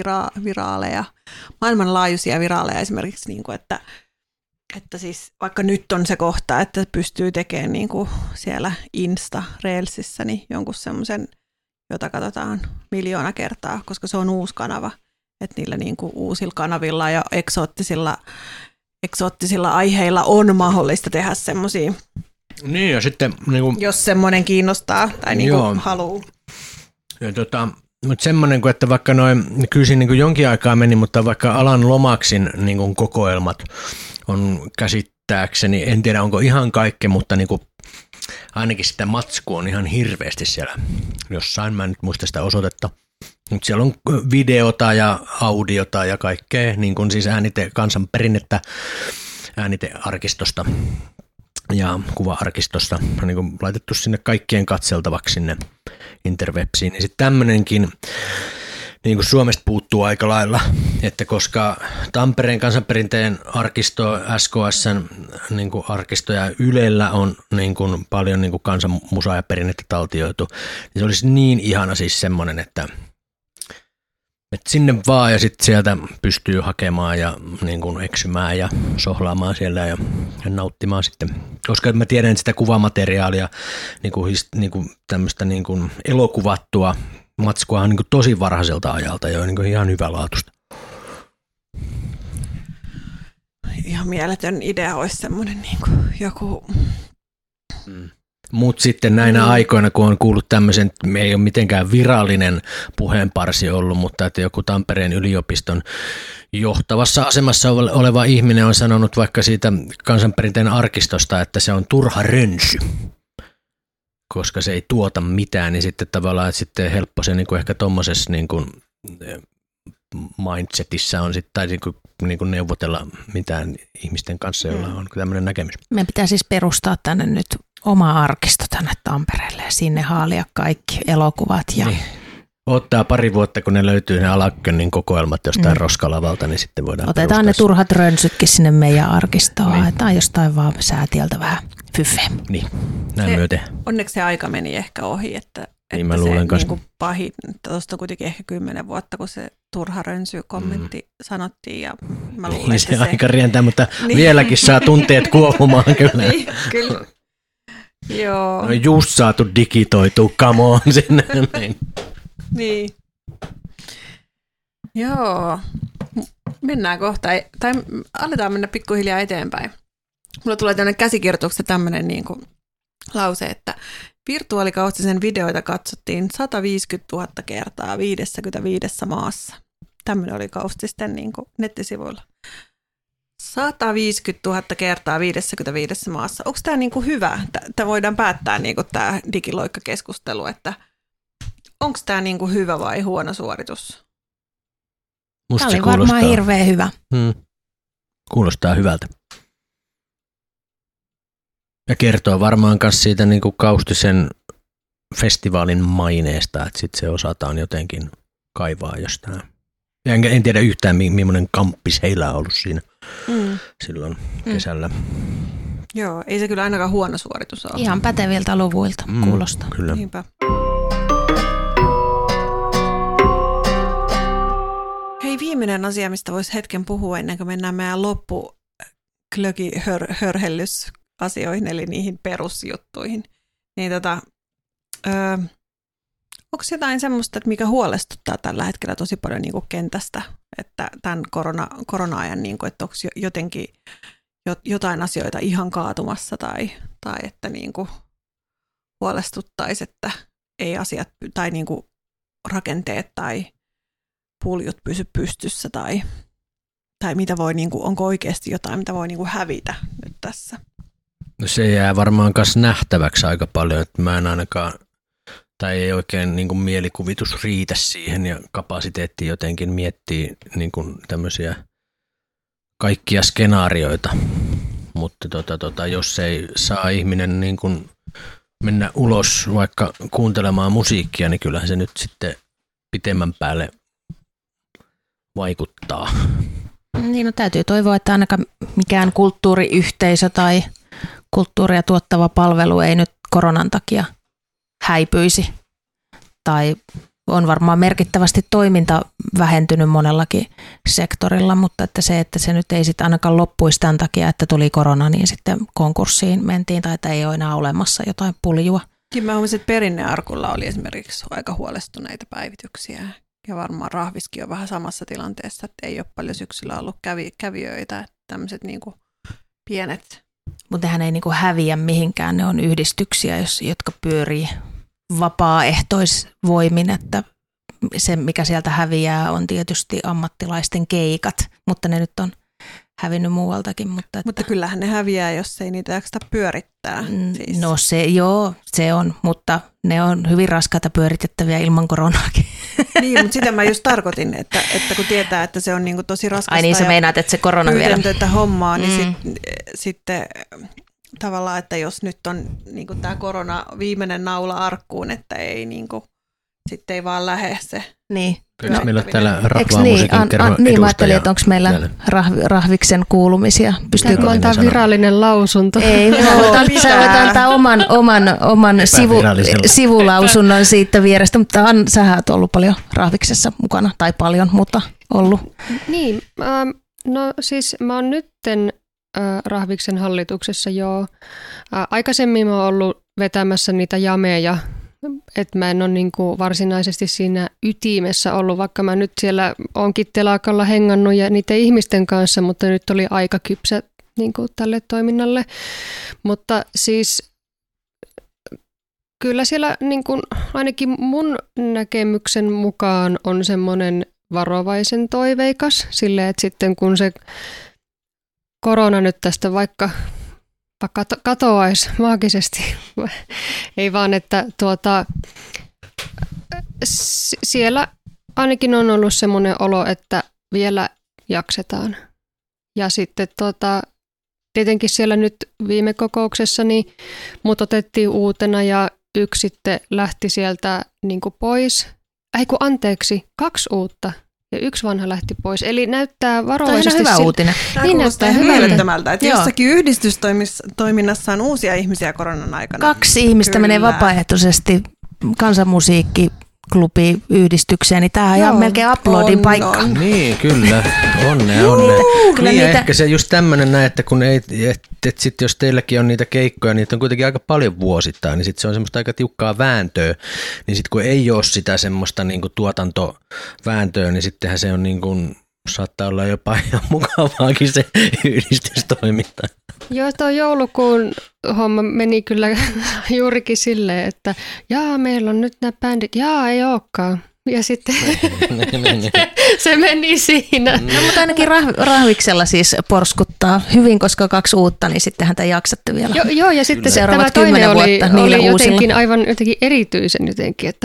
viraaleja esimerkiksi, niin kuin, että siis vaikka nyt on se kohta, että pystyy tekemään niin kuin siellä Insta-reelsissä niin jonkun semmoisen, jota katsotaan 1 000 000 kertaa, koska se on uusi kanava, että niillä niin kuin uusilla kanavilla ja eksoottisilla aiheilla on mahdollista tehdä semmoisia. Niin ja sitten niin kuin, jos semmoinen kiinnostaa tai niin kuin haluaa. Mutta semmoinen, että vaikka kyllä siinä niin jonkin aikaa meni, mutta vaikka Alan Lomaksin niin kuin kokoelmat on käsittääkseni, en tiedä onko ihan kaikki, mutta niin kuin, ainakin sitä matskua on ihan hirveästi siellä jossain, mä en nyt muista sitä osoitetta. Mutta siellä on videota ja audiota ja kaikkea, niin kuin siis kansanperinnettä äänitearkistosta ja kuva-arkistosta niin kuin laitettu sinne kaikkien katseltavaksi sinne interwebsiin. Ja sitten tämmöinenkin niin kuin Suomesta puuttuu aika lailla, että koska Tampereen kansanperinteen arkisto, SKS:n niin kuin arkisto ja Ylellä on niin kuin paljon niin kuin kansanmusaa ja perinnettä taltioitu, niin se olisi niin ihana siis semmoinen, että sinne vaan ja sitten sieltä pystyy hakemaan ja niin kuin eksymään ja sohlaamaan siellä ja nauttimaan sitten. Koska mä tiedän, että sitä kuvamateriaalia, niin kuin tämmöistä niin kuin elokuvattua matskua on niin kuin tosi varhaiselta ajalta ja on niin kuin ihan hyvälaatuista. Ihan mieletön idea olisi semmoinen niin kuin joku... Mutta sitten näinä aikoina, kun on kuullut tämmöisen, ei ole mitenkään virallinen puheenparsi ollut, mutta että joku Tampereen yliopiston johtavassa asemassa oleva ihminen on sanonut vaikka siitä kansanperinteen arkistosta, että se on turha rönsy, koska se ei tuota mitään, niin sitten tavallaan että sitten helppo se niin kuin ehkä tuommoisessa niin kuin mindsetissä on sitten, tai niin kuin neuvotella mitään ihmisten kanssa, joilla on tämmöinen näkemys. Meidän pitää siis perustaa tänne nyt oma arkisto tänne Tampereelle ja sinne haalia kaikki elokuvat. Ja... Niin. Ottaa pari vuotta, kun ne löytyy ne Alakkönin kokoelmat jostain roskalavalta, niin sitten voidaan otetaan ne turhat rönsytkin sinne meidän arkistoon. Niin. Haetaan jostain vaan säätieltä vähän fyffeä. Niin, näin myöten. Onneksi se aika meni ehkä ohi, että niin mä luulen se niin pahin, tuosta kuitenkin ehkä 10 vuotta, kun se turha rönsy-kommentti sanottiin. Ja mä luulen, niin se aika rientää, mutta vieläkin saa tunteet kuohumaan kyllä. Niin, kyllä. Joo. No just saatu digitoitua, come on sinne. Niin. Joo. Mennään kohta, tai aletaan mennä pikkuhiljaa eteenpäin. Mulla tulee tämmöinen käsikirjoituksessa tämmöinen niin kuin lause, että virtuaalikaustisen videoita katsottiin 150 000 kertaa 55 maassa. Tämmöinen oli Kaustisten niin kuin nettisivuilla. 150 000 kertaa 55 maassa. Onko tämä niin kuin hyvä? Tämä voidaan päättää niin kuin tämä digiloikkakeskustelu, että onko tämä niin kuin hyvä vai huono suoritus? Musta tämä oli varmaan hirveän hyvä. Kuulostaa hyvältä. Ja kertoo varmaan myös siitä niin kuin Kaustisen festivaalin maineesta, että sitten se osataan jotenkin kaivaa jostain. Ja en tiedä yhtään, millainen kamppis heillä on ollut siinä silloin kesällä. Joo, ei se kyllä ainakaan huono suoritus ole. Ihan päteviltä luvuilta kuulostaa. Kyllä. Niinpä. Hei, viimeinen asia, mistä voisi hetken puhua ennen kuin mennään meidän loppuklöki-hörhellys asioihin, eli niihin perusjuttuihin. Niin onko jotain semmoista, että mikä huolestuttaa tällä hetkellä tosi paljon niin kuin kentästä, että tämän korona-ajan, niin kuin, että onko jotenkin jotain asioita ihan kaatumassa tai että niin kuin huolestuttaisi, että ei asiat tai niin kuin rakenteet tai puljut pysy pystyssä tai mitä voi, niin kuin, onko oikeasti jotain, mitä voi niin kuin hävitä nyt tässä? No se jää varmaan myös nähtäväksi aika paljon, että mä en ainakaan, tai ei oikein niin kuin mielikuvitus riitä siihen ja kapasiteetti jotenkin miettii niin kuin tämmöisiä kaikkia skenaarioita, mutta jos ei saa ihminen niin kuin mennä ulos vaikka kuuntelemaan musiikkia, niin kyllähän se nyt sitten pitemmän päälle vaikuttaa. Niin, no täytyy toivoa, että ainakaan mikään kulttuuriyhteisö tai kulttuuria tuottava palvelu ei nyt koronan takia häipyisi. Tai on varmaan merkittävästi toiminta vähentynyt monellakin sektorilla, mutta että se nyt ei sitten ainakaan loppuisi tämän takia, että tuli korona, niin sitten konkurssiin mentiin tai että ei ole enää olemassa jotain puljua. Mä huomasin, että Perinnearkulla oli esimerkiksi aika huolestuneita päivityksiä. Ja varmaan Rahviskin on vähän samassa tilanteessa, että ei ole paljon syksyllä ollut kävijöitä, että tämmöiset niinku pienet. Mutta nehän ei niinku häviä mihinkään, ne on yhdistyksiä, jotka pyörii vapaaehtoisvoimin, että se mikä sieltä häviää on tietysti ammattilaisten keikat, mutta ne nyt on hävinnyt muualtakin. Mutta kyllähän ne häviää, jos ei niitä jakseta pyörittää. Siis. No se on, mutta ne on hyvin raskaita pyöritettäviä ilman koronaakin. Niin, mutta sitä mä just tarkoitin, että kun tietää, että se on niinku tosi raskasta. Ai niin, sä meinaat, että se korona vielä. Tätä hommaa, niin sitten tavallaan, että jos nyt on niinku tämä korona viimeinen naula arkkuun, että ei niinku, sitten ei vaan lähde se. Niin. Kyllä meillä on täällä rahvaa-musiikin kerran niin, mä ajattelin, että onko meillä Rahviksen kuulumisia. Pystyykö antaa virallinen lausunto? Ei, sä voit antaa oman sivulausunnon siitä vierestä, mutta sähän oot ollut paljon Rahviksessa mukana, tai paljon, mutta ollut. Niin, no siis mä oon nytten Rahviksen hallituksessa jo. Aikaisemmin mä oon ollut vetämässä niitä jameja, että mä en ole niin kuin varsinaisesti siinä ytimessä ollut, vaikka mä nyt siellä onkin telakalla hengannut ja niiden ihmisten kanssa, mutta nyt oli aika kypsä niin kuin tälle toiminnalle. Mutta siis kyllä siellä niin kuin, ainakin mun näkemyksen mukaan on semmoinen varovaisen toiveikas silleen, että sitten kun se korona nyt tästä vaikka katoaisi maagisesti. Ei vaan, että siellä ainakin on ollut semmoinen olo, että vielä jaksetaan. Ja sitten tietenkin siellä nyt viime kokouksessa niin mut otettiin uutena ja yksi sitten lähti sieltä niin kuin pois. Anteeksi, 2 uutta. Ja 1 vanha lähti pois. Eli näyttää varovaisesti. Tämä on hyvä uutinen. Tämä kuulostaa hyvältä, että jossakin yhdistystoiminnassa on uusia ihmisiä koronan aikana. 2 ihmistä menee vapaaehtoisesti kansanmusiikkiklubi yhdistykseen, niin tämä on ihan melkein uploadin paikka. Niin, kyllä. Onnea. Kyllä niin, ehkä se just tämmöinen näin, että kun ei, että sit jos teilläkin on niitä keikkoja, niitä on kuitenkin aika paljon vuosittain, niin sitten se on semmoista aika tiukkaa vääntöä, niin sitten kun ei ole sitä semmoista niinku tuotantovääntöä, niin sittenhän se on niinku, saattaa olla jopa ihan mukavaakin se yhdistystoiminta. Joo, tuo joulukuun homma meni kyllä juurikin silleen, että meillä on nyt nämä bändit, ei olekaan. Ja sitten se meni siinä. No, mutta ainakin Rahviksella siis porskuttaa hyvin, koska 2 uutta, niin sittenhän te jaksatte vielä. Joo, ja sitten seuraavat 10 vuotta niillä oli uusilla. jotenkin aivan jotenkin erityisen jotenkin, että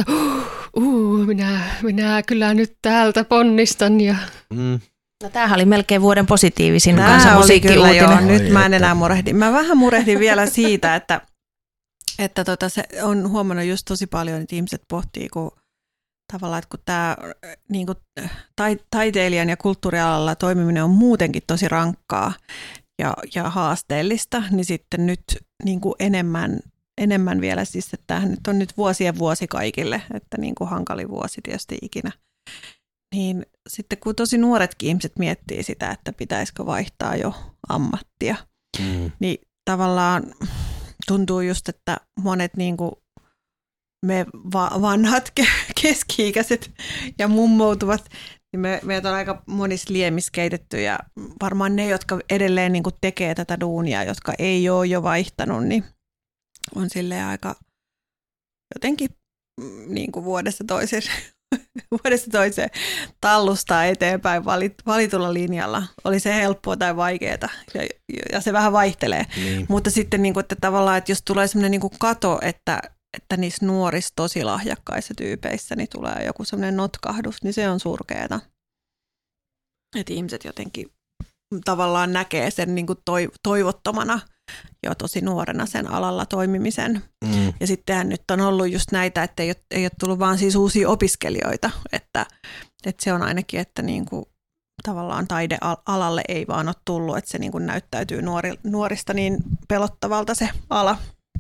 minä kyllä nyt täältä ponnistan. Ja... No, tämähän oli melkein vuoden positiivisin kansanmusiikkiuutinen. Nyt mä en enää murehdi. Mä vähän murehdin vielä siitä, että se on huomannut just tosi paljon, että ihmiset pohtii, kun tavallaan, että kun tämä niin kuin, taiteilijan ja kulttuurialalla toimiminen on muutenkin tosi rankkaa ja haasteellista, niin sitten nyt niin kuin enemmän vielä siis, että tämähän nyt on nyt vuosien vuosi kaikille, että niin kuin hankalin vuosi tietysti ikinä. Niin sitten kun tosi nuoretkin ihmiset miettii sitä, että pitäisikö vaihtaa jo ammattia, niin tavallaan tuntuu just, että monet niin kuin me vanhat keski-ikäiset ja mummoutuvat, niin meitä on aika monissa liemissä keitetty ja varmaan ne, jotka edelleen niin kuin tekee tätä duunia, jotka ei ole jo vaihtanut, niin on silleen aika jotenkin niin kuin vuodesta toiseen tallustaa eteenpäin valitulla linjalla. Oli se helppoa tai vaikeaa ja se vähän vaihtelee. Niin. Mutta sitten, niin kuin, että tavallaan, että jos tulee sellainen niin kuin kato, että niissä nuorissa tosi lahjakkaissa tyypeissä niin tulee joku sellainen notkahdus, niin se on surkeeta. Että ihmiset jotenkin tavallaan näkee sen niin kuin toivottomana jo tosi nuorena sen alalla toimimisen. Ja sittenhän nyt on ollut just näitä, että ei ole tullut vaan siis uusia opiskelijoita, että se on ainakin, että niin kuin tavallaan taidealalle ei vaan ole tullut, että se niin kuin näyttäytyy nuorista niin pelottavalta se ala.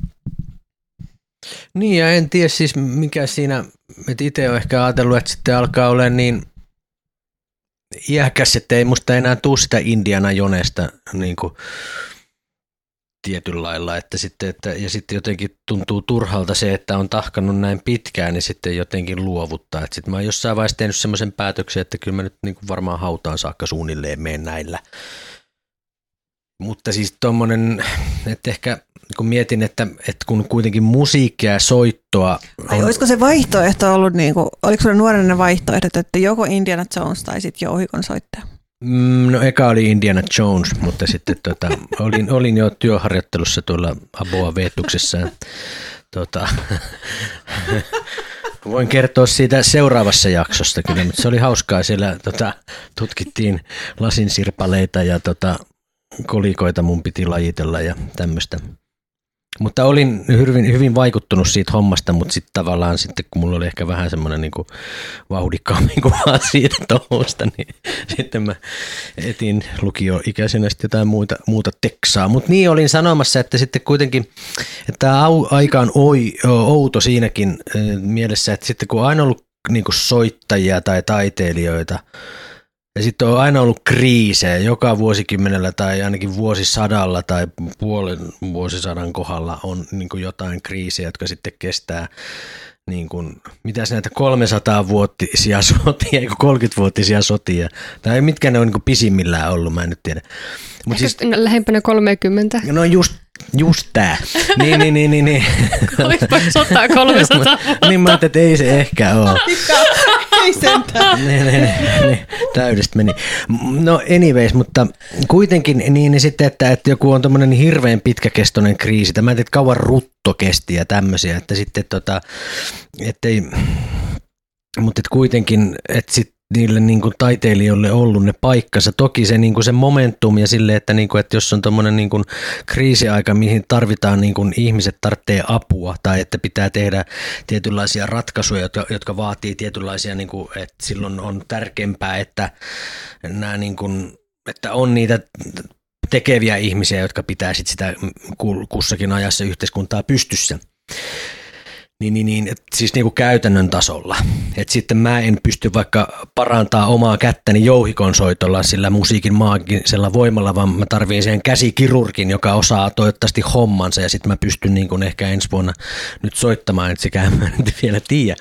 Niin ja en tiedä siis mikä siinä, että itse olen ehkä ajatellut, että sitten alkaa olla niin iäkäs, että ei musta enää tule sitä Indiana Jonesta niin kuin tietyllä lailla, että sitten jotenkin tuntuu turhalta se, että on tahkannut näin pitkään, niin sitten jotenkin luovuttaa. Että sitten mä oon jossain vaiheessa tehnyt semmoisen päätöksen, että kyllä mä nyt niin kuin varmaan hautaan saakka suunnilleen menen näillä. Mutta siis tommonen, että ehkä kun mietin, että kun kuitenkin musiikkia ja soittoa on... Olisiko se vaihtoehto ollut, niin kuin, oliko sulla nuorena vaihtoehdot, että joko Indiana Jones tai sitten jouhikon soittaja? No eka oli Indiana Jones, mutta sitten olin jo työharjoittelussa tuolla Aboa Veetuksessa. Voin kertoa siitä seuraavassa jaksosta kyllä, mutta se oli hauskaa. Siellä tutkittiin lasinsirpaleita ja kolikoita mun piti lajitella ja tämmöistä. Mutta olin hyvin vaikuttunut siitä hommasta, mutta sitten tavallaan sitten, kun mulla oli ehkä vähän semmoinen niin kuin vauhdikkaammin kuin vaan siitä touhusta, niin sitten mä etin lukioikäisenä sitten jotain muuta teksaa. Mutta niin olin sanomassa, että sitten kuitenkin, että tämä aika on outo siinäkin mielessä, että sitten kun on aina ollut niin kuin soittajia tai taiteilijoita, ja sitten on aina ollut kriisejä joka vuosikymmenellä tai ainakin vuosisadalla tai puolen vuosisadan kohdalla on niin kuin jotain kriisejä, jotka sitten kestää niin kuin, mitäs näitä 300-vuotisia sotia, 30-vuotisia sotia, tai mitkä ne on niin kuin pisimmillään ollut, mä en nyt tiedä. Mut siis, lähempänä 30. No just tää. Niin. Olispa sotaa 300 vuotta. Niin mä ajattelin, että ei se ehkä ole. Ei sentään. Niin, täydestä meni. No anyways, mutta kuitenkin niin sitten, että joku on tommoinen hirveän pitkäkestoinen kriisi. Mä en tiedä, kauan rutto kesti ja tämmöisiä, että sitten ettei, mutta et kuitenkin, että sitten niille niin kuin taiteilijoille ollut ne paikkansa. Toki se, niin kuin se momentum ja sille, että, niin kuin, että jos on tuommoinen niin kuin kriisiaika, mihin tarvitaan, niin kuin ihmiset tarvitsee apua tai että pitää tehdä tietynlaisia ratkaisuja, jotka vaatii tietynlaisia, niin kuin, että silloin on tärkeämpää, että, nämä, niin kuin, että on niitä tekeviä ihmisiä, jotka pitää sit sitä kussakin ajassa yhteiskuntaa pystyssä. Siis niin kuin käytännön tasolla. Et sitten mä en pysty vaikka parantaa omaa kättäni jouhikon soitolla sillä musiikin maagisella voimalla, vaan mä tarviin sen käsikirurgin, joka osaa toivottavasti hommansa ja sitten mä pystyn niin kuin ehkä ensi vuonna nyt soittamaan, että sekään mä en vielä tiedä.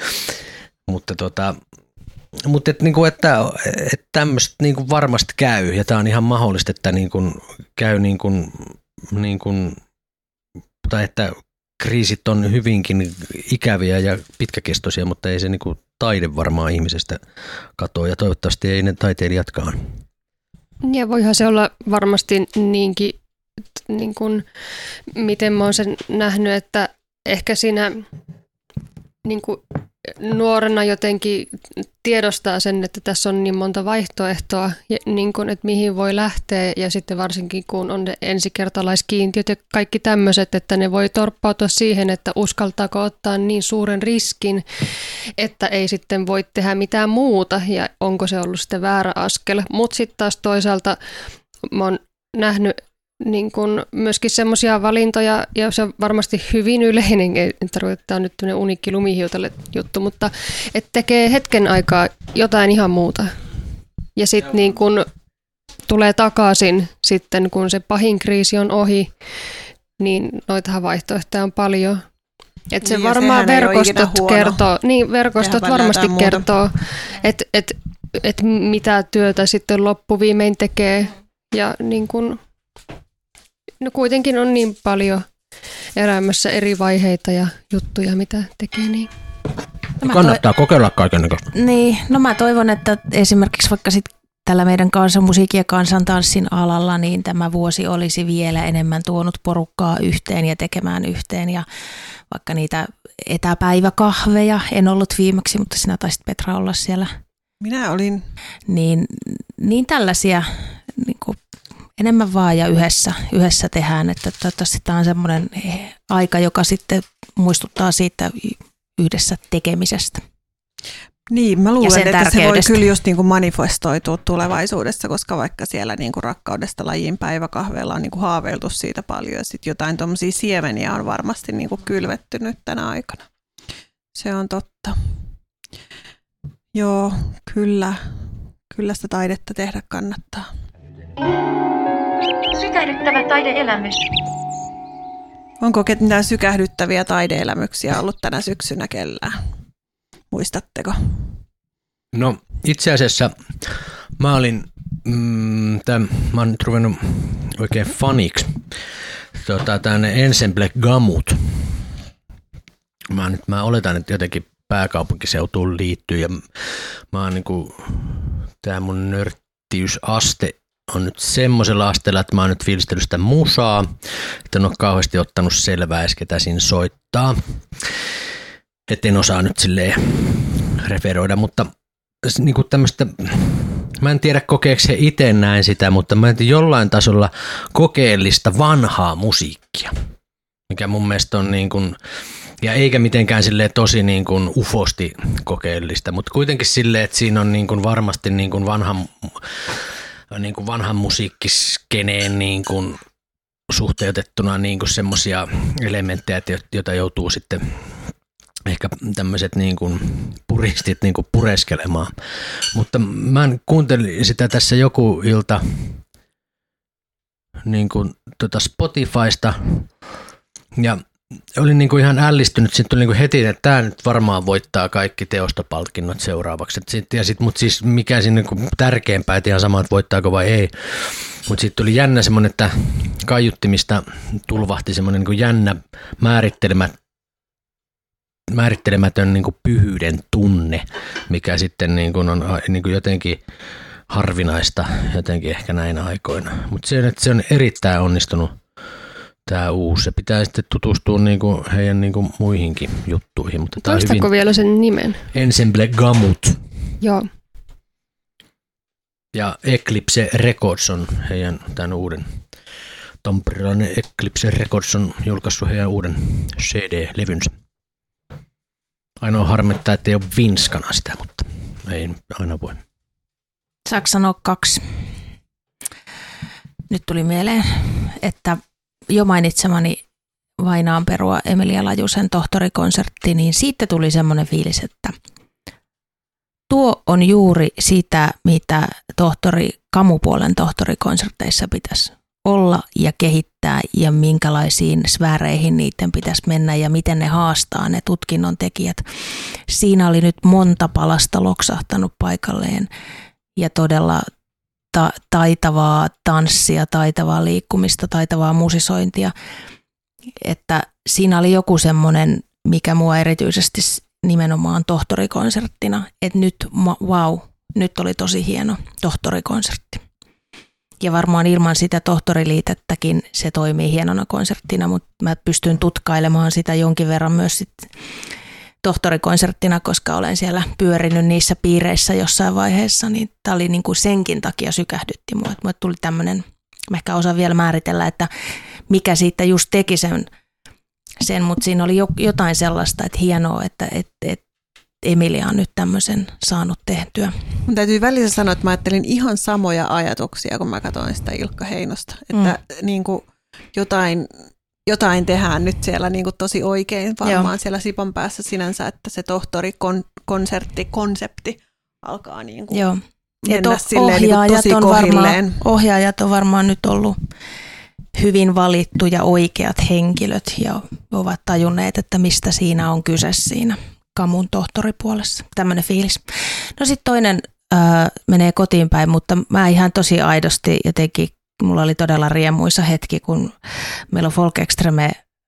Mutta että tämmöistä niin kuin varmasti käy ja tämä on ihan mahdollista, että niin kuin käy tai että kriisit on hyvinkin ikäviä ja pitkäkestoisia, mutta ei se niin kuin taide varmaan ihmisestä katoa ja toivottavasti ei ne taiteilijatkaan. Ja voihan se olla varmasti niinkin, niin kuin, miten mä oon sen nähnyt, että ehkä siinä niin kuin nuorena jotenkin tiedostaa sen, että tässä on niin monta vaihtoehtoa, ja niin kuin, että mihin voi lähteä ja sitten varsinkin kun on ne ensikertalaiskiintiöt ja kaikki tämmöiset, että ne voi torppautua siihen, että uskaltaako ottaa niin suuren riskin, että ei sitten voi tehdä mitään muuta ja onko se ollut sitten väärä askel. Mutta sitten taas toisaalta mä oon nähnyt niin kun myöskin semmoisia valintoja, ja se on varmasti hyvin yleinen, ei tarkoita, että tämä on nyt tämmöinen uniikki lumihiutalle juttu, mutta että tekee hetken aikaa jotain ihan muuta. Ja sitten niin kun tulee takaisin sitten, kun se pahin kriisi on ohi, niin noitahan vaihtoehtoja on paljon. Että se Niin, ja varmaan sehän ei ole ikinä verkostot huono. kertoo, niin verkostot Tehdään varmasti jotain muuta. kertoo, että mitä työtä sitten loppuviimein tekee. Ja niin kun, no kuitenkin on niin paljon elämässä eri vaiheita ja juttuja, mitä tekee. Niin. Kannattaa kokeilla kaikennäköistä. Niin, no mä toivon, että esimerkiksi vaikka sit tällä meidän kansanmusiikin ja kansantanssin alalla, niin tämä vuosi olisi vielä enemmän tuonut porukkaa yhteen ja tekemään yhteen. Ja vaikka niitä etäpäiväkahveja, en ollut viimeksi, mutta sinä taisit Petra olla siellä. Minä olin. Niin tällaisia niin kuin enemmän vaan ja yhdessä tehdään, että toivottavasti tämä on semmoinen aika, joka sitten muistuttaa siitä yhdessä tekemisestä. Niin, mä luulen, että se voi tärkeydestä. kyllä just niin kuin manifestoitua tulevaisuudessa, koska vaikka siellä niin kuin rakkaudesta lajiin päiväkahveella on niin kuin haaveiltu siitä paljon ja sitten jotain tuommoisia siemeniä on varmasti niin kuin kylvetty nyt tänä aikana. Se on totta. Joo, kyllä sitä taidetta tehdä kannattaa. Sykähdyttävä taideelämys. Onko mitään sykähdyttäviä taideelämyksiä ollut tänä syksynä kellään? Muistatteko? No itse asiassa mä olin, mä oon nyt ruvennut oikein faniksi, tänne Ensemble Gamut. Mä oletan, että jotenkin pääkaupunkiseutuun liittyy ja mä oon niinku, tää mun nörttiysaste on nyt semmoisella asteella, että mä oon nyt fiilistellyt sitä musaa, että en ole kauheasti ottanut selvää edes ketä siinä soittaa. Et en osaa nyt silleen referoida, mutta niinku tämmöistä, mä en tiedä kokeeko he itse näin sitä, mutta mä jollain tasolla kokeellista vanhaa musiikkia, mikä mun mielestä on niin kuin, ja eikä mitenkään silleen tosi niin kuin ufosti kokeellista, mutta kuitenkin silleen, että siinä on niin kuin varmasti niin kuin vanhan musiikkiskeneen niin kuin suhteutettuna niin kuin semmoisia elementtejä, joita joutuu sitten ehkä tämmöiset niin kuin puristit niin kuin pureskelemaan. Mutta mä kuuntelin sitä tässä joku ilta niin kuin Spotifysta ja olin niin kuin ihan ällistynyt. Sitten tuli niin kuin heti, että tämä nyt varmaan voittaa kaikki teostopalkinnot seuraavaksi. Mutta siis mikä siinä niin kuin tärkeämpää, että ihan sama, että voittaako vai ei. Mutta sitten tuli jännä semmoinen, että kaiuttimista tulvahti semmoinen niin kuin jännä määrittelemätön niin kuin pyhyyden tunne, mikä sitten niin kuin on niin kuin jotenkin harvinaista jotenkin ehkä näinä aikoina. Mutta se on erittäin onnistunut tämä uusi. Se pitää sitten tutustua niin kuin heidän niin kuin muihinkin juttuihin. Mutta toistako vielä sen nimen? Ensemble Gamut. Joo. Ja Eclipse Records on heidän tämän uuden, tamperilainen Eclipse Records on julkaissut heidän uuden CD-levynsä. Ainoa harmittaa, että ei ole vinskana sitä, mutta ei aina voi. Saanko sanoa 2? Nyt tuli mieleen, että jo mainitsemani Vainaan perua Emilia Lajusen tohtorikonsertti, niin siitä tuli semmoinen fiilis, että tuo on juuri sitä, mitä Kamupuolen tohtorikonserteissa pitäisi olla ja kehittää ja minkälaisiin sfääreihin niiden pitäisi mennä ja miten ne haastaa ne tutkinnon tekijät. Siinä oli nyt monta palasta loksahtanut paikalleen ja todella taitavaa tanssia, taitavaa liikkumista, taitavaa musisointia. Että siinä oli joku semmoinen, mikä mua erityisesti nimenomaan tohtorikonserttina, että nyt nyt oli tosi hieno tohtorikonsertti. Ja varmaan ilman sitä tohtoriliitettäkin se toimii hienona konserttina, mutta mä pystyn tutkailemaan sitä jonkin verran myös sitten tohtorikonserttina, koska olen siellä pyörinyt niissä piireissä jossain vaiheessa, niin tämä oli niin kuin senkin takia sykähdytti mua. Mulle tuli tämmöinen, mä ehkä osaan vielä määritellä, että mikä siitä just teki sen mutta siinä oli jotain sellaista, että hienoa, että Emilia on nyt tämmöisen saanut tehtyä. Mun täytyy välissä sanoa, että mä ajattelin ihan samoja ajatuksia, kun mä katsoin sitä Ilkka Heinosta. Että niin kuin jotain tehdään nyt siellä niin kuin tosi oikein varmaan siellä Sipon päässä sinänsä, että se konsepti alkaa niin kuin mennä silleen niin kuin tosi kohilleen. Ohjaajat on varmaan nyt ollut hyvin valittu ja oikeat henkilöt ja ovat tajunneet, että mistä siinä on kyse siinä Kamun tohtoripuolessa. Tämmöinen fiilis. No sitten toinen menee kotiin päin, mutta mä ihan tosi aidosti jotenkin, mulla oli todella riemuisa hetki, kun meillä on Folk Extreme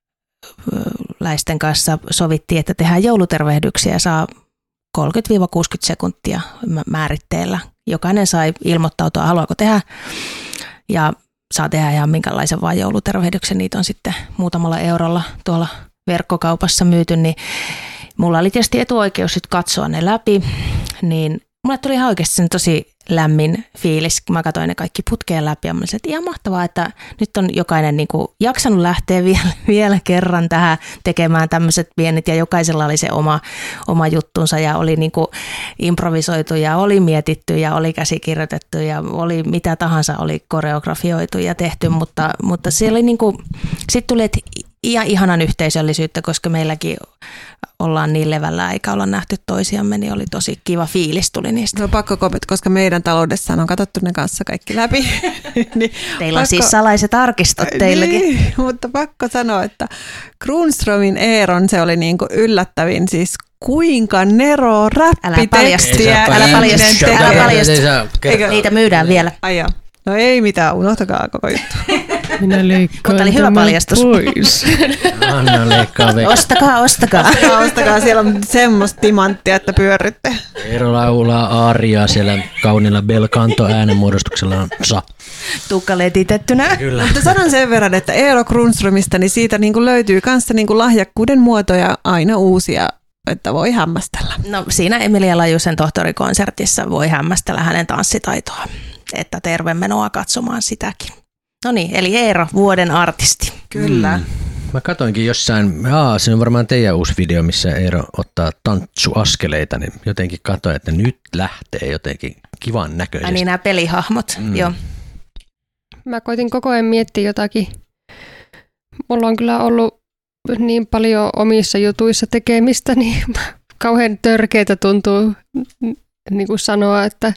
läisten kanssa sovittiin, että tehdään joulutervehdyksiä ja saa 30-60 sekuntia määritteellä. Jokainen sai ilmoittautua, haluaako tehdä ja saa tehdä ihan minkälaisen vaan joulutervehdyksen. Niitä on sitten muutamalla eurolla tuolla verkkokaupassa myyty, niin mulla oli tietysti etuoikeus sitten katsoa ne läpi, niin mulle tuli ihan oikeasti sen tosi lämmin fiilis, kun mä katsoin ne kaikki putkeen läpi ja mä olisin, että ihan mahtavaa, että nyt on jokainen niin kuin jaksanut lähteä vielä kerran tähän tekemään tämmöiset pienet ja jokaisella oli se oma juttunsa ja oli niin kuin improvisoitu ja oli mietitty ja oli käsikirjoitettu ja oli mitä tahansa oli koreografioitu ja tehty, mutta se oli niin kuin, sitten tuli, että ihanan yhteisöllisyyttä, koska meilläkin ollaan niin levällä eikä olla nähty toisiamme, niin oli tosi kiva fiilis tuli niistä. No pakko kommentoida, koska meidän taloudessaan on katsottu ne kanssa kaikki läpi. Niin teillä on siis salaiset arkistot teilläkin. Niin, mutta pakko sanoa, että Kronströmin Eeron se oli niinku yllättävin siis kuinka nero räppitekstiä. Älä paljasta. Niitä myydään vielä. Ai joo. No ei mitään, unohtakaa koko juttu. Minä leikkaan mutta oli hyvä paljastus. Pois. Anna leikkaa vekka. Ostakaa. Siellä on semmoista timanttia, että pyörrytte. Eero laulaa aariaa siellä kauniilla belcanto äänenmuodostuksella. Tukka letitettynä. Kyllä. Mutta sanon sen verran, että Eero Kronströmistä, niin siitä niin kuin löytyy kanssa niin kuin lahjakkuuden muotoja aina uusia, että voi hämmästellä. No siinä Emilia Lajusen tohtorikonsertissa voi hämmästellä hänen tanssitaitoa, että terve menoa katsomaan sitäkin. No niin, eli Eero, vuoden artisti. Kyllä. Mä katoinkin jossain, se on varmaan teidän uusi video, missä Eero ottaa tantsuaskeleita, niin jotenkin katsoin, että nyt lähtee jotenkin kivan näköisesti. Niin nämä pelihahmot, joo. Mä koitin koko ajan miettiä jotakin. Mulla on kyllä ollut niin paljon omissa jutuissa tekemistä, niin kauhean törkeitä tuntuu niin kuin sanoa, että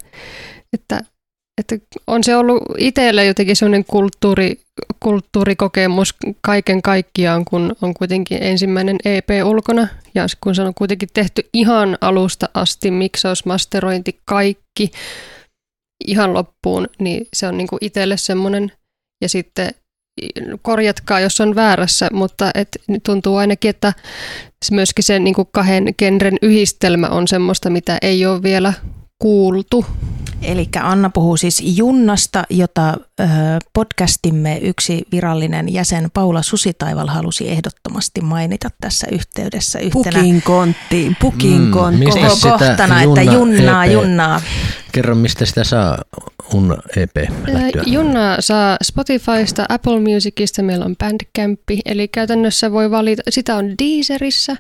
on se ollut itselle jotenkin sellainen kulttuurikokemus kaiken kaikkiaan, kun on kuitenkin ensimmäinen EP ulkona. Ja kun se on kuitenkin tehty ihan alusta asti, miksaus, masterointi, kaikki ihan loppuun, niin se on niin kuin itselle semmoinen. Ja sitten korjatkaa, jos on väärässä, mutta tuntuu ainakin, että myöskin se niin kuin kahden genren yhdistelmä on semmoista, mitä ei ole vielä kuultu. Eli Anna puhuu siis Junnasta, jota podcastimme yksi virallinen jäsen Paula Susitaival halusi ehdottomasti mainita tässä yhteydessä yhtenä Pukin kohtana, että Junnaa. Kerro, mistä sitä saa EP lähtyä? Junnaa saa Spotifysta, Apple Musicista, meillä on Bandcampi, eli käytännössä voi valita, sitä on Deezerissä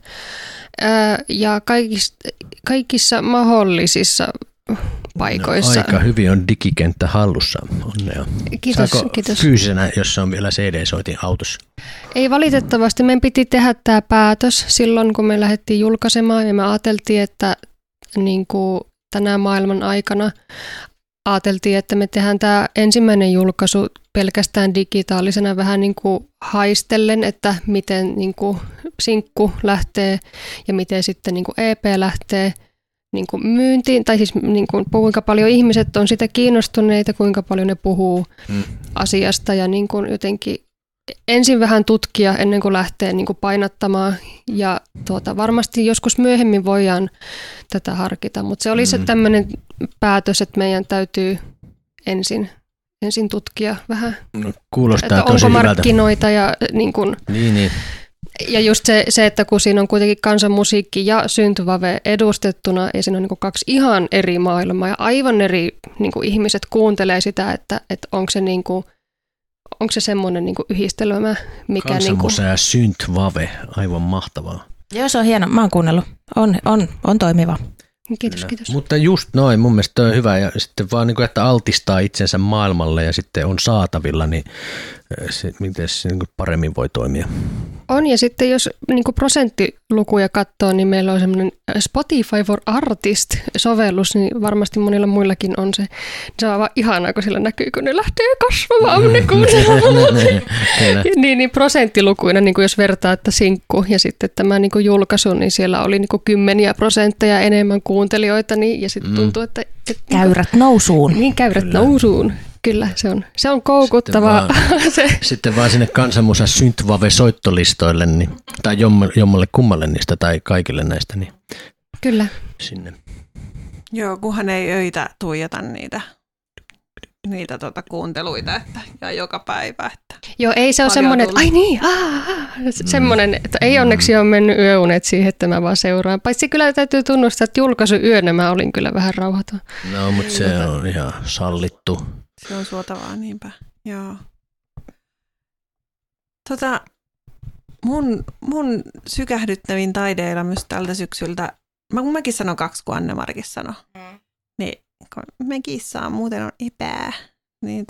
ja kaikissa mahdollisissa paikoissa. No, aika hyvin on digikenttä hallussa. Onnea. Kiitos, saako kiitos. Fyysisenä, jos on vielä CD-soitin autossa? Ei valitettavasti. Meidän piti tehdä tämä päätös silloin, kun me lähdettiin julkaisemaan ja me ajateltiin, että niin kuin tänä maailman aikana ajateltiin, että me tehdään tämä ensimmäinen julkaisu pelkästään digitaalisena vähän niin kuin haistellen, että miten niin kuin sinkku lähtee ja miten sitten niin kuin EP lähtee niin kuin myyntiin, tai siis niin kuin, kuinka paljon ihmiset on sitä kiinnostuneita, kuinka paljon ne puhuu asiasta ja niin kuin jotenkin ensin vähän tutkia ennen kuin lähtee niin kuin painattamaan ja varmasti joskus myöhemmin voidaan tätä harkita, mutta se oli se tämmöinen päätös, että meidän täytyy ensin tutkia vähän, no, kuulostaa että tosi onko hyvältä. markkinoita ja niin kuin, Niin. ja just se, että kun siinä on kuitenkin kansanmusiikki ja syntyvave edustettuna, ja siinä on niin kuin kaksi ihan eri maailmaa, ja aivan eri niin kuin ihmiset kuuntelee sitä, että onko se semmoinen niin kuin yhdistelmä, mikä Kansanmusa ja syntvave, aivan mahtavaa. Joo, se on hieno. Mä oon kuunnellut. On toimiva. Kiitos, kiitos. Mutta just noin, mun mielestä toi on hyvä, ja sitten vaan niin kuin, että altistaa itsensä maailmalle ja sitten on saatavilla, niin miten se niin kuin paremmin voi toimia. On, ja sitten jos niin kuin prosenttilukuja katsoo, niin meillä on semmoinen Spotify for Artist-sovellus, niin varmasti monilla muillakin on se. Se on aivan ihanaa, kun sillä näkyy, kun ne lähtee kasvamaan, ne kuuntelemaan. niin prosenttilukuina, niin kuin jos vertaa, että sinkku ja sitten tämä niin kuin julkaisu, niin siellä oli niin kuin 10% enemmän kuuntelijoita, niin, ja sitten tuntuu, että käyrät nousuun. Niin, käyrät nousuun. Kyllä, se on koukuttavaa. Sitten vaan sinne kansanmusa synthwave-soittolistoille, niin, tai jommalle kummalle niistä tai kaikille näistä. Niin kyllä. Sinne. Joo, kunhan ei öitä tuijota niitä kuunteluita ja joka päivä. Että joo, ei se ole semmoinen, että ai niin, semmoinen, että ei onneksi ole mennyt yöunet siihen, että mä vaan seuraan. Paitsi kyllä täytyy tunnustaa, että julkaisuyönä mä olin kyllä vähän rauhaton. No, mutta se on ihan sallittu. Se on suotavaa, niinpä. Joo. Mun sykähdyttävin taideelämys tältä syksyltä, mäkin sanon 2, kun Anne-Marikin sanoi. Niin, kun me kissaan, muuten on epää. Niin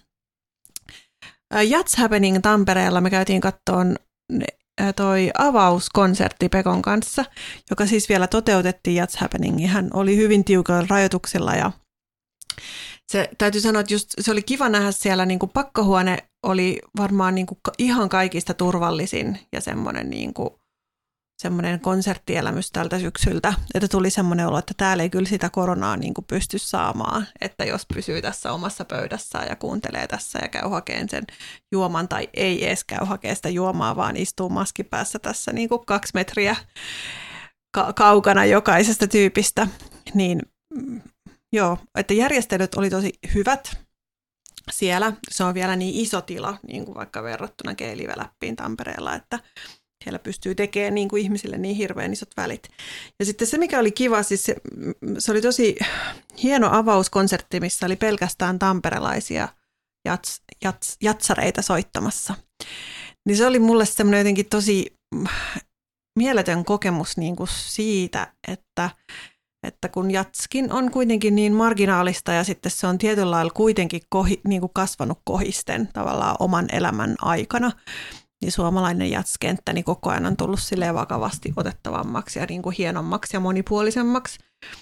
Jats Happening Tampereella me käytiin kattoon toi avauskonsertti Pekon kanssa, joka siis vielä toteutettiin Jats Happening. Hän oli hyvin tiukalla rajoituksilla ja se täytyy sanoa, että just se oli kiva nähdä siellä, niin kuin pakkahuone oli varmaan niin kuin ihan kaikista turvallisin ja semmoinen niin kuin konserttielämys tältä syksyltä, että tuli semmoinen olo, että täällä ei kyllä sitä koronaa niin kuin pysty saamaan, että jos pysyy tässä omassa pöydässään ja kuuntelee tässä ja käy hakemaan sen juoman tai ei edes käy hakemaan sitä juomaa, vaan istuu maskipäässä tässä niin kuin 2 metriä kaukana jokaisesta tyypistä, niin joo, että järjestelyt oli tosi hyvät siellä. Se on vielä niin iso tila, niin kuin vaikka verrattuna G-Live-läppiin Tampereella, että siellä pystyy tekemään niin kuin ihmisille niin hirveän isot välit. Ja sitten se, mikä oli kiva, siis se oli tosi hieno avauskonsertti, missä oli pelkästään tamperelaisia jatsareita soittamassa. Niin se oli mulle semmoinen jotenkin tosi mieletön kokemus niin kuin siitä, että kun jatskin on kuitenkin niin marginaalista ja sitten se on tietyllä lailla kuitenkin niin kuin kasvanut kohisten tavallaan oman elämän aikana, niin suomalainen jatskenttä niin koko ajan on tullut silleen vakavasti otettavammaksi ja niin kuin hienommaksi ja monipuolisemmaksi.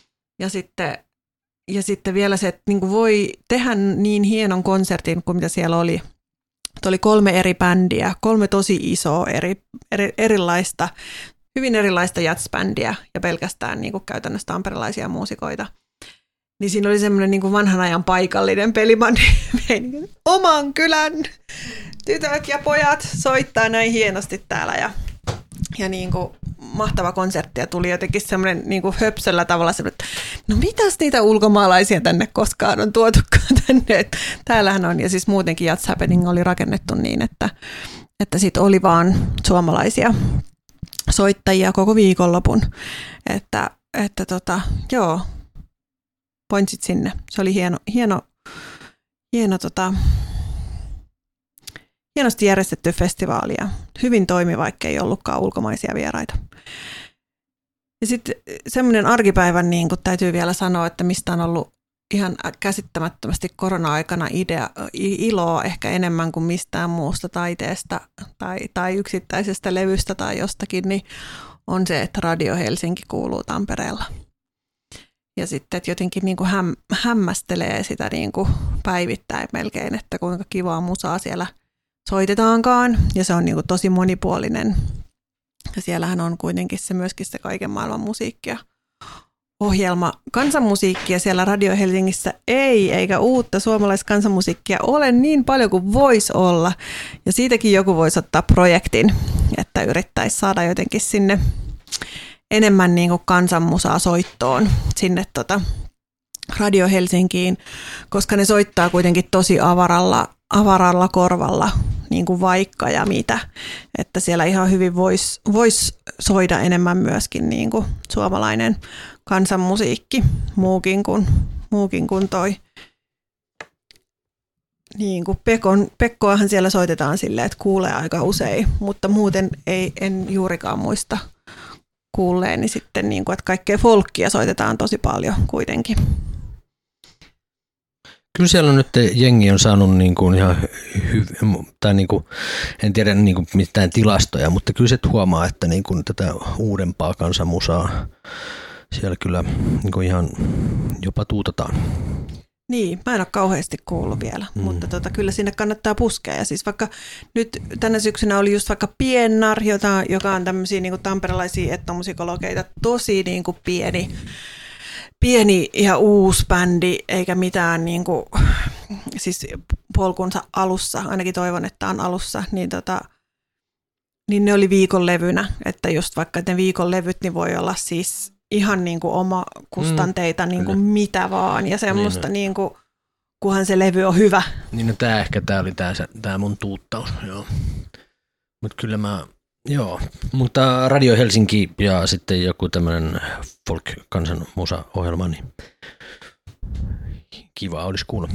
Ja sitten vielä se, että niin kuin voi tehdä niin hienon konsertin kuin mitä siellä oli. Oli 3 eri bändiä, 3 tosi isoa erilaista, hyvin erilaista jatsbändiä ja pelkästään niin kuin käytännössä tamperelaisia muusikoita. Niin siinä oli semmoinen niin kuin vanhan ajan paikallinen pelibändi, oman kylän tytöt ja pojat soittaa näin hienosti täällä ja niin kuin mahtava konsertti ja tuli jotenkin semmoinen niin kuin höpsöllä tavalla semmoinen, että no mitäs niitä ulkomaalaisia tänne koskaan on tuotukaan tänne, että täällähän on ja siis muutenkin Jats Happening oli rakennettu niin, että sit oli vaan suomalaisia soittajia koko viikonlopun, että joo, pointsit sinne. Se oli hienosti järjestetty festivaali ja hyvin toimi, vaikka ei ollutkaan ulkomaisia vieraita. Ja sitten semmoinen arkipäivän, niin kuin täytyy vielä sanoa, että mistä on ollut ihan käsittämättömästi korona-aikana iloa ehkä enemmän kuin mistään muusta taiteesta tai yksittäisestä levystä tai jostakin, niin on se, että Radio Helsinki kuuluu Tampereella. Ja sitten että jotenkin niin kuin hämmästelee sitä niin kuin päivittäin melkein, että kuinka kivaa musaa siellä soitetaankaan. Ja se on niin kuin tosi monipuolinen. Ja siellähän on kuitenkin myöskin se kaiken maailman musiikkia. Ohjelma kansanmusiikkia siellä Radio Helsingissä eikä uutta suomalaiskansanmusiikkia ole niin paljon kuin voisi olla. Ja siitäkin joku voisi ottaa projektin, että yrittäisi saada jotenkin sinne enemmän niin kuin kansanmusaa soittoon sinne Radio Helsinkiin, koska ne soittaa kuitenkin tosi avaralla korvalla niin kuin vaikka ja mitä, että siellä ihan hyvin vois soida enemmän myöskin niin kuin suomalainen kansanmusiikki muukin kuin toi. Niin kuin Pekkoahan siellä soitetaan silleen, että kuulee aika usein, mutta muuten en juurikaan muista kuulleeni sitten, niin kuin, että kaikkea folkkia soitetaan tosi paljon kuitenkin. Kyllä siellä on nyt jengi on saanut niin kuin ihan tai niin kuin, en tiedä niin kuin mitään tilastoja, mutta kyllä se huomaa, että niin kuin tätä uudempaa kansanmusaa siellä kyllä niin kuin ihan jopa tuutataan. Niin, mä en ole kauheasti kuullut vielä, mutta kyllä sinne kannattaa puskea. Ja siis vaikka nyt tänä syksynä oli just vaikka Piennar, joka on tämmöisiä niin kuin tamperelaisia etnomusikologeita, tosi niin kuin pieni ja uusi bändi, eikä mitään niin kuin, siis polkunsa alussa, ainakin toivon, että on alussa, niin ne oli viikonlevynä, että just vaikka ne viikonlevyt, niin voi olla siis ihan niin kuin oma kustanteita, niin kuin mitä vaan, ja semmoista niin kuin, kunhan se levy on hyvä. Niin no tää oli tää mun tuuttaus, joo. Mut kyllä mutta Radio Helsinki ja sitten joku tämmönen folk-kansanmusa-ohjelma, niin kiva olisi kuulla.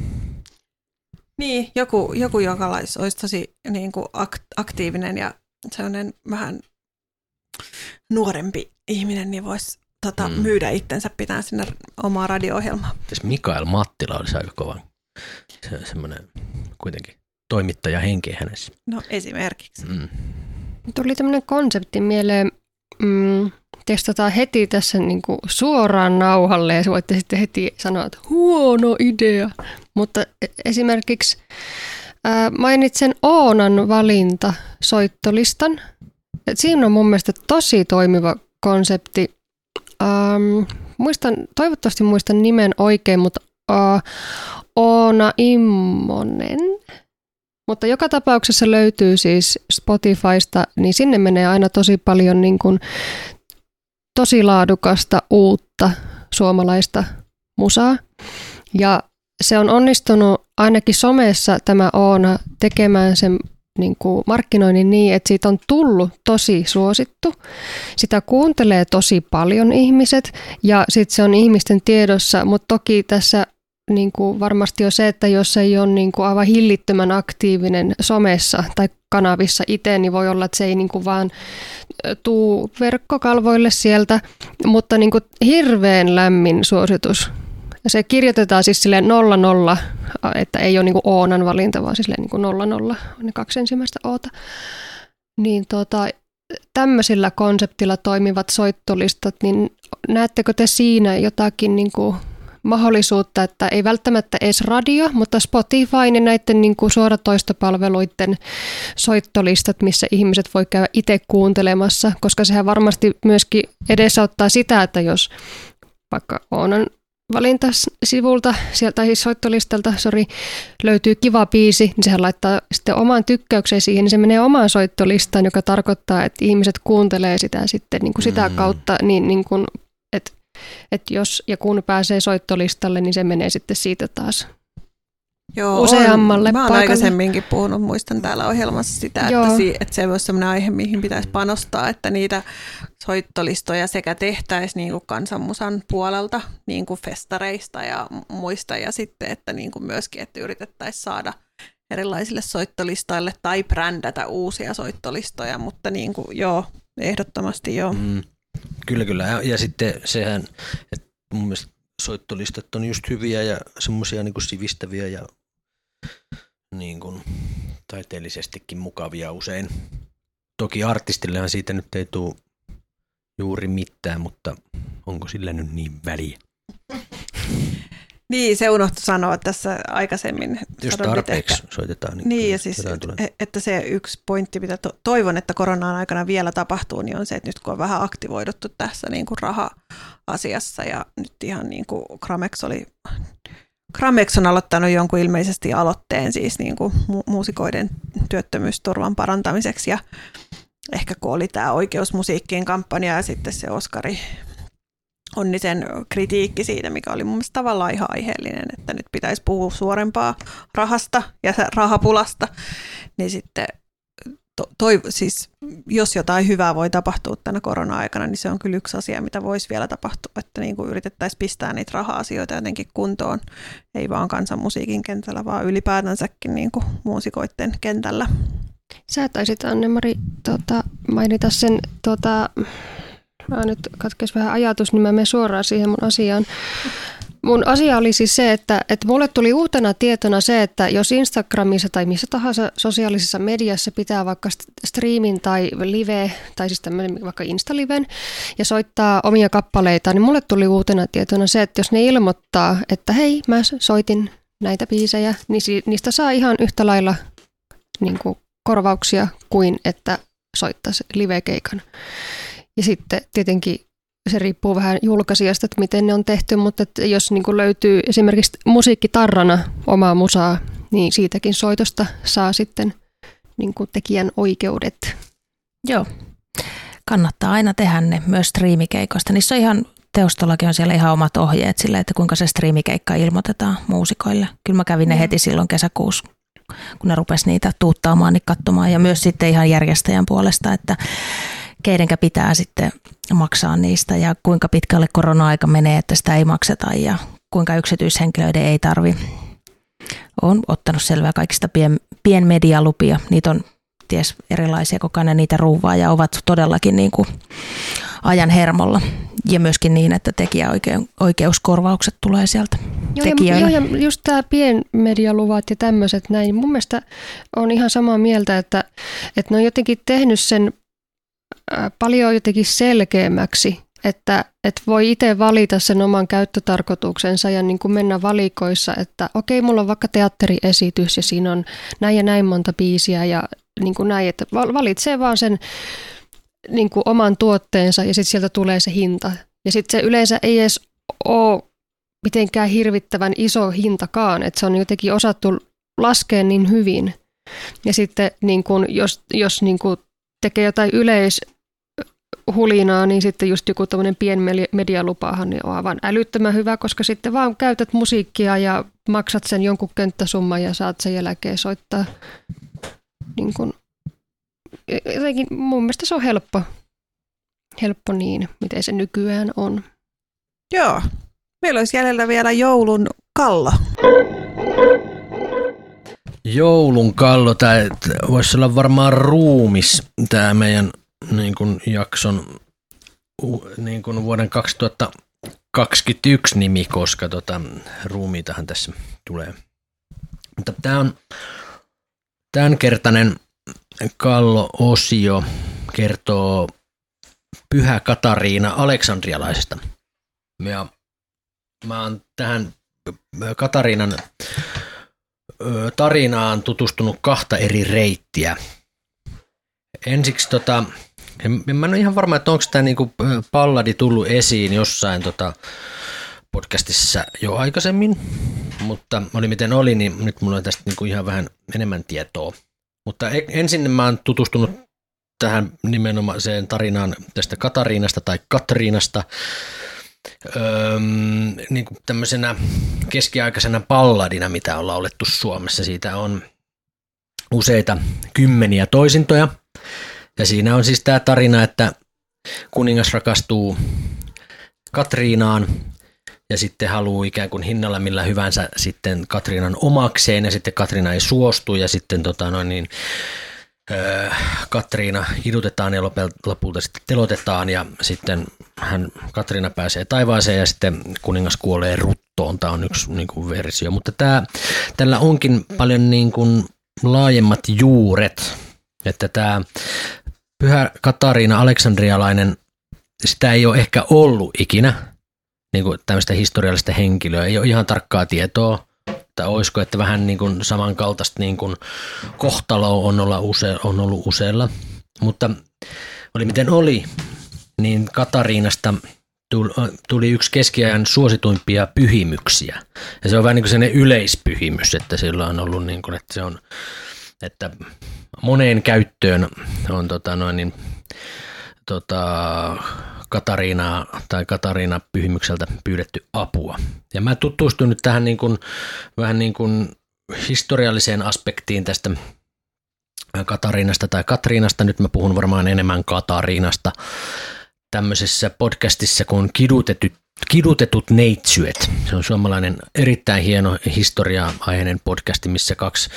Niin, joku joka olisi tosi niin kuin aktiivinen ja sellainen vähän nuorempi ihminen, niin voisi myydä itsensä pitää sinne omaa radio-ohjelmaa. Tässä Mikael Mattila olisi aika kova. Semmoinen kuitenkin toimittaja henki hänessä. No esimerkiksi. Tuli tämmöinen konsepti mieleen, testataan heti tässä niin kuin suoraan nauhalle ja voitte sitten heti sanoa, että huono idea. Mutta esimerkiksi mainitsen Oonan valinta soittolistan. Siinä on mun mielestä tosi toimiva konsepti. Toivottavasti muistan nimen oikein, mutta Oona Immonen. Mutta joka tapauksessa löytyy siis Spotifysta, niin sinne menee aina tosi paljon niin kuin tosi laadukasta uutta suomalaista musaa. Ja se on onnistunut ainakin somessa tämä Oona tekemään sen niin kuin markkinoinnin niin, että siitä on tullut tosi suosittu. Sitä kuuntelee tosi paljon ihmiset ja sitten se on ihmisten tiedossa, mutta toki tässä niin kuin varmasti on se, että jos ei ole niin kuin aivan hillittömän aktiivinen somessa tai kanavissa itse, niin voi olla, että se ei niin kuin vaan tuu verkkokalvoille sieltä, mutta niin kuin hirveän lämmin suositus. Ja se kirjoitetaan siis silleen 00, että ei ole niin kuin Oonan valinta, vaan silleen niin kuin 00, on ne 2 ensimmäistä oota. Niin tämmöisillä konseptilla toimivat soittolistat, niin näettekö te siinä jotakin niin kuin mahdollisuutta, että ei välttämättä edes radio, mutta Spotify ja näiden niin kuin suoratoistopalveluiden soittolistat, missä ihmiset voi käydä itse kuuntelemassa, koska sehän varmasti myöskin edesauttaa sitä, että jos vaikka Oonan valintasivulta, sieltä siis soittolistalta, löytyy kiva biisi, niin sehän laittaa sitten oman tykkäykseen siihen, niin se menee omaan soittolistaan, joka tarkoittaa, että ihmiset kuuntelee sitä sitten niin kuin sitä kautta, niin kuin, että jos ja kun pääsee soittolistalle, niin se menee sitten siitä taas useammalle Mä oon paikalle. aikaisemminkin puhunut, muistan täällä ohjelmassa sitä, että se olisi sellainen aihe, mihin pitäisi panostaa, että niitä soittolistoja sekä tehtäisiin niin kuin kansanmusan puolelta, niin kuin festareista ja muista, ja sitten, että niin kuin myöskin, että yritettäisiin saada erilaisille soittolistoille tai brändätä uusia soittolistoja, mutta niin kuin, ehdottomasti joo. Kyllä. Ja sitten sehän, että mun mielestä soittolistat on just hyviä ja semmoisia niin kuin sivistäviä ja niin kuin taiteellisestikin mukavia usein. Toki artistillehan siitä nyt ei tule juuri mitään, mutta onko sillä nyt niin väliä? Niin, se unohtui sanoa tässä aikaisemmin. Jos tarpeeksi soitetaan. Niin ja siis, että se yksi pointti, mitä toivon, että koronan aikana vielä tapahtuu, niin on se, että nyt kun on vähän aktivoiduttu tässä niin kuin raha-asiassa ja nyt ihan niin kuin Gramex on aloittanut jonkun ilmeisesti aloitteen siis niin kuin muusikoiden työttömyysturvan parantamiseksi ja ehkä kun oli tämä Oikeus musiikkiin kampanja ja sitten se Oskari Onnisen kritiikki siitä, mikä oli mun mielestä tavallaan ihan aiheellinen, että nyt pitäisi puhua suorempaa rahasta ja rahapulasta, niin sitten siis, jos jotain hyvää voi tapahtua tänä korona-aikana, niin se on kyllä yksi asia, mitä voisi vielä tapahtua, että niin kuin yritettäisiin pistää niitä raha-asioita jotenkin kuntoon, ei vaan kansanmusiikin kentällä, vaan ylipäätänsäkin niin kuin muusikoiden kentällä. Sä taisit, Anne-Mari, mainita sen, nyt katkesi vähän ajatus, niin mä menen suoraan siihen mun asiaan. mun asia oli siis se, että mulle tuli uutena tietona se, että jos Instagramissa tai missä tahansa sosiaalisessa mediassa pitää vaikka striimin tai live, tai siis tämmöinen vaikka Insta-liven, ja soittaa omia kappaleita, niin mulle tuli uutena tietona se, että jos ne ilmoittaa, että hei, mä soitin näitä biisejä, niin niistä saa ihan yhtä lailla niin kuin korvauksia kuin että soittaisi live-keikan. Ja sitten tietenkin se riippuu vähän julkaisijasta, että miten ne on tehty, mutta että jos niin kuin löytyy esimerkiksi musiikkitarrana omaa musaa, niin siitäkin soitosta saa sitten niin kuin tekijän oikeudet. Joo, kannattaa aina tehdä ne myös striimikeikoista. Niissä on ihan, teostollakin on siellä ihan omat ohjeet sille, että kuinka se striimikeikka ilmoitetaan muusikoille. Kyllä mä kävin ne heti silloin kesäkuussa, kun ne rupesi niitä tuuttaamaan, niin katsomaan. Ja myös sitten ihan järjestäjän puolesta, että keidenkä pitää sitten maksaa niistä ja kuinka pitkälle korona-aika menee, että sitä ei makseta ja kuinka yksityishenkilöiden ei tarvi. Olen ottanut selvää kaikista pienmedialupia. Niitä on ties erilaisia, koko ajan niitä ruuvaa ja ovat todellakin niin kuin ajan hermolla. Ja myöskin niin, että tekijäoikeuskorvaukset tulee sieltä tekijöille. Joo, ja just tämä pienmedialuvat ja tämmöiset näin. Mun mielestä on ihan samaa mieltä, että ne on jotenkin tehnyt sen paljon jotenkin selkeämmäksi, että voi itse valita sen oman käyttötarkoituksensa ja niin kuin mennä valikoissa, että okei, mulla on vaikka teatteriesitys ja siinä on näin ja näin monta biisiä ja niin kuin näin, että valitsee vaan sen niin kuin oman tuotteensa ja sitten sieltä tulee se hinta. Ja sitten se yleensä ei edes ole mitenkään hirvittävän iso hintakaan, että se on jotenkin osattu laskea niin hyvin. Ja sitten niin kuin, jos niin kuin tekee jotain yleishulinaa, niin sitten just joku tämmöinen pienmedialupaahan niin on aivan älyttömän hyvä, koska sitten vaan käytät musiikkia ja maksat sen jonkun könttäsumman ja saat sen jälkeen soittaa. Niin kuin, jotenkin mun mielestä se on helppo niin, miten se nykyään on. Joo. Meillä olisi jäljellä vielä joulun kallo. Joulun kallo, tämä voisi olla varmaan ruumis, tämä meidän niin kuin jakson niin kuin vuoden 2021 nimi, koska ruumiitahan tässä tulee. Mutta tämä on tämänkertainen kallo-osio kertoo Pyhä Katariina Aleksandrialaisesta. Ja mä oon tähän Katariinan tarinaan tutustunut 2 eri reittiä. Ensiksi mä en ole ihan varma, että onko tämä niinku palladi tullut esiin jossain podcastissa jo aikaisemmin, mutta oli miten oli, niin nyt mulla on tästä niinku ihan vähän enemmän tietoa. Mutta ensin mä oon tutustunut tähän nimenomaiseen tarinaan tästä Katariinasta tai Katriinasta, niin kuin tämmöisenä keskiaikaisena palladina, mitä on laulettu Suomessa. Siitä on useita kymmeniä toisintoja. Ja siinä on siis tämä tarina, että kuningas rakastuu Katriinaan ja sitten haluaa ikään kuin hinnalla millä hyvänsä sitten Katriinan omakseen ja sitten Katriina ei suostu ja sitten Katriina kidutetaan ja lopulta sitten telotetaan ja sitten Katriina pääsee taivaaseen ja sitten kuningas kuolee ruttoon. Tämä on yksi niin kuin versio, mutta tällä onkin paljon niin kuin laajemmat juuret, että tämä Pyhä Katariina Aleksandrialainen, sitä ei ole ehkä ollut ikinä, niin kuin tämmöistä historiallista henkilöä, ei ole ihan tarkkaa tietoa, että olisiko, että vähän niin kuin samankaltaista niin kuin kohtaloa on ollut useilla, mutta oli miten oli, niin Katariinasta tuli yksi keskiajan suosituimpia pyhimyksiä. Ja se on vähän niin kuin sellainen yleispyhimys, että sillä on ollut niin kuin, että se on, että moneen käyttöön on Katariinaa tai Katariina pyhimykseltä pyydetty apua. Ja mä tutustuin nyt tähän niin kuin, vähän niin kuin historialliseen aspektiin tästä Katariinasta tai Katriinasta. Nyt mä puhun varmaan enemmän Katariinasta tämmöisessä podcastissa kuin Kidutetut neitsyet. Se on suomalainen erittäin hieno historia-aiheinen podcasti, missä 2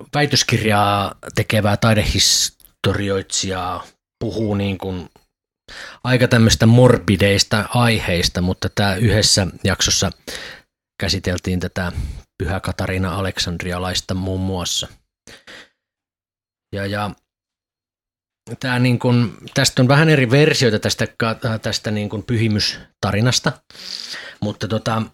väitöskirjaa tekevää taidehistorioitsijaa puhuu niin kuin aika tämmöistä morbideista aiheista, mutta tämä yhdessä jaksossa käsiteltiin tätä Pyhä Katariina Aleksandrialaista muun muassa. Ja tämä niin kun, tästä on vähän eri versioita tästä niin kun pyhimystarinasta, mutta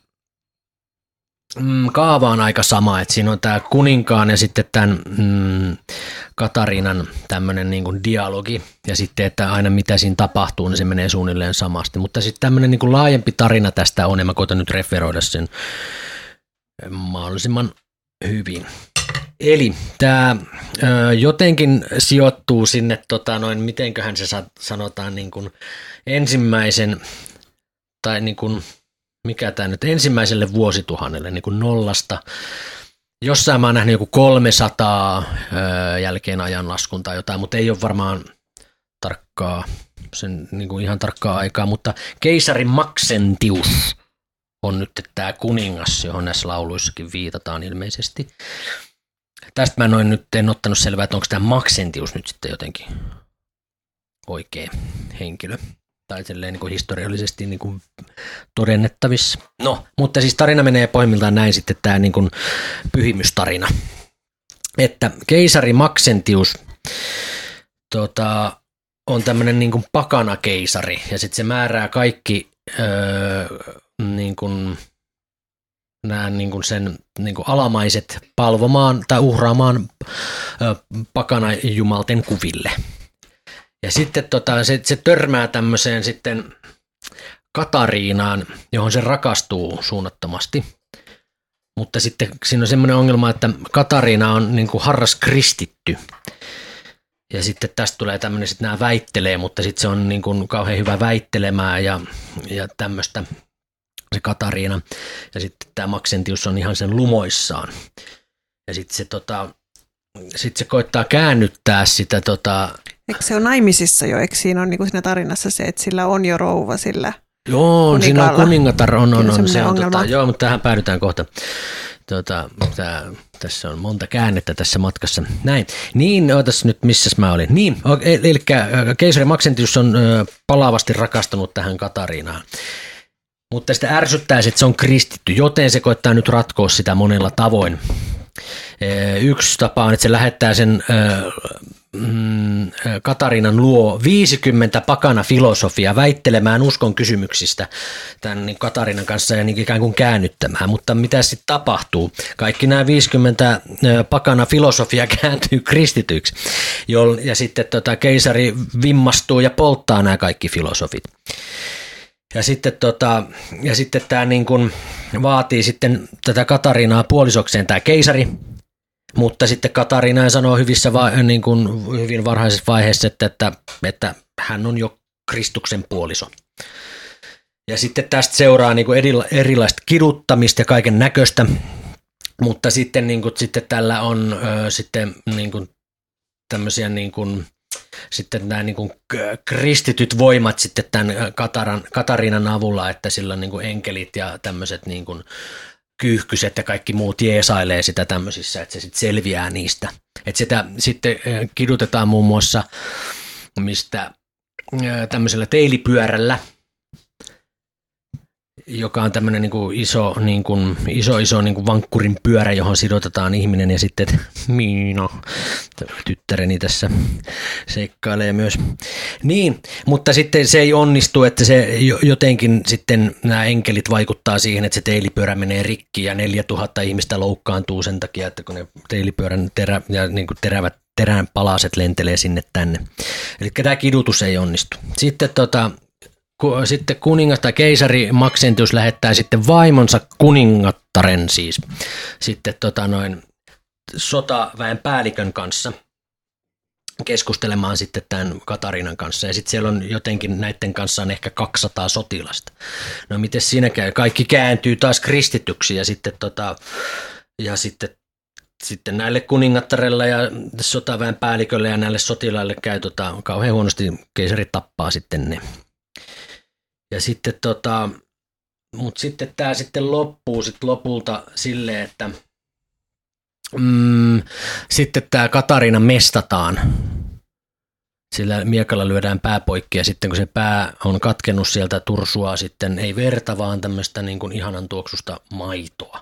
kaava on aika sama, että siinä on tämä kuninkaan ja sitten tämän Katariinan tämmöinen niin kuin dialogi ja sitten, että aina mitä siinä tapahtuu, niin se menee suunnilleen samasti. Mutta sitten tämmöinen niin kuin laajempi tarina tästä on, ja mä koitan nyt referoida sen mahdollisimman hyvin. Eli tämä jotenkin sijoittuu sinne, mitenköhän se sanotaan, niin kuin ensimmäisen, tai niin kuin mikä tämä nyt, ensimmäiselle vuosituhannelle niin kuin nollasta. Jossain mä oon nähnyt joku 300 jälkeen ajanlaskun tai jotain, mutta ei ole varmaan niin kuin ihan tarkkaa aikaa, mutta keisari Maxentius on nyt tämä kuningas, johon näissä lauluissakin viitataan ilmeisesti. Tästä mä en ottanut selvää, että onko tämä Maxentius nyt sitten jotenkin oikea henkilö. Tai niin kuin historiallisesti niin kuin todennettavissa. No, mutta siis tarina menee pohjimmiltaan näin sitten tämä niin kuin pyhimystarina. Että keisari Maxentius on tämmöinen niin kuin pakana keisari ja sitten se määrää kaikki niin kuin, nämä niin kuin sen niin kuin alamaiset palvomaan tai uhraamaan pakana jumalten kuville. Ja sitten se törmää tämmöiseen sitten Katariinaan, johon se rakastuu suunnattomasti. Mutta sitten siinä on semmoinen ongelma, että Katariina on niin kuin harras kristitty. Ja sitten tästä tulee tämmöinen, että nämä väittelee, mutta sitten se on niin kuin kauhean hyvä väittelemään ja tämmöistä se Katariina. Ja sitten tämä Maxentius on ihan sen lumoissaan. Ja sitten se koittaa käännyttää sitä Eikö se ole naimisissa jo? Eikö siinä on niin kuin siinä tarinassa se, että sillä on jo rouva sillä Joo, siinä on kuningatar, on se on joo, mutta tähän päädytään kohta. Tässä on monta käännettä tässä matkassa. Näin. Niin, ootas nyt, missäs mä olin. Niin, eli keisari Maxentius on palavasti rakastunut tähän Katariinaan. Mutta sitä ärsyttää, että se on kristitty, joten se koittaa nyt ratkoa sitä monella tavoin. Yksi tapa on, että se lähettää sen Katariinan luo 50 pakana filosofia väittelemään uskon kysymyksistä tämän Katariinan kanssa ja niin ikään kuin käännyttämään. Mutta mitä sitten tapahtuu? Kaikki nämä 50 pakana filosofia kääntyy kristityiksi ja sitten keisari vimmastuu ja polttaa nämä kaikki filosofit. Ja sitten tämä niin kuin vaatii sitten tätä Katariinaa puolisokseen tämä keisari, mutta sitten Katariina sanoo hyvin varhaisessa vaiheessa, että hän on jo Kristuksen puoliso. Ja sitten tästä seuraa niin kuin erilaista kiduttamista ja kaiken näköistä, mutta sitten, niin kuin, sitten tällä on sitten niin kuin tämmöisiä niin kuin, sitten nämä niin kuin kristityt voimat sitten tämän Katariinan avulla, että sillä on niin kuin enkelit ja tämmöiset niin kuin kyyhkyset ja kaikki muut jeesailee sitä tämmöisissä, että se sitten selviää niistä. Että sitä sitten kidutetaan muun muassa tämmöisellä teilipyörällä, joka on tämmöinen niin kuin iso niin kuin vankkurin pyörä, johon sidotetaan ihminen ja sitten Miina, tyttäreni tässä seikkailee myös. Niin, mutta sitten se ei onnistu, että se jotenkin sitten nämä enkelit vaikuttaa siihen, että se teilipyörä menee rikki ja 4000 ihmistä loukkaantuu sen takia, että kun ne teilipyörän niin kuin terävät terän palaset lentelee sinne tänne. Eli tämä kidutus ei onnistu. Sitten kuningas tai keisari Maxentius lähettää sitten vaimonsa kuningattaren siis sitten sotaväen päällikön kanssa keskustelemaan sitten tämän Katariinan kanssa. Ja sitten siellä on jotenkin näiden kanssa on ehkä 200 sotilasta. No miten siinä käy? Kaikki kääntyy taas kristityksi ja sitten näille kuningattarella ja sotaväen päällikölle ja näille sotilaille käy kauhean huonosti, keisari tappaa sitten ne. Ja sitten mutta sitten tämä sitten loppuu sitten lopulta silleen, että sitten tämä Katariina mestataan sillä miekalla lyödään pää poikki ja sitten kun se pää on katkennut sieltä tursua sitten ei verta, vaan tämmöistä niin kuin ihanan tuoksusta maitoa.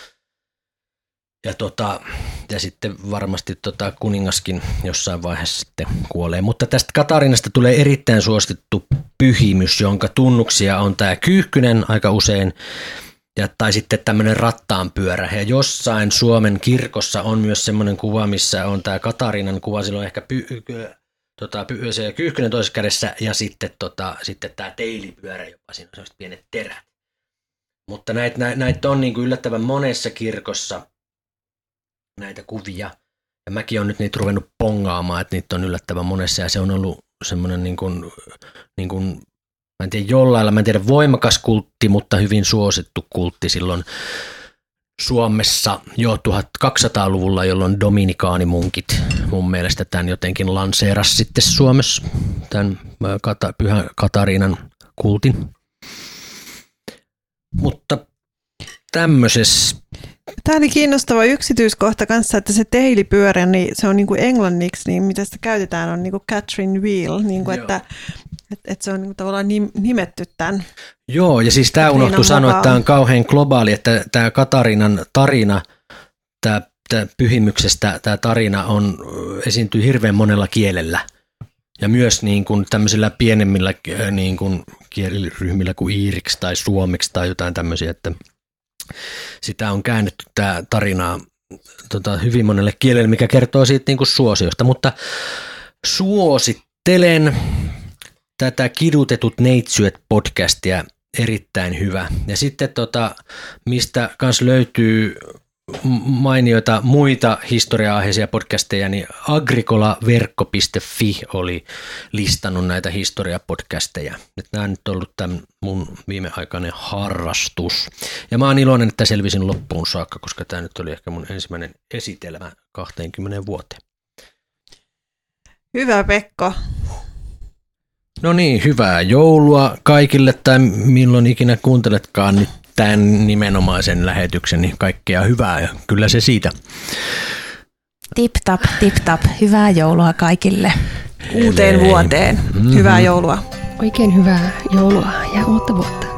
Ja sitten varmasti kuningaskin jossain vaiheessa sitten kuolee. Mutta tästä Katarinasta tulee erittäin suosittu pyhimys, jonka tunnuksia on tämä kyyhkynen aika usein, tai sitten tämmöinen rattaanpyörä. Ja jossain Suomen kirkossa on myös semmoinen kuva, missä on tämä Katarinan kuva, silloin ehkä se kyyhkynen toisessa kädessä ja sitten tämä teilipyörä, jopa siinä on sellaiset pienet terät. Mutta näitä on niin kuin yllättävän monessa kirkossa näitä kuvia. Ja mäkin olen nyt niitä ruvennut pongaamaan, että niitä on yllättävän monessa ja se on ollut semmoinen niin kuin mä en tiedä voimakas kultti, mutta hyvin suosittu kultti silloin Suomessa jo 1200-luvulla, jolloin dominikaanimunkit mun mielestä tämän jotenkin lanseerasi sitten Suomessa, tämän Pyhän Katariinan kultin. Mutta tämmöisessä. Tämä oli kiinnostava yksityiskohta kanssa, että se teilipyörä, niin se on niin kuin englanniksi, niin mitä sitä käytetään, on niin kuin Catherine Wheel, niin kuin että se on niin kuin tavallaan nimetty tämän. Joo, ja siis tämä unohtui sanoa, että tämä on kauhean globaali, että tämä Katarinan tarina, tämä pyhimyksestä tämä tarina esiintyy hirveän monella kielellä. Ja myös niin kuin tämmöisillä pienemmillä niin kuin kieliryhmillä kuin iiriksi tai suomeksi tai jotain tämmöisiä, että sitä on käännetty tämä tarinaa hyvin monelle kielelle, mikä kertoo siitä niin kuin suosiosta, mutta suosittelen tätä Kidutetut neitsyöt podcastia, erittäin hyvä. Ja sitten mistä kans löytyy mainioita muita historia-aiheisia podcasteja, niin agricolaverkko.fi oli listannut näitä historiapodcasteja. Nämä on nyt ollut tämän mun viimeaikainen harrastus. Ja mä oon iloinen, että selvisin loppuun saakka, koska tämä nyt oli ehkä mun ensimmäinen esitelmä 20 vuoteen. Hyvä, Pekko. No niin, hyvää joulua kaikille, tai milloin ikinä kuunteletkaan nyt tämän nimenomaisen lähetyksen, niin kaikkea hyvää ja kyllä se siitä. Tip tap, hyvää joulua kaikille. Uuteen vuoteen. Hyvää joulua. Oikein hyvää joulua ja uutta vuotta.